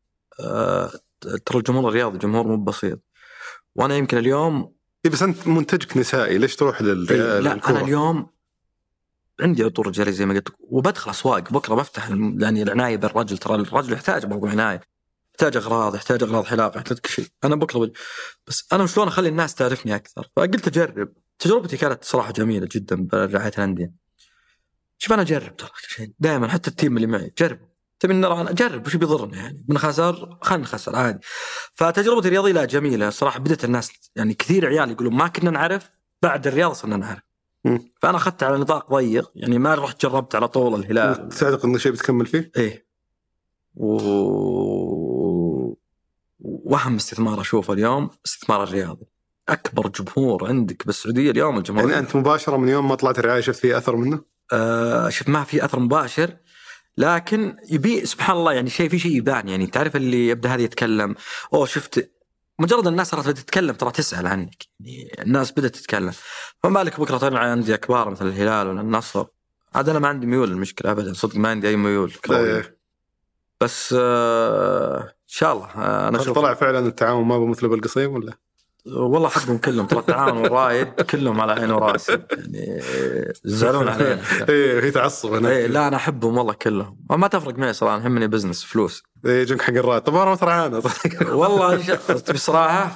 ترى الجمهور الرياضي جمهور مو بسيط، وأنا يمكن اليوم بس أنت منتجك نسائي، ليش تروح لا أنا اليوم عندي عطور رجالي زي ما قلت، وبدخل أسواق بكرة بفتح يعني العناية بالرجل. ترى الرجل يحتاج برضو عناية، يحتاج أغراض حلاقة، يحتاج كل شيء. أنا بكرة بس أنا شلون أخلي الناس تعرفني أكثر؟ فقلت أجرب. تجربتي كانت صراحة جميلة جدا برعاية الأندية. شوف أنا أجرب ترى شيء دائما، حتى التيم اللي معي جرب. تبي نرى أنا أجرب وش بيضرنا يعني؟ من خسر خلنا نخسر عادي. فتجربتي الرياضية لا جميلة صراحة. بدأت الناس يعني كثير عيال يقولون ما كنا نعرف، بعد الرياضة صرنا نعرف. فأنا أخذت على نطاق ضيق، يعني ما رحت جربت على طول الهلال. تعتقد إنه شيء بتكمل فيه؟ إيه. وأهم استثمار أشوفه اليوم استثمار الرياضي. أكبر جمهور عندك بالسعودية اليوم الجمهور. يعني أنت مباشرة من يوم ما طلعت الرعاية شفت فيه أثر منه؟ شوف ما في أثر مباشر، لكن يبي سبحان الله يعني في شيء يبان. يعني تعرف اللي يبدأ هذا يتكلم شفت، مجرد الناس صارت تتكلم ترى تسأل عنك، يعني الناس بدأت تتكلم. فما بالك بكرة طلع عندي أكبار مثل الهلال ولا النصر. عاد أنا ما عندي ميول المشكلة أبدا، صدق ما عندي أي ميول بس إن شاء الله أنا أشوف. طلع فعلا التعاون ما بمثله بالقصيم ولا؟ والله حبهم كلهم ترى، التعاون والرايد كلهم على عين وراسي، يعني يزعلون علينا. في تعصب هنا. لا أنا أحبهم والله كلهم، ما تفرق معي صراحة، يهمني بزنس فلوس. جنك حق الرايد. طب أنا ما ترعانا والله بصراحة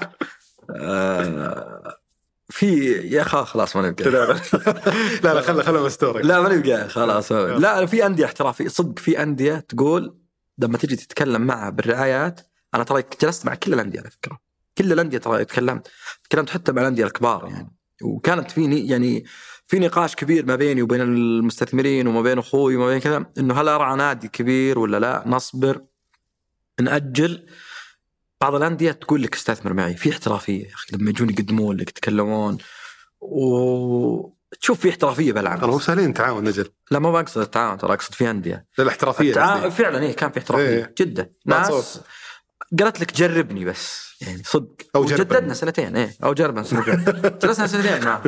في يا خلاص ما نبقى. لا خلنا مستورك. لا ما نبقى خلاص. لا في أندية احترافية صدق، في أندية تقول لما تيجي تتكلم معها بالرعايات. أنا ترى جلست مع كل الأندية على فكرة، كل الأندية ترى تكلمت حتى مع الأندية الكبار يعني. وكانت فيني يعني في نقاش كبير ما بيني وبين المستثمرين وما بين أخوي وما بين كذا، إنه هل أرعى نادي كبير ولا لا، نصبر نأجل. بعض الأندية تقول لك استثمر معي، في احترافية يا أخي لما يجون يقدمون لك يتكلمون وتشوف في احترافية بالعمل. هو سهلين تعاون نجل. لا ما بقصد التعاون ترى، أقصد في أندية الاحترافية فعلا كان في احترافية جدا. ناس قالت لك جربني بس يعني صدق، أو جددنا سنتين أو جربنا سنتين جلسنا سنتين معه.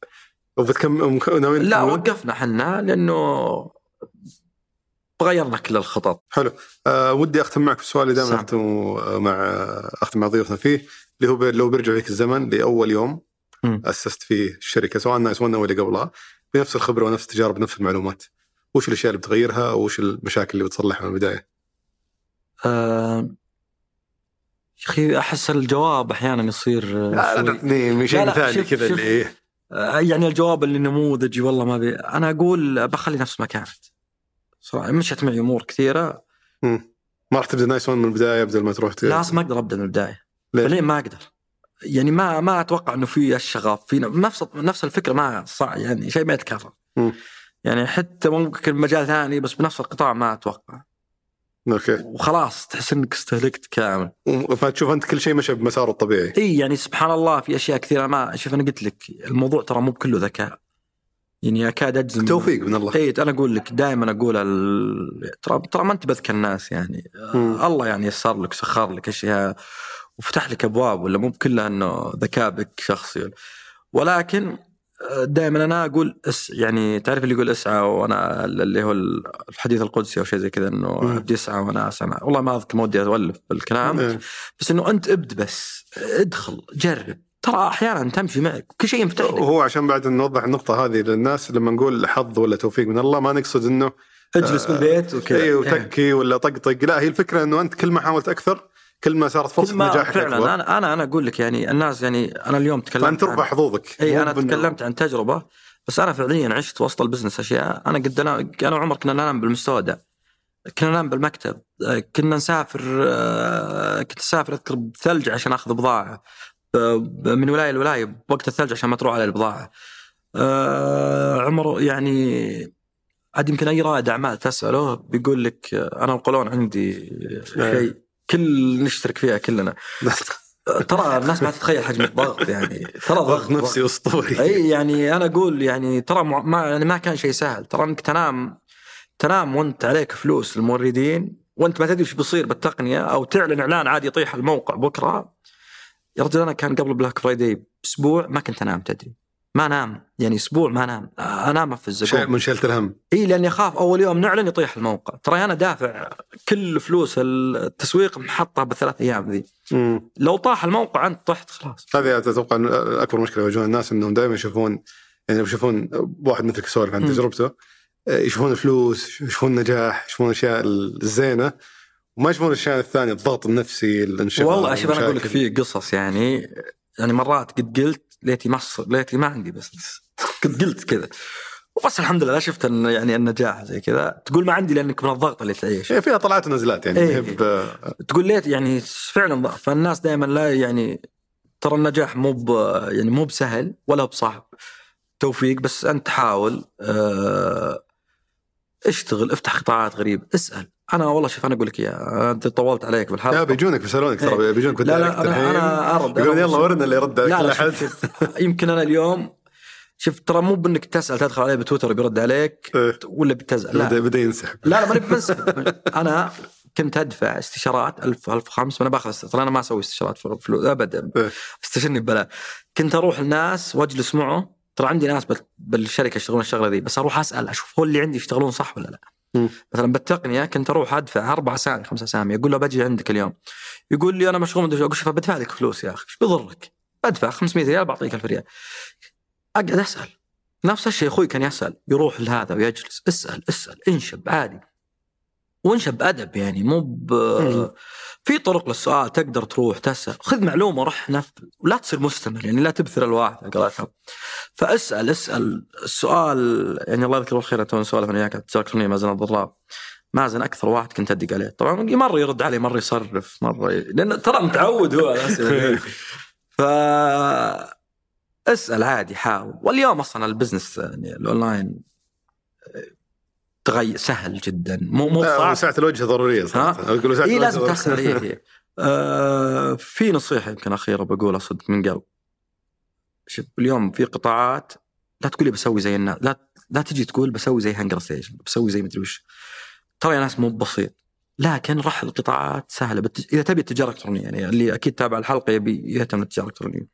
لا وقفنا حنا لأنه غيرنا كل الخطط. حلو. ودي أختم معك بالسؤال اللي دائما أختم مع ضيوفنا فيه، اللي هو لو برجع فيك الزمن لأول يوم أسست فيه الشركة، سواء نايس ون أو اللي قبلها، بنفس الخبرة ونفس التجارب بنفس المعلومات، وش الأشياء اللي بتغيرها وش المشاكل اللي بتصلحها من البداية؟ أخي أحس الجواب أحيانا يصير شيء ثاني كذا اللي يعني الجواب اللي نموذجي والله ما بي. أنا أقول بخلي نفس ما كانت صراحة. مشت معي أمور كثيرة. ما راح تبدأ نايس ون من البداية بدل ما تروح لا ما أقدر أبدأ من البداية. فليه ما أقدر؟ يعني ما أتوقع إنه في الشغف في نفس الفكرة، ما صح يعني شيء ما يتكرر. يعني حتى ممكن مجال ثاني بس بنفس القطاع ما أتوقع. اوكي، وخلاص تحس انك استهلكت كامل. فتشوف انت كل شيء مشى بمساره الطبيعي. اي يعني سبحان الله في اشياء كثيره ما شوف. انا قلت لك الموضوع ترى مو بكله ذكاء، يعني اكاد اجزم توفيق من الله. اي انا اقول لك دائما اقول ترى ما انت بذكى الناس يعني. الله يعني يسر لك سخر لك اشياء وفتح لك ابواب، ولا مو بكلها انه ذكاء بك شخصي. ولكن دائما انا اقول يعني تعرف اللي يقول اسعى وانا اللي هو الحديث القدسي او شيء زي كذا، انه ابدي اسعى وانا اسمع. والله ما اذكر، ما ودي اولف بالكلام بس انه انت بس ادخل جرب، ترى احيانا تمشي معك كل شيء ينفتح لك. وهو عشان بعد نوضح النقطه هذه للناس، لما نقول حظ ولا توفيق من الله ما نقصد انه اجلس بالبيت وكذا وتكي ولا طقطق، لا، هي الفكره انه انت كل ما حاولت اكثر كل ما صارت فرصه نجاحك فعلا اكبر. انا اقول لك يعني الناس، يعني انا اليوم تكلمت فانت ترفع حظوظك. اي انا تكلمت عن تجربه، بس انا فعليا عشت وسط البزنس اشياء. انا وعمر كنا ننام بالمستودع، كنا ننام بالمكتب، كنا نسافر، كنت اسافر اذكر بثلج عشان اخذ بضاعه من ولايه لولايه بوقت الثلج عشان ما تروح على البضاعه. عمر يعني عاد يمكن اي رائد اعمال تساله بيقول لك انا القولون عندي شيء كل نشترك فيها كلنا. ترى الناس ما تتخيل حجم الضغط، يعني ترى ضغط نفسي اسطوري. اي يعني انا اقول يعني ترى ما كان شيء سهل. ترى انك تنام وانت عليك فلوس الموردين وانت ما تدري ايش بيصير بالتقنيه، او تعلن اعلان عادي يطيح الموقع بكره. يا رجل انا كان قبل بلاك فرايداي باسبوع ما كنت انام، تدري ما نام، يعني اسبوع ما نام، انام في الزقوم. شيء من شيلة الهم. اي لاني اخاف اول يوم نعلن يطيح الموقع. ترى انا دافع كل فلوس التسويق محطها بالثلاث ايام ذي. لو طاح الموقع انت طحت خلاص. هذه اتوقع اكبر مشكله يواجهون الناس، انهم دائما يشوفون، يعني يشوفون واحد مثلك يسولف عن تجربته، يشوفون الفلوس، يشوفون النجاح، يشوفون الاشياء الزينه، وما يشوفون الاشياء الثانيه، الضغط النفسي، الانشغال. والله اشوف انا اقول لك في قصص يعني مرات قد قلت ليتي ما عندي بس قد قلت كذا، وبس الحمد لله شفت ان يعني النجاح زي كذا. تقول ما عندي لانك من الضغط اللي تعيش فيها طلعات ونزلات يعني. تقول ليت يعني فعلا ضعف. فالناس دائما لا يعني ترى النجاح مو بسهل ولا بصعب، توفيق. بس انت حاول، اشتغل، افتح قطاعات غريبة، اسأل. انا والله شوف انا اقول لك يا انت طولت عليك بالحلقه. لا بيجونك بيسالونك ترى بيجونك لا انا ارد يقولون يلا ورنا اللي يرد عليك كل احد. يمكن انا اليوم شوف ترى مو بانك تسال تدخل عليه بتويتر بيرد عليك ولا بتزعل. لا بدا ينسحب. لا ماني بنسحب. انا كنت ادفع استشارات 1000-1500. انا باخذ ترى انا ما اسوي استشارات فلوس ابدا. استشرني ببلاش. كنت اروح الناس واجلس معه. ترى عندي ناس بالشركه يشتغلون الشغله ذي، بس اروح اسال اشوف هو اللي عندي يشتغلون صح ولا لا. مثلا بالتقنيه كنت اروح ادفع 4 أسامي 5 أسامي، اقول له بجي عندك اليوم، يقول لي انا مشغول. اقول شوف بدفع لك فلوس يا اخي ايش بيضرك، بدفع 500 ريال بعطيك 1000 ريال. اقعد اسال. نفس الشيء اخوي كان يسال، يروح لهذا ويجلس اسال انشب عادي، وانشب ادب يعني مو في طرق للسؤال. تقدر تروح تسال، خذ معلومه روح نفذ، ولا تصير مستمر يعني لا تبثر الواحد قرأتها. فاسال السؤال. يعني الله يذكره بالخير تو نسولف انا وياك تذكرني مازن الضراب. مازن اكثر واحد كنت ادق عليه طبعا، مره يرد علي مره يصرف مره لان ترى متعود هو على الاسئله. اسال عادي، حاول. واليوم اصلا البزنس يعني الاونلاين تغير سهل جدا، مو صعب. ساعة الوجه ضرورية صراحة. إيه لازم تسأل. إيه في نصيحة يمكن أخيرة بقولها صدق من قلب. شوف اليوم في قطاعات لا تقولي بسوي زي الناس، لا تجي تقول بسوي زي هانجر ستيشن، بسوي زي مدري وش. ترى يا ناس مو بسيط، لكن رح القطاعات سهلة. إذا تبي التجارة الإلكترونية، يعني اللي أكيد تابع الحلقة يبي يهتم بالتجارة الإلكترونية،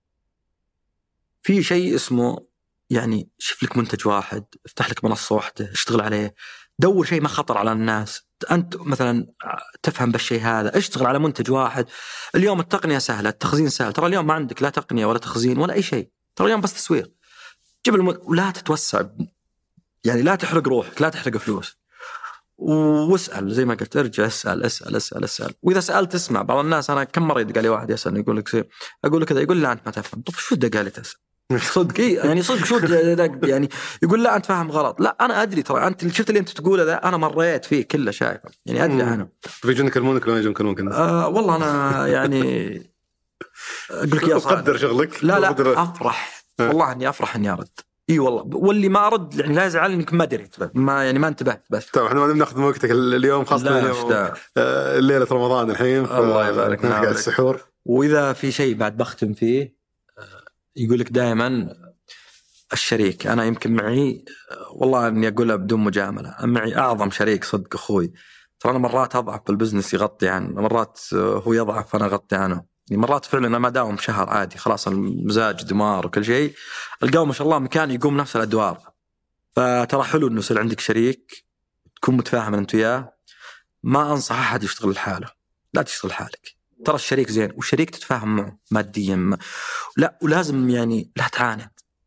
في شيء اسمه يعني شوف لك منتج واحد، افتح لك منصة واحدة، اشتغل عليه، دور شيء ما خطر على الناس. أنت مثلا تفهم بالشيء هذا، اشتغل على منتج واحد. اليوم التقنية سهلة، التخزين سهل. ترى اليوم ما عندك لا تقنية ولا تخزين ولا أي شيء. ترى اليوم بس تسويق. جيب ولا تتوسع، يعني لا تحرق روحك، لا تحرق فلوس، واسأل زي ما قلت. ارجع اسأل. وإذا سألت اسمع. بعض الناس أنا كم مرة يدق لي واحد يسألني يقول لك سير، أقول له كذا، يقول لا أنت ما تفهم. طب شو دق لي تسأل؟ صدق يعني صدق شو يعني يقول لا أنت فاهم غلط. لا أنا أدري، ترى أنت اللي شفت اللي أنت تقوله ذا أنا مريت فيه كله، شايفه يعني أدري عنه. بيجون يكلمونك ولا يجون يكلمونك؟ والله أنا يعني أقول لك يا صاحبي قدر شغلك. لا أفرح والله إني أفرح إني أرد. اي والله، واللي ما ارد يعني لا يزعل انك ما دريت، ما يعني ما انتبهت بس. طيب احنا ما بناخذ وقتك اليوم، خاصه اليوم ليله رمضان الحين، الله يبارك نلحق على السحور. واذا في شيء بعد بختم فيه، يقول لك دائما الشريك. انا يمكن معي والله اني اقولها بدون مجامله، معي اعظم شريك صدق اخوي. ترى انا مرات اضعف بالبزنس يغطي عنه، مرات هو يضعف فانا اغطي عنه. يعني مرات فعلا انا ما داوم شهر عادي، خلاص المزاج دمار وكل شيء، القاه ما شاء الله مكان يقوم نفس الادوار. فترى حلو انه يصير عندك شريك تكون متفاهم انت وياه. ما انصح احد يشتغل لحاله، لا تشتغل لحالك. ترى الشريك زين، والشريك تتفاهم معه ماديا لا، ولازم يعني لا تعاند،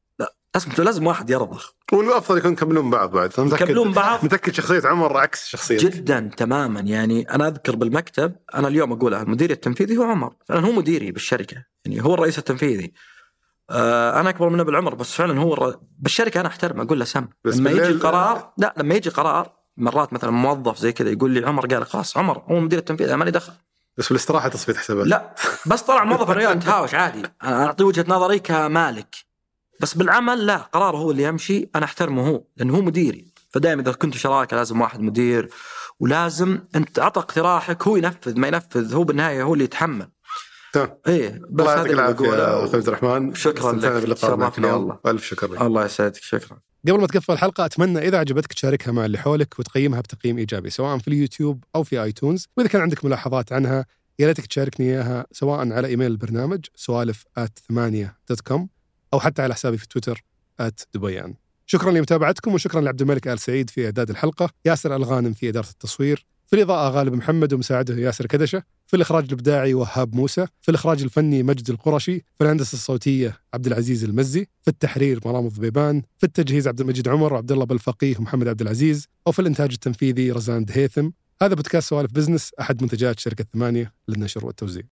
لازم واحد يرضى. والافضل يكون يكملون بعض. يكملون بعض. متأكد شخصية عمر عكس شخصية جدا تماما. يعني انا اذكر بالمكتب، انا اليوم اقولها، المدير التنفيذي هو عمر، فعلا هو مديري بالشركه، يعني هو الرئيس التنفيذي. انا اكبر منه بالعمر، بس فعلا هو بالشركه انا احترم، اقول له سم. لما يجي قرار، لا لما يجي قرار مرات مثلا موظف زي كذا يقول لي عمر قال خلاص، عمر هو مدير التنفيذي، انا مالي دخل. بس بالاستراحه تصفيه حسابات. لا بس طلع موظف انا نتهاوش عادي، انا اعطي وجهه نظري كمالك، بس بالعمل لا، قراره هو اللي يمشي، انا احترمه هو لانه هو مديري. فدائما اذا كنت شراكه لازم واحد مدير، ولازم انت تعطي اقتراحك هو ينفذ، ما ينفذ هو بالنهايه هو اللي يتحمل. تمام. ايه بس هذا اللي بقوله. اخوي عبد الرحمن، شكرا لك، شرفنا والله. الف شكر لك. الله يسعدك، شكرا. قبل ما تقفل الحلقة، أتمنى إذا عجبتك تشاركها مع اللي حولك وتقيمها بتقييم إيجابي، سواء في اليوتيوب أو في آيتونز. وإذا كان عندك ملاحظات عنها يا ريتك تشاركني إياها، سواء على إيميل البرنامج سوالف@8.com أو حتى على حسابي في تويتر @دبيان. شكرا لمتابعتكم، وشكرا لعبد الملك آل سعيد في إعداد الحلقة، ياسر الغانم في إدارة التصوير، في الإضاءة غالب محمد ومساعده ياسر كدشة، في الإخراج الإبداعي وهاب موسى، في الإخراج الفني مجد القرشي، في الهندسة الصوتية عبد العزيز المزي، في التحرير مرام الضبيبان، في التجهيز عبد المجيد عمر وعبد الله بالفقيه ومحمد عبد العزيز، وفي الإنتاج التنفيذي رزان دهيثم. هذا بودكاست سوالف بزنس، أحد منتجات شركة 8 للنشر والتوزيع.